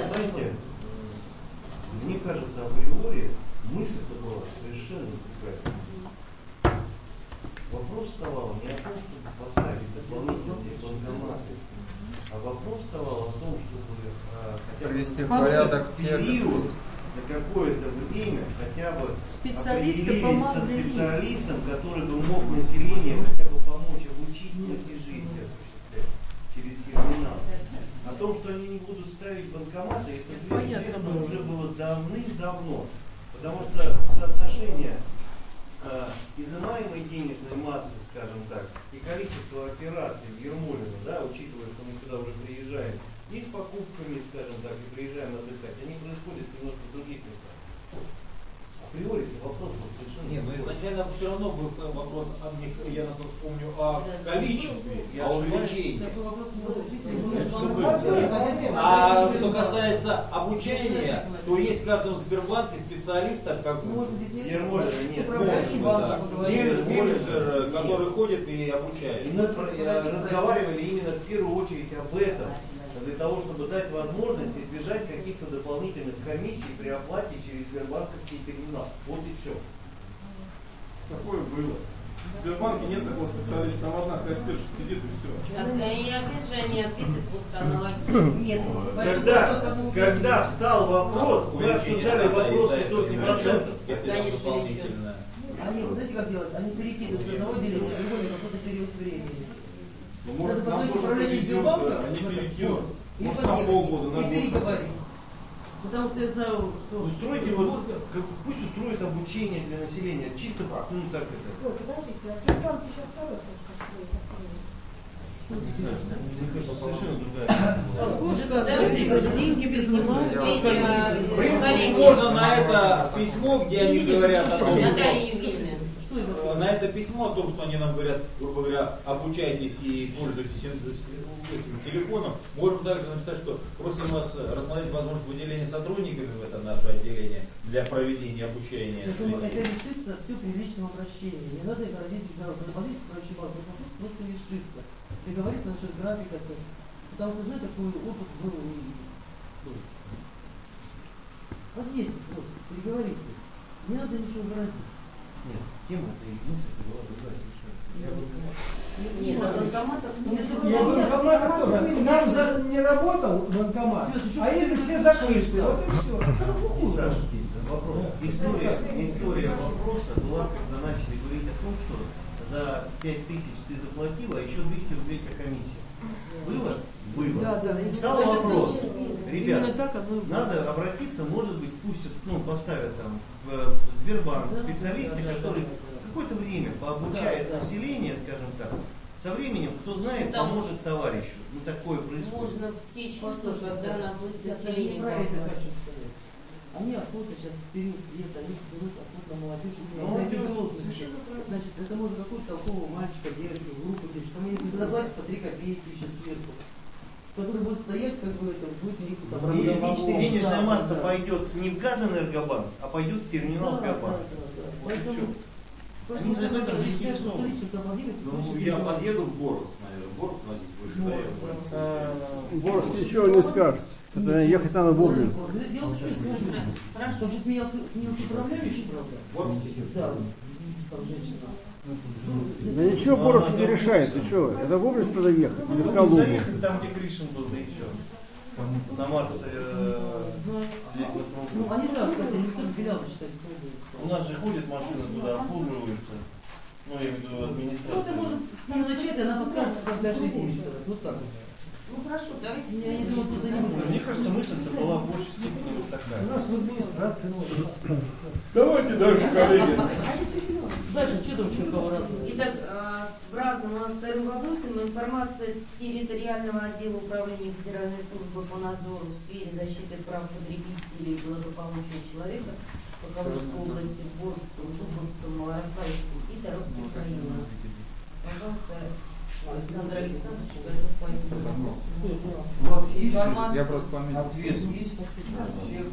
Мне кажется, априори мысль-то была совершенно другая. Вопрос вставал не о том, чтобы поставить дополнительные банкоматы, а вопрос вставал о том, чтобы хотя бы привести в порядок период на какое-то время хотя бы специалисты определились со специалистом, который бы мог население хотя бы помочь обучить платежи через терминал. О том, что они не будут ставить банкоматы, это известно уже было давным-давно. Потому что соотношение изымаемой денежной массы, скажем так, и количество операций в Ермолино, да, учитывая, что мы сюда уже приезжаем И с покупками, скажем так, и приезжаем отдыхать, они происходят немножко в других местах. Априори вопрос был совершенно... Нет, но изначально все равно был вопрос, я насколько помню, о количестве, о увеличении. А что касается обучения, то есть в каждом Сбербанке специалистов, как менеджер, который ходит и обучает. И мы разговаривали именно в первую очередь об этом, для того, чтобы дать возможность избежать каких-то дополнительных комиссий при оплате через Сбербанковский терминал. Вот и все. Такое было. В Сбербанке нет такого специалиста, там одна кассирша сидит и все. И опять же они ответят вот аналогично. Когда встал вопрос, мы обсуждали вопрос 500%. Конечно, они, вот знаете, как делать? Они перекидывают с одного деления в другое на какой-то период времени. Надо позвонить управление Сбербанка, они перекинут. и Может, на полгода, на и переговорить. Потому что я знаю, что... Устройте вот, пусть устроит обучение для населения, чисто, ну так это. Подождите, а Сбербанк сейчас второй Совершенно другая. Деньги без В принципе, можно на это письмо, где они говорят о том, на это письмо о том, что они нам говорят, грубо говоря, обучайтесь и пользуйтесь этим телефоном, можем также написать, что просим вас рассмотреть возможность выделения сотрудниками в это наше отделение для проведения обучения. Это решится все при личном обращении. Не надо родить заработать, короче, вопрос просто решится. Договориться насчет графика, потому что, знаете, такой опыт был. Ответьте просто, переговорите. Не надо ничего говорить. Нет, тема-то единственная была другая совершенно. Нет, на банкоматах тоже. Нам не работал банкомат, а эти все закрыты. Вот и все. Вопрос. История вопроса была, когда начали говорить о том, что за 5000 ты заплатила, а еще 200 рублей как комиссия. Было? Было. Да. Стал вопрос. Ребята, надо обратиться, может быть, пусть поставят там в Сбербанк специалисты, которые какое-то время пообучают население, скажем так. Со временем, кто знает, поможет товарищу. Ну такое происходит. Можно в те чувства, когда на население они охотно сейчас в период лета, они берут охотно молодежь на этой должности. Значит, это может какой-то толкового мальчика, девочку, группу, там они заплатят по 3 копейки еще сверху, который будет стоять, как бы это будет у них там. Денежная масса пойдет не в Газэнергобанк, а пойдет в терминал Газбанк. Они за это заинтересованы. Ну, я подъеду в Боровск, наверное. Боровск у нас здесь выше стоит. Боровск ничего не скажет. Это ехать надо вовремя. Хорошо, уже сменился управляющий, правда? Да, там женщина. Да ничего Боровск не решает. Ты что? Это в область надо ехать или в Калугу? Заехать там, где Гришин был, да еще. На Марса. Ну, они да, кстати, никто же филиал считает свободой. У нас же ходит машина туда, обслуживаются. Ну, я имею в виду администрацию. Ну, ты может с ним начать, она подскажет, как даже действовать. Вот так. Ну хорошо, давайте. Я не думаю, что это не будет. Мне кажется, мысль-то была в большей степени вот такая. У нас в администрации Давайте дальше, коллеги. Дальше, что там еще кого разного? Итак, в разном у нас вторым вопросом информация территориального отдела управления Федеральной службы по надзору в сфере защиты прав потребителей и благополучия человека по Калужской области, в Боровском, Жуковском, Малорославском и Таровском районах. Пожалуйста, Александр Александрович, готов по этому вопросу. У вас есть ответ? Есть всех?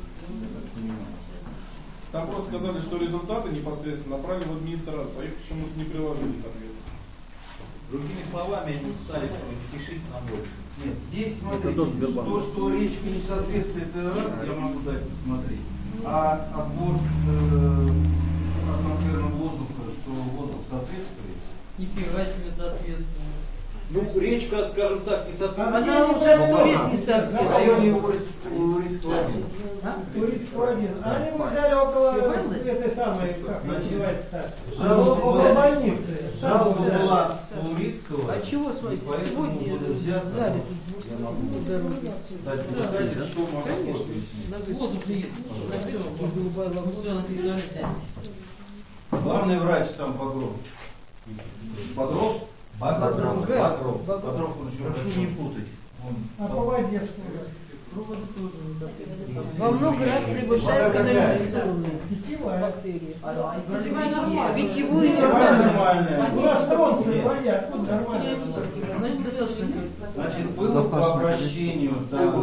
Там просто сказали, что результаты непосредственно направили в администрацию, а их почему-то не приложили к ответу. Другими словами, они писали, что пишите нам больше. Нет, здесь смотрите, то, что речка не соответствует, я могу дать посмотреть. А отбор атмосферного воздуха, что воздух соответствует? Нифига себе соответствует. Ну, речка, скажем так, не соответствует. Она уже 100 лет не соответствует. В районе Урицкого 1. Урицкого 1. Они его взяли около этой самой, как называется-то? Жалоба больницы. Жалоба была у Урицкого. А чего, смотрите, сегодня залит я могу дать почитать, что могу подписать. Вот уже есть. Голубая лагуна, все написано. Главный врач сам Багров. Багров? Багров он еще Прошу не путать. А по воде что? Проводы тоже не запрещены. Во много раз превышают канализационные бактерии. Питьевую и нормальная. У нас стронция вода, откуда нормальная? Значит, было по обращению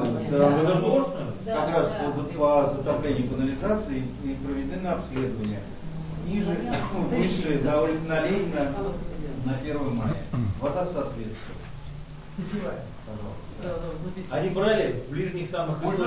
как раз по затоплению канализации и проведено обследование. Ниже, выше, до улицы Ленина на 1 мая. Вода соответствует. Они брали в ближних самых Это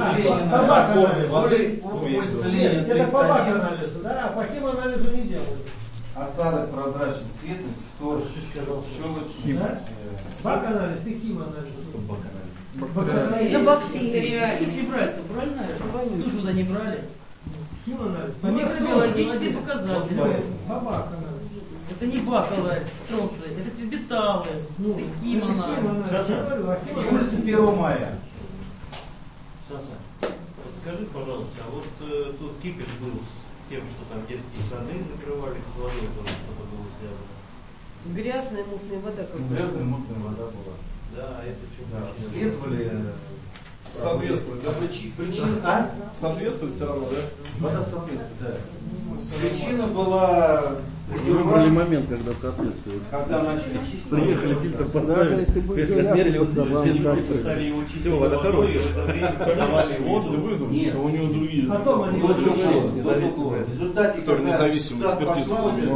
по бак-анализу, да, а по химанализу не делают. Осадок, прозрачный цвет, торч, щелочь. Бак-анализ и химанализ. Это бактерии. Не брали, правильно? Тоже туда не брали. Химанализ. По микробиологические показатели. По бак-анализу. Это не бакалавр, стронция, это тибеталы, это химанализ. Улица 1 мая. Саса, вот скажи, пожалуйста, а вот тут кипиш был с тем, что там детские сады закрывались с водой, тоже что-то было связано. Грязная мутная вода. Грязная мутная вода была. Да, это что-то. Да, исследовали. Соответствует, да? Причина, соответствует все равно, да? Вода соответствует, да. Причина была... Выбрали момент, когда соответствует. Когда начали чистить. Приехали, фильтр поставили, отмерили, все, вода хорошая. Если вызов, нет, у него другие. Потом они в результате, когда независимую экспертизу.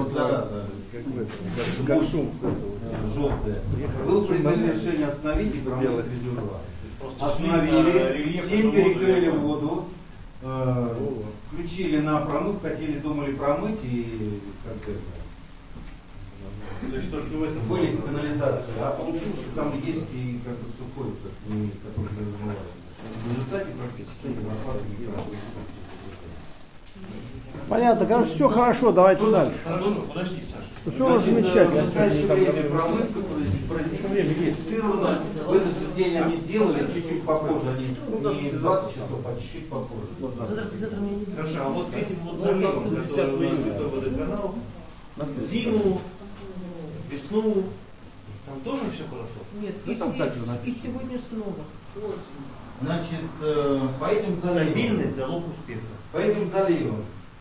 Желтое. Было принято решение остановить и промыть резервуар. Остановили, всем перекрыли воду, включили на промыв, думали промыть и как это. То есть только в этом были канализацию, а получилось, что там есть и как бы сухой, который не размывается. В результате практически не Понятно, короче, все хорошо, давайте дальше. Подожди, Саша. Все замечательно. В настоящее время промывка продифференцирована. В этот же день они сделали, чуть-чуть попозже. Они не 20 часов, а чуть-чуть попозже. Хорошо, а вот этим вот заливом, который выступил водоканал, зиму, весну, там тоже все хорошо? Нет, и сегодня снова. Значит, по этим заливам. Стабильность залог успеха. По этим заливам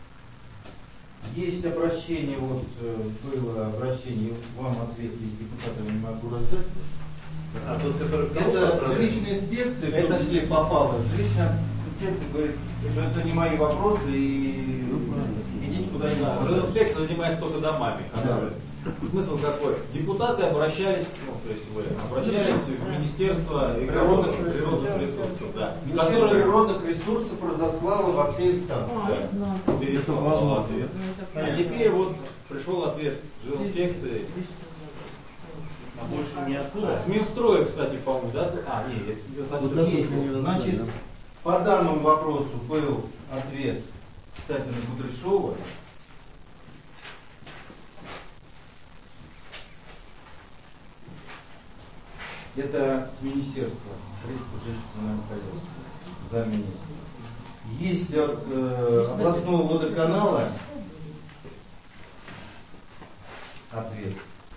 есть обращение, вот было обращение, вам ответили депутаты, не могу раздать. А тот, который это жилищная инспекция, в том числе попала. Жилищная инспекция говорит, что это не мои вопросы и идите куда не надо. Жилинспекция занимается только домами. Смысл какой? Депутаты обращались, то есть вы обращались в Министерство природных ресурсов, да, Министерство природных ресурсов разослало во все инстанции. Переслало ответ. А теперь вот пришел ответ жилинспекции. А больше ниоткуда? С Минстроя, кстати, по-моему, да? Нет. Значит, по данному вопросу был ответ, кстати, на Кудряшова. Это с министерства средств женщинного хозяйства, замминистра. Есть от областного водоканала ответ.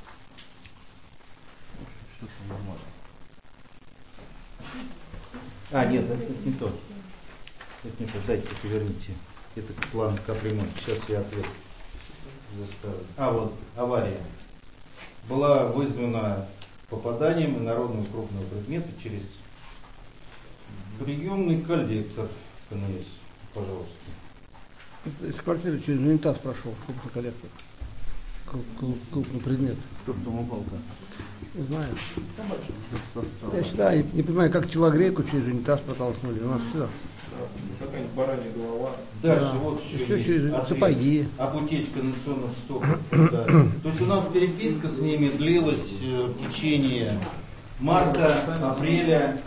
Нет, это не то. Это не то. Дайте, поверните. Это план капремонта. Сейчас я ответ заставлю. Вот, авария. Была вызвана попаданием инородного крупного предмета через приемный коллектор КНС. Пожалуйста. Из квартиры через унитаз прошел крупный коллектор. Крупный предмет. Кто в том упал-то? Не знаю. Я всегда не понимаю, как телогрейку через унитаз протолкнули. У нас все. Какая-нибудь баранья голова. Дальше вот еще через сапоги. Об утечке инвестиционных стоков. Да. То есть у нас переписка с ними длилась в течение марта, апреля.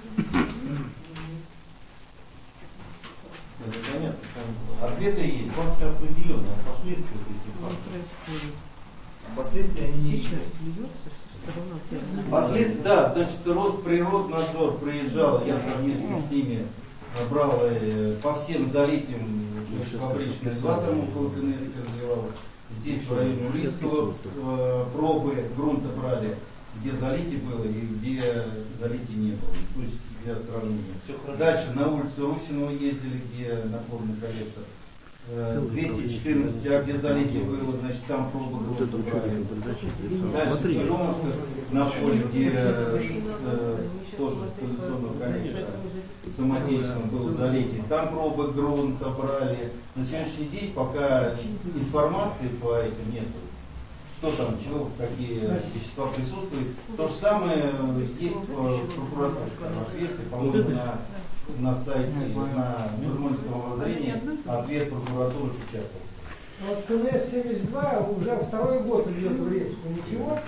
Это понятно. Ответы есть. Факты определенные, а последствия Последствия они не сейчас смеется, да, значит, Росприроднадзор приезжал, я совместно с ними брал по всем залитиям фабричным ватам около КНС разливалось. Здесь в районе Улицкого пробы грунта брали. где залитие было и где залития не было. То есть для сравнения. Дальше на улице Русинова ездили, где напорный коллектор. 214, а где залитие было, значит, там проба была. Дальше Черемушка на поле, где тоже с коллекционного коллектора самодельного было залитие. Там пробы грунта брали. На сегодняшний день пока информации по этим нету. Что там, чего, какие вещества присутствуют. То же самое есть в прокуратуре. Ответы, по-моему, на сайте, на Мурманском обозрении ответ прокуратуры печатался. Вот КНС-72 уже второй год идет в речку. Ничего?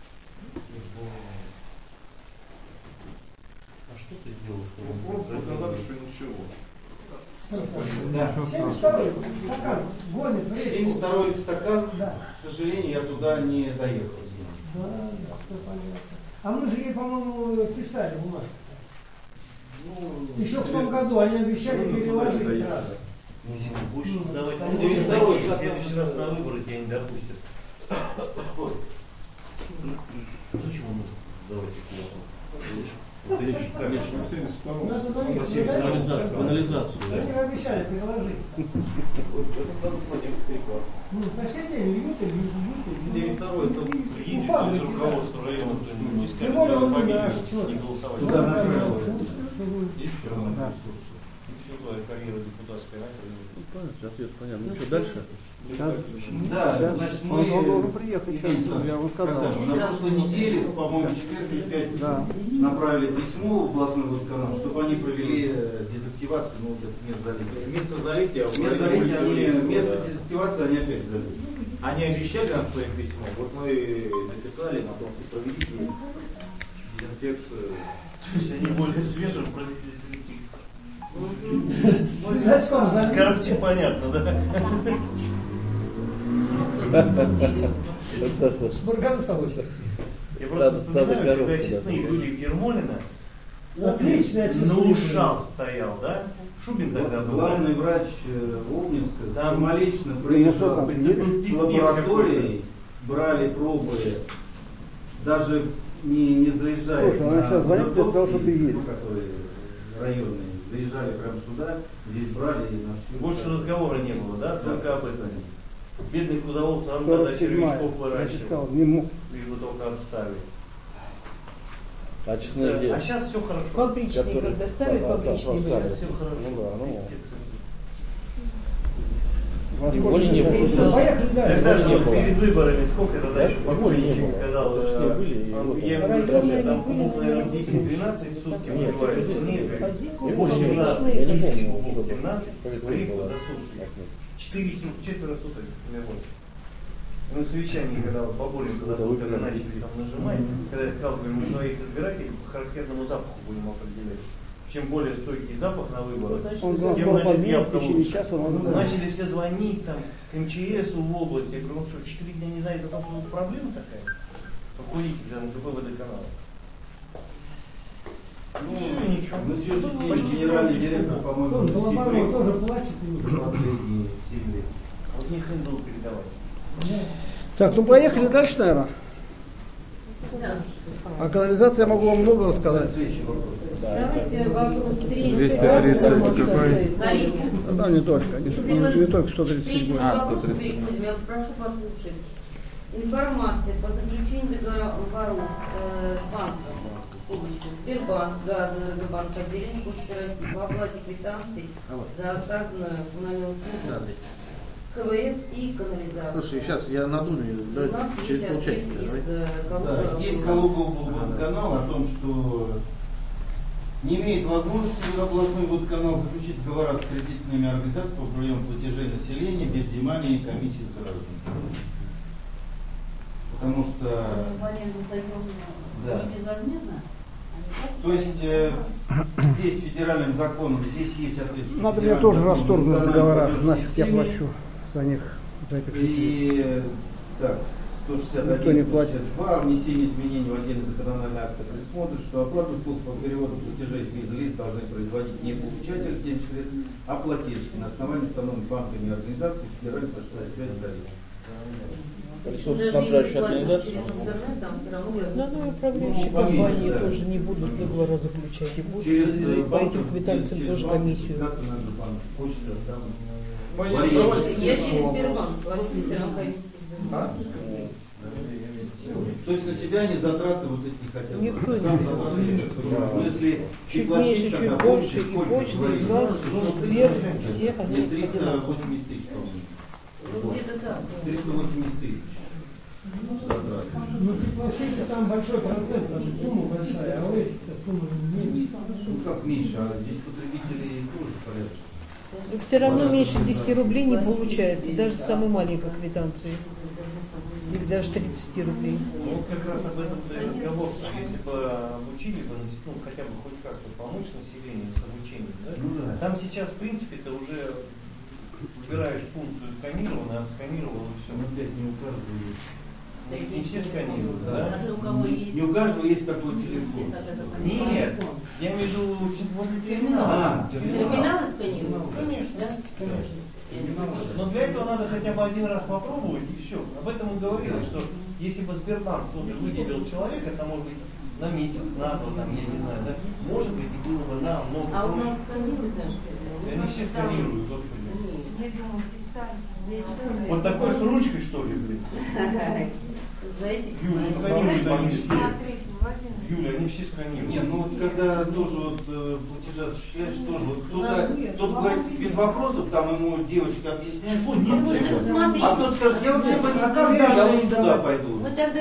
А что ты сделал? Показали, что ничего. Да. 72-й стакан гонит в речку. 72-й стакан, да. К сожалению, я туда не доехал. Да, все понятно. А мы же ей, по-моему, писали бумажку. Еще в том году они обещали переложить раз. Будешь сдавать в следующий раз на выборы тебя не допустят. Зачем он сдавать их? Конечно, 72. Канализацию. Они обещали переложить. На следующий день льют. 72 это едешь руководство района уже не скажет, не голосовать. Карьера депутатская. Ответ понятно. Ну что, дальше? Да, значит, мы должен приехать. Я вам сказал. На прошлой неделе, по-моему, в четверг или пятницу, направили письмо в областной водоканал, чтобы они провели дезактивацию, ну, вот это место залития. Место дезактивации они опять залили. Они обещали нам своим письмом, вот мы написали на том, что проведите дезинфекцию. То есть они более свежие, Короче, понятно, да? Я просто вспоминаю, когда честные были в Ермолино, на ушах стоял, да? Шубин тогда был. Главный врач Обнинска самолично приезжал в лаборатории, брали пробы, даже не заезжая. Слушай, он сейчас звонит, я сказал, что ты едешь. Которые районные, заезжали прямо сюда, здесь брали и на всю. Больше разговора не было, да? Только об этом. Бедный кудовол сам тогда червячков выращивал. Его только отставили. А честно, да. А сейчас все хорошо. Фабричные, когда ставят фабричные. Сейчас все хорошо. И боли не было. Тогда же вот перед выборами, сколько тогда еще покойничек сказал, я ему говорю, что там кубов, наверное, 10-12 в сутки выбивается. Нет, 18, кубов, 17 прибыл за сутки. 4 суток умерло. На совещании, когда вот Бабурин, когда начали там нажимать, когда я сказал, говорю, мы своих избирателей по характерному запаху будем определять. Чем более стойкий запах на выборах, тем значит явка лучше. Начали все звонить там МЧСу в области. Я говорю, ну что, 4 дня не знаете о том, что проблема такая? Походите там в любой водоканал. Ну ничего. Мы сегодня генеральный директор, по-моему, тоже плачет. Последние 7 лет. Вот не хрен было передавать. Так, ну поехали дальше, наверное. О канализации я могу вам много рассказать. Давайте вопрос 230 какой? Да, не только. Не только 137. Я прошу послушать. Информация по заключению договоров с банком, Сбербанк, Газбанк, отделение Почты России по оплате квитанций за оказанную коммунальную услугу, КВС и канализацию. Слушай, сейчас я надумаю, через полчасика. Да, есть Калуга-Водоканал о том, что не имеет возможности областной водоканал заключить договора с кредитными организациями по приему платежей населения без взимания комиссии с граждан. Потому что... Да. То есть здесь федеральным законом, здесь есть ответ. Надо мне тоже расторгнуть договора, нафиг я плачу за них, за этих и так, 161, 162, внесение изменений в отдельный законодательный акт предусмотрит, что оплату услуг по переводу платежей без лиц должны производить не получатель денежных средств, а плательщики на основании установленных банками и организаций федеральной почтовой связи. ресурсоснабжающая организация. Да, ну и управляющие компании тоже не будут договора заключать, и будут по этим квитанциям тоже комиссию. Я через Сбербанк плачу ветеран комиссии. То есть на себя они затраты вот эти не хотят? Никто не если чуть меньше, чуть больше, и почта, и ГАЗ, и Сбер, все они 380 тысяч, по-моему. Где-то так. 380 тысяч. Ну, пригласите, там большой процент, там сумма большая, а у этих-то сумма меньше. Ну как меньше, а здесь потребителей тоже порядочно. Все равно меньше 10 рублей не получается, даже самой маленькой квитанции. Или даже 30 рублей. Ну, как раз об этом и разговор, что если бы обучили бы, ну, хотя бы хоть как-то помочь населению с обучением, да? Ну, да. Там сейчас, в принципе, ты уже выбираешь функцию сканированную, отсканировал и все. Ну, блядь, не у каждого есть. Не все сканируют, да? Не у каждого есть такой телефон. Нет, я имею в виду возле терминала. Терминалы сканируют? Конечно, да? Конечно. Но для этого надо хотя бы один раз попробовать и все. Об этом и говорилось, что если бы Сбербанк тоже выделил человека, это может быть на месяц, на два, там, я не знаю, да, может быть, и было бы намного. А у нас сканируют даже? Они все сканируют, господи. Я думаю, здесь Вот такой с ручкой, что ли, блин? За этих Юля, ну сканируют они все. Юля, они все сканируют. Нет, ну вот когда тоже вот платежи осуществляешь, тоже вот кто-то говорит без вопросов, там ему девочка объясняет, что нет, а кто скажет, я вообще по никакому, я лучше туда пойду. Мы тогда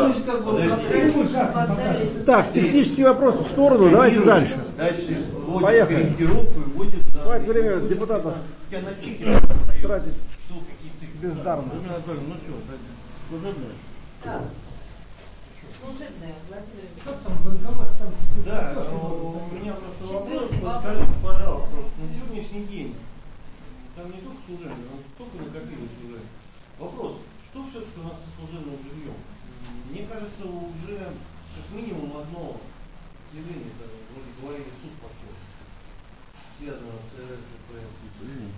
будем. Так, технические вопросы в сторону, давайте дальше. Дальше поехали. Корректировку и вводит, да. Хватит время депутатов тратить бездарно. Ну что, служебное? Так. Служебное, Владимир. Что там банкомат? Там да, у меня просто вопрос. Четвертый вопрос. Скажите, пожалуйста, на сегодняшний день, там не только служебное, но только накопилось уже. Вопрос, что все-таки у нас со служебным жильем? Мне кажется, уже как минимум одно явление, вроде говорили, суд пошел, связано с РСП.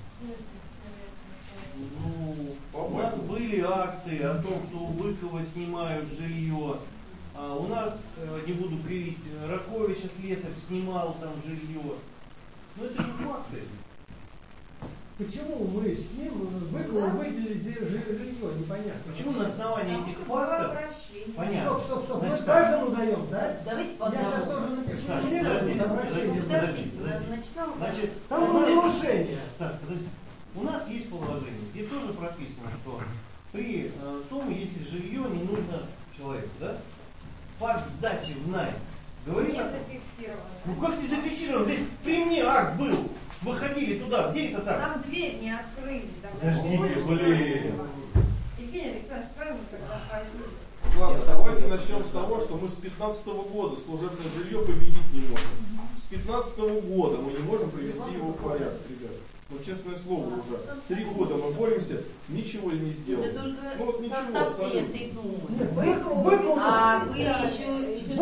Ну, у нас были акты о том, что у Быкова снимают жилье. А у нас, не буду кривить, Раковича слесарь снимал там жилье. Ну это же факты. Почему мы с ним выделили жилье? Непонятно. Почему на основании этих фактов? Понятно. Стоп. Мы каждому даем, да? Давайте я сейчас тоже напишу. Подождите. Значит, там было нарушение. Саш, подожди. У нас есть положение, где тоже прописано, что при том, если жилье не нужно человеку, да? Факт сдачи в найм. Говорит, не зафиксировано. Ну как не зафиксировано? Здесь при мне акт был. Выходили туда, где это так? Там дверь не открыли. Подождите, блин. Евгений Александрович, с вами тогда ходили. Ладно, давайте начнем с того, что мы с 2015 года служебное жилье победить не можем. С 2015 года мы не можем привести его в порядок, ребята. Ну, честное слово, уже 3 года мы боремся, ничего не сделали. Это только ну, вот ничего, состав абсолютно. этой думы. А были еще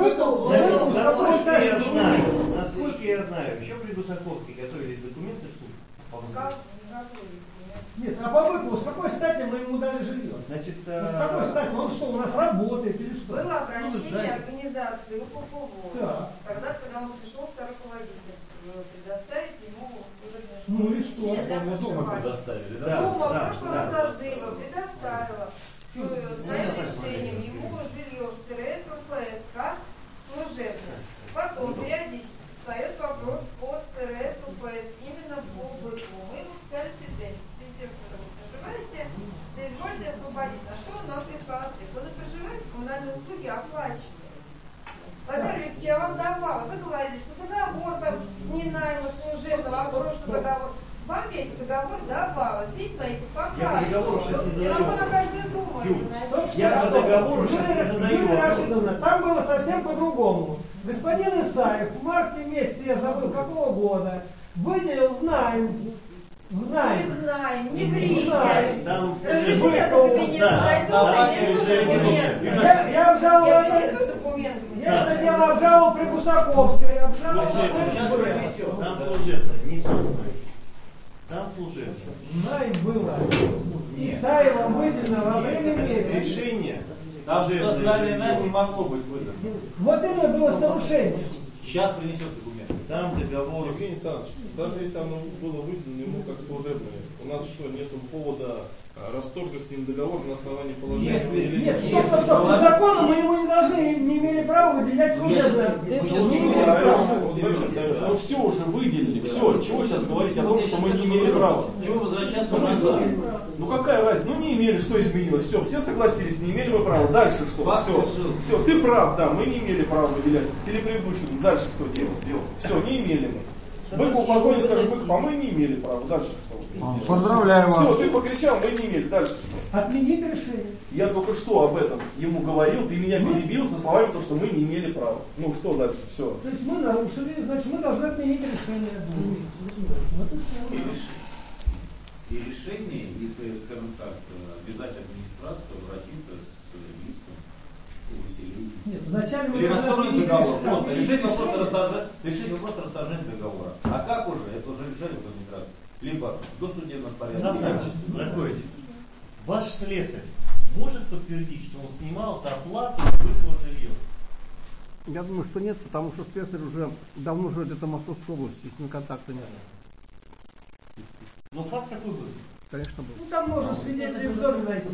насколько я знаю, еще при Гусаковске готовились документы в суд. Нет, а по Быкову с какой стати мы ему дали жилье? Значит, с какой стати? Он что, у нас работает или что? Было обращение организации УППВ. Да. Когда к нам пришел второй руководитель, предоставить ему служебное жилье. Ну и что? Дома предоставили, да? Дума прошлого созыва предоставила своим решением ему жилье в ЦРС УПС как служебное. Потом периодически встает вопрос по ЦРС УПС именно по Быкову. Мы ему писали претензии. Проживаете, соизвольте освободить. На что он нам прислал ответ? Он проживает, коммунальные услуги оплачивает. Владимир Викторович, я вам давала. Вы говорили, что договор там не найма служебного, а просто договор. Вам я этот договор давала. Письма эти показывают. Я договор сейчас не задаю. Я могу на каждую думу. Я по договору сейчас не задаю. Там было совсем по-другому. Господин Исаев в марте месяце, я забыл какого года, выделил в найм. В найм. Не в найм, не врите. Там я обжаловал. Я это дело обжаловал при Гусаковской. Обжаловал. Там служебно, не собственно. Там служебно. Найм было. Исаевым выделено в апреле месяце. Решение. Там социальное найм не могло быть выдано. Вот именно было нарушение. Сейчас принесешь документы. Там договор. Евгений Александрович, даже если оно было выдано ему как служебное, у нас что, нет повода расторгнуть с ним договор на основании положения? Нет, стоп. По закону мы ему не имели права выделять служебное. Ну все уже выделили, все, чего сейчас говорить о том, что мы не имели права? Чего возвращаться назад? Ну какая разница? Ну не имели, что изменилось? Все согласились, не имели мы права. Дальше что? Все, ты прав, да, мы не имели права выделять. Или предыдущий, дальше что делать? Все, не имели мы. Быкову позвонили, скажем, Быков, а мы не имели права. Дальше что? Поздравляю вас. Все, ты покричал, мы не имели. Дальше что? Отменить решение. Я только что об этом ему говорил, ты меня перебил со словами, что мы не имели права. Ну что дальше? Все. То есть мы нарушили, значит мы должны отменить решение. Вот и все. И решение, и, скажем так, обязать администрацию обратиться с иском о выселении. Нет, вначале мы или расторгнуть договор. Просто решение решение вопроса расторжения договора. А как уже? Это уже решение в администрации. Либо в досудебном порядке. Дорогой, ваш слесарь может подтвердить, что он снимал зарплату с Быкова жилье? Я думаю, что нет, потому что слесарь уже давно живет где-то в Московской области, с ним контакта нет. Но факт такой был. Конечно, был. Ну там можно свидетелей в доме найти.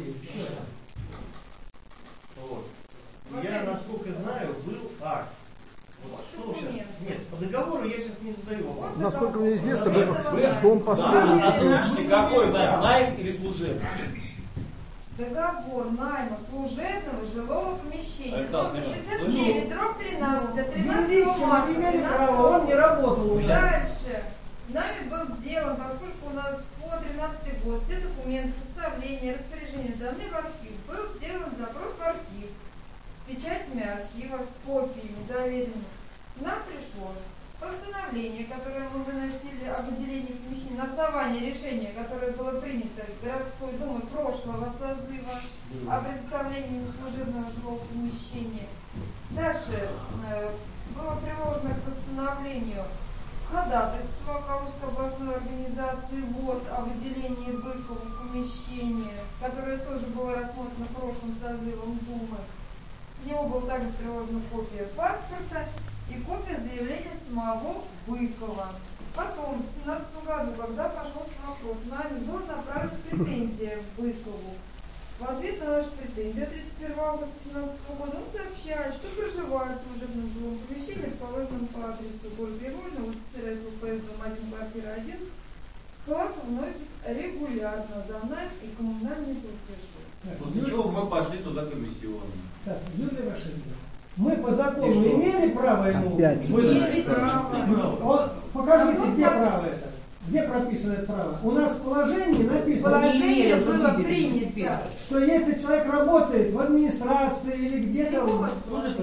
Вот. Я, насколько знаю, был акт. Вот, что сейчас? Нет, по договору я сейчас не задаю вопрос. Насколько мне известно, дом построен. Озвучьте, какой найм или служебный? Договор найма служебного жилого помещения. Александр 69, дробь 13, 13 Юридически мы не имели права, он не работал уже. Дальше. Нами был сделан, поскольку у нас по 13 год все документы, представления, распоряжения даны в архив. Был сделан запрос в архив с печатями архива, с копиями заверенными. Нам пришло постановление, которое мы выносили о выделении помещений на основании решения, которое было принято городской думой прошлого созыва о предоставлении служебного жилого помещения. Дальше было приложено к постановлению ходатайство Калужской областной организации ВОЗ о выделении Быкова помещения, которое тоже было рассмотрено прошлым созывом Думы. К нему была также приложена копия паспорта и копия заявления самого Быкова. Потом, в 2017 году, когда пошел вопрос, нами была направлена претензия к Быкову. В ответ на нашу претензию 31 августа 2017 года он сообщает, что проживает в служебном жилом помещении, расположенном по адресу город Привольный, улица РСУПС, дом 1, квартира 1. Вклад вносит регулярно за найм и коммунальные платежи. После чего мы пошли туда комиссионно. Так, Юлия Васильевна, мы по закону имели право ему? Имели право. Покажите, где право это? Где прописано это право? У нас в положении написано, положение было принято, что если человек работает в администрации или где-то, у нас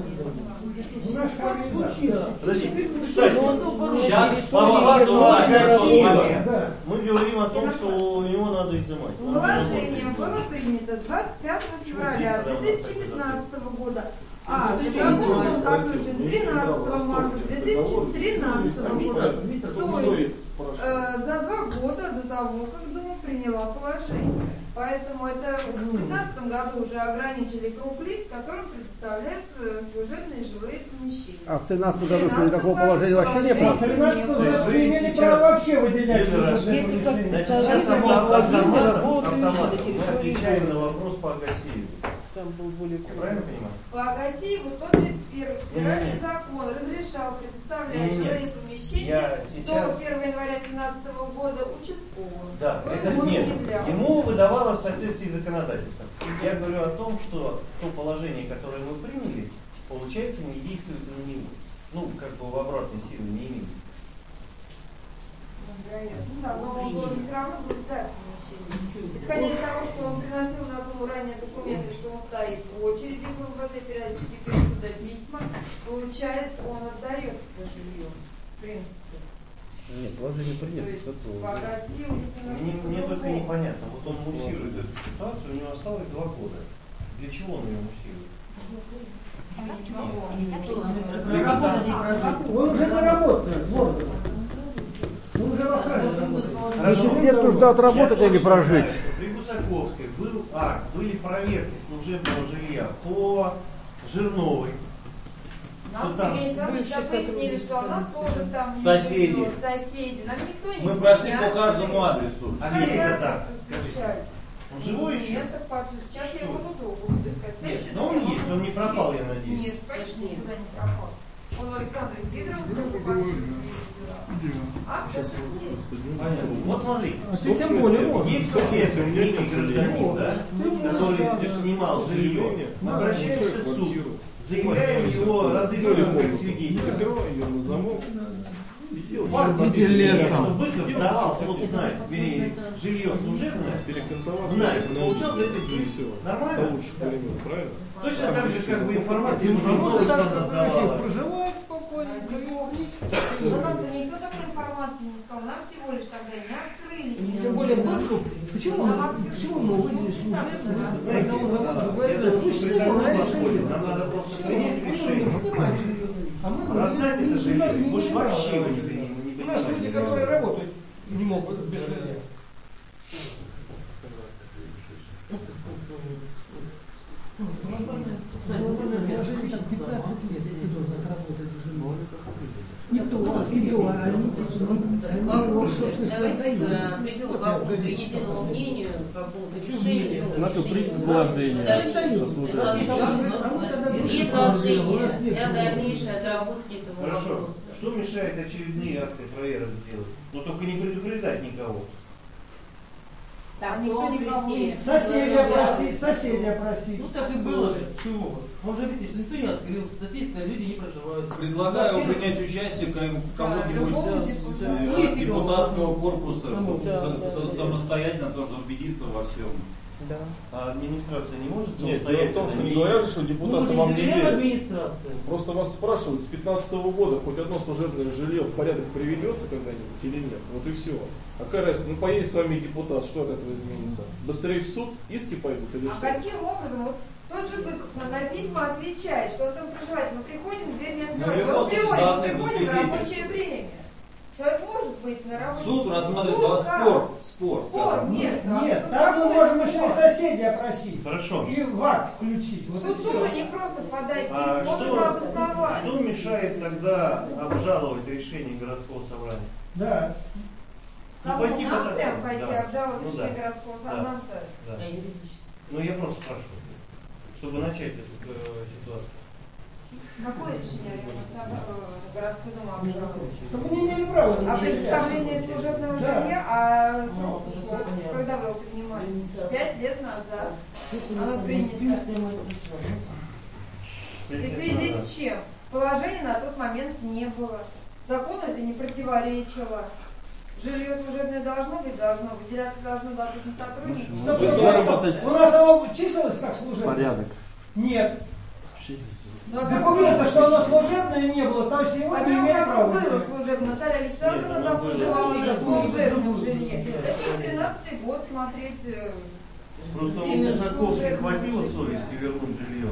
Подожди, кстати, сейчас по факту мы говорим о том, что у него надо изымать. Положение было принято 25 февраля 2015 года. А договор был заключен 13 марта 2013 года. То есть за 2 года до того, как Дума приняла положение. Поэтому это в 2015 году уже ограничили круг лиц, которым предоставляются служебные жилые помещения. А в 2013 году что, никакого положения вообще не было? В 2013 году не имели права вообще выделять служебные помещения. Сейчас автоматом мы отвечаем на вопрос по Агасееву. Там был более... Правильно понимаю? По Агасееву 131 федеральный закон разрешал предоставлять жилые помещения до 1 января 2017 года участковым. Да, это нет. Ему выдавалось в соответствии с законодательством. Я говорю о том, что то положение, которое мы приняли, получается, не действует на него. Ну, как бы в обратной силы не имеет. Да, но он должен все равно будет дать помещение. Исходя из того, что он приносил на Думу ранее документы, что он стоит в очереди в МВД, периодически пишет туда письма, получает, он отдает это жилье, в принципе. Нет, положение принято. Мне только непонятно. Вот он муссирует эту ситуацию, у него осталось 2 года. Для чего он ее муссирует? Он уже не работает. Он уже в охране работает. Если нет, нужно отработать, а не прожить. При Гусаковской проверки служебного жилья по Жирновой. Нам Сергей Александрович пояснили, что она тоже там Соседи. живет, соседи. Нам никто не Мы прошли по каждому адресу. А где это так? Скажите. Он живой еще? Нет, так Паша, сейчас я его буду искать. Нет, но он есть, он не пропал, я надеюсь. Нет, конечно, никуда не пропал. Он у Александра Сидорова. Понятно. Вот смотри, тем более есть профессор, некий гражданин, да, который снимал жилье. Мы обращаемся в суд, заявляем его, разыскиваем как свидетеля. Закрываем ее на замок. Что Быков сдавался, вот знает, вернее, жилье служебное, знает, получал за это деньги. Нормально? Правильно? Точно так же, как бы информация уже сдавала. Проживает спокойно, Но нам никто такой информации не сказал. Нам всего лишь тогда не открыли. Тем более Быков, почему мы увидели служебное, когда он говорит, вы снимаете, нам надо просто принять решение. А мы раздать это жилье, больше вообще его не принимаем. У нас люди, которые работают, не могут без жилья. Давайте придем к единому мнению по поводу решения. Начал принять положение. Предложение для дальнейшей отработки этого Хорошо. вопроса. Что мешает очередные акты проверок сделать? Но только не предупреждать никого. Так, никто не прийти. Соседи опросить. Ну так и было же. Чего? Он же объяснит, что никто не открыл, соседские люди не проживают. Предлагаю принять участие кому-нибудь из депутатского корпуса, чтобы самостоятельно тоже убедиться во всем. Да. А администрация не может? Нет, дело в том, что не говорят, что депутаты вам не верят. Администрация. Просто вас спрашивают, с 2015 года хоть одно служебное жилье в порядок приведется когда-нибудь или нет. Вот и все. А какая разница? Ну поедет с вами депутат, что от этого изменится? Быстрее в суд иски пойдут или что? А каким образом? Вот тот же Быков на письма отвечает, что он там проживает. Мы приходим, дверь не открываем. Мы приводим, мы приходим в рабочее время. Человек может быть на работе. Суд рассматривает спор. Нет, там мы можем еще и соседей опросить. Хорошо. И в акт включить. Суд тоже не просто подать письмо, нужно обосновать. Что мешает тогда обжаловать решение городского собрания? Да. Кому нам прям пойти обжаловать Ну, решение городского собрания? Да. Ну я просто спрашиваю, чтобы начать эту ситуацию. Какое решение городской дом обжаловать? Чтобы не имели права. А представление служебного жилья, а срок ушел, когда вы его принимали? 5 лет назад. Оно принято. И в связи с чем? Положения на тот момент не было. Закону это не противоречило. Жилье служебное должно быть, выделяться должно, допустим, сотрудникам. У нас оно числилось как служебное? Порядок. Нет. Но документа, что оно служебное не было, то есть его не имели права. Было служебное. Наталья Александровна там проживала и в служебном жилье. Это 13-й год смотреть. Просто у Мушаковской хватило совести вернуть жилье.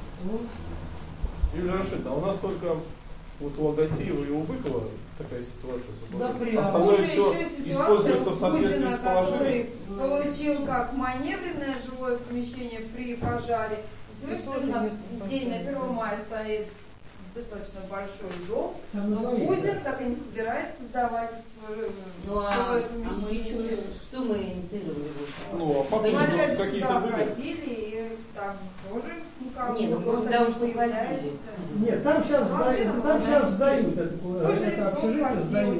Юлия Рашидовна, а у нас только вот у Агасиева и у Быкова такая ситуация сложилась. Да, остальное все используется в соответствии с положением. Получил как маневренное жилое помещение при пожаре. Слышно, на день на 1 мая стоит достаточно большой дом, но Бузин так и не собирается сдавать жилое помещение. Что мы инициировали? Ну, а факты какие-то были? Ходили, и там тоже никого не потому что появляется. Нет, там сейчас сдают это общежитие, сдают.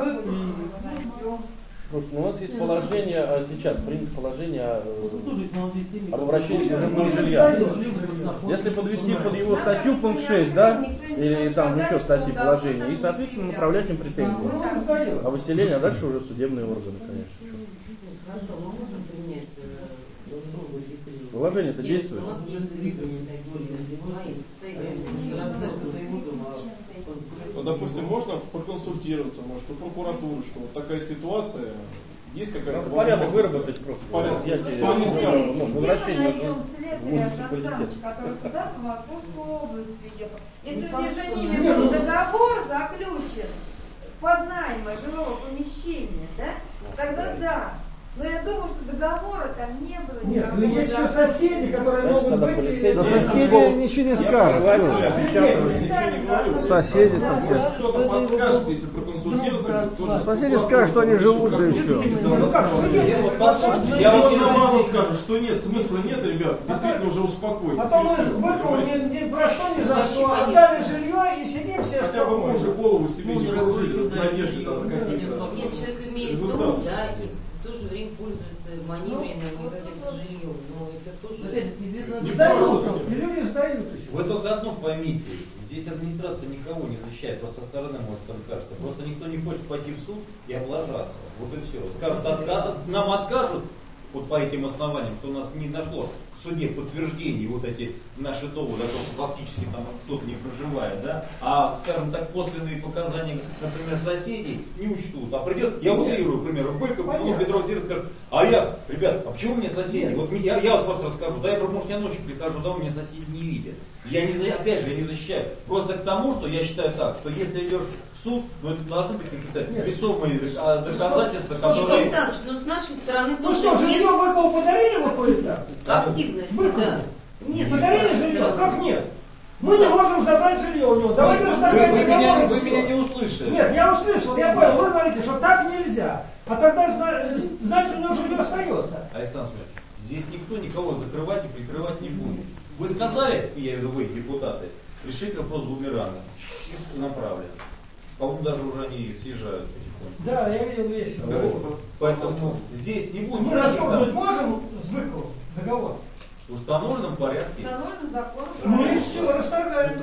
Слушайте, ну у нас есть положение, сейчас принято положение об обращении к служебному жилья. Если подвести под его статью пункт 6, да, или там еще статьи положения, и, соответственно, направлять им претензии о выселении, а дальше уже судебные органы, конечно. Хорошо, мы можем принять положение-то действует. У нас есть Ну, допустим, можно проконсультироваться, может, у прокуратуры, что вот такая ситуация, есть какая-то порядок выработать просто. Порядок. Я себе возвращение в муниципалитет. Который куда-то в Московскую область приехал. Если между ними был договор заключен под найма жилого помещения, да, тогда да. Но я думаю, что договора там не было. Нет, ну есть еще соседи, которые могут быть... Но соседи ничего не скажут. Соседи там все. Кто-то подскажет, если проконсультироваться. Соседи скажут, что они живут, да и все. Ну как, Я вот наоборот скажу, что нет, смысла нет, ребят, действительно уже успокойтесь. А то мы Быкову ни про что, ни за что отдали жилье и сидим все хотя бы мы уже голову себе не кружили в надежде там на какие-то Нет, человек имеет дом, да, и в то же время пользуется маневренным каким-то жильем. Но это тоже... Сдают, и люди сдают еще. Вы только одно поймите, здесь администрация никого не защищает, просто со стороны может так кажется. Просто никто не хочет пойти в суд и облажаться. Вот и все. Скажут, нам откажут вот по этим основаниям, что у нас не нашло в суде подтверждений вот эти наши доводы, а то фактически там кто-то не проживает, да, а, скажем так, косвенные показания, например, соседей не учтут, а придет, я утрирую, к примеру, Быков, Петров скажет, а я, ребят, а почему мне соседи, вот я вот просто расскажу, да, может, я ночью прихожу домой, меня соседи не видят, опять же, я не защищаю, просто к тому, что я считаю так, что если идешь в суд, ну это должны быть какие-то весомые доказательства, которые... Николай Александрович, ну с нашей стороны ну что, жилье Быкову подарили выходит? Активности, да. Нет, подарили жилье? Как нет? Мы не можем забрать жилье у него. Давайте расторгать договор. Вы меня не услышали. Нет, я услышал, я понял. Вы говорите, что так нельзя. А тогда, значит, у него жилье остается. Александр Смирович, здесь никто никого закрывать и прикрывать не будет. Вы сказали, я имею в виду вы, депутаты, решить вопрос двумерами. Направлен. По-моему, даже уже они съезжают потихоньку. Да, я видел вещи. Поэтому здесь не будет... Мы расторгнуть можем с Быковым договор? В установленном порядке. Установленным законом. Ну и все, расторгаем.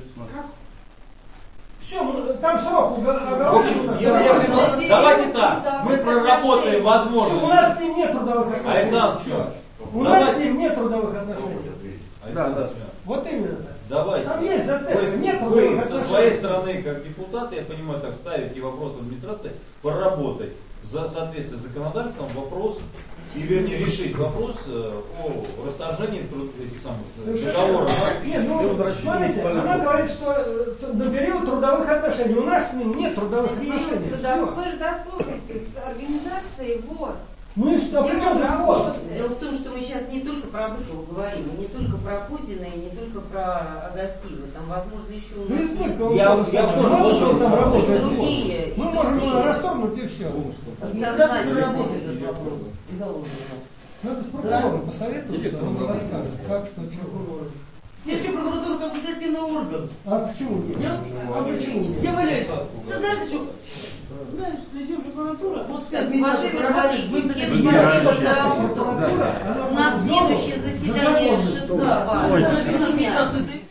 Все, там срок оговорен. Давайте так, мы проработаем возможность. У нас с ним нет трудовых отношений. Александр Смирович. У нас с ним нет трудовых отношений. Да. Вот именно. Давайте. Там есть зацепка, нет трудовых вы отношений. со своей стороны, как депутаты, я понимаю, так ставите вопрос администрации, проработать в соответствии с законодательством вопрос, и вернее решить вопрос о расторжении этих самых договоров. Нет, ну, смотрите, она говорит, что на период трудовых отношений. У нас с ним нет трудовых отношений. Вы же дослушайте, с организацией ВОЗ. Ну и что, при чем тут ВОЗ? Дело в том, что мы сейчас не только про Быкова говорим, и не только про Путина, и не только про Агасиева. Там, возможно, еще у нас есть... Я тоже там работать. Другие. Мы можем расторгнуть и все. Сознательно работает этот вопрос. Надо с прокурором посоветоваться, он расскажет, как, что, чего. Нет, что прокуратура консультативный орган. А почему нет? А почему нет? Где валяется? Ты знаешь, что? Знаешь, причем прокуратура? Вот как Уважаемые коллеги, всем спасибо за работу. У нас следующее заседание 6 марта.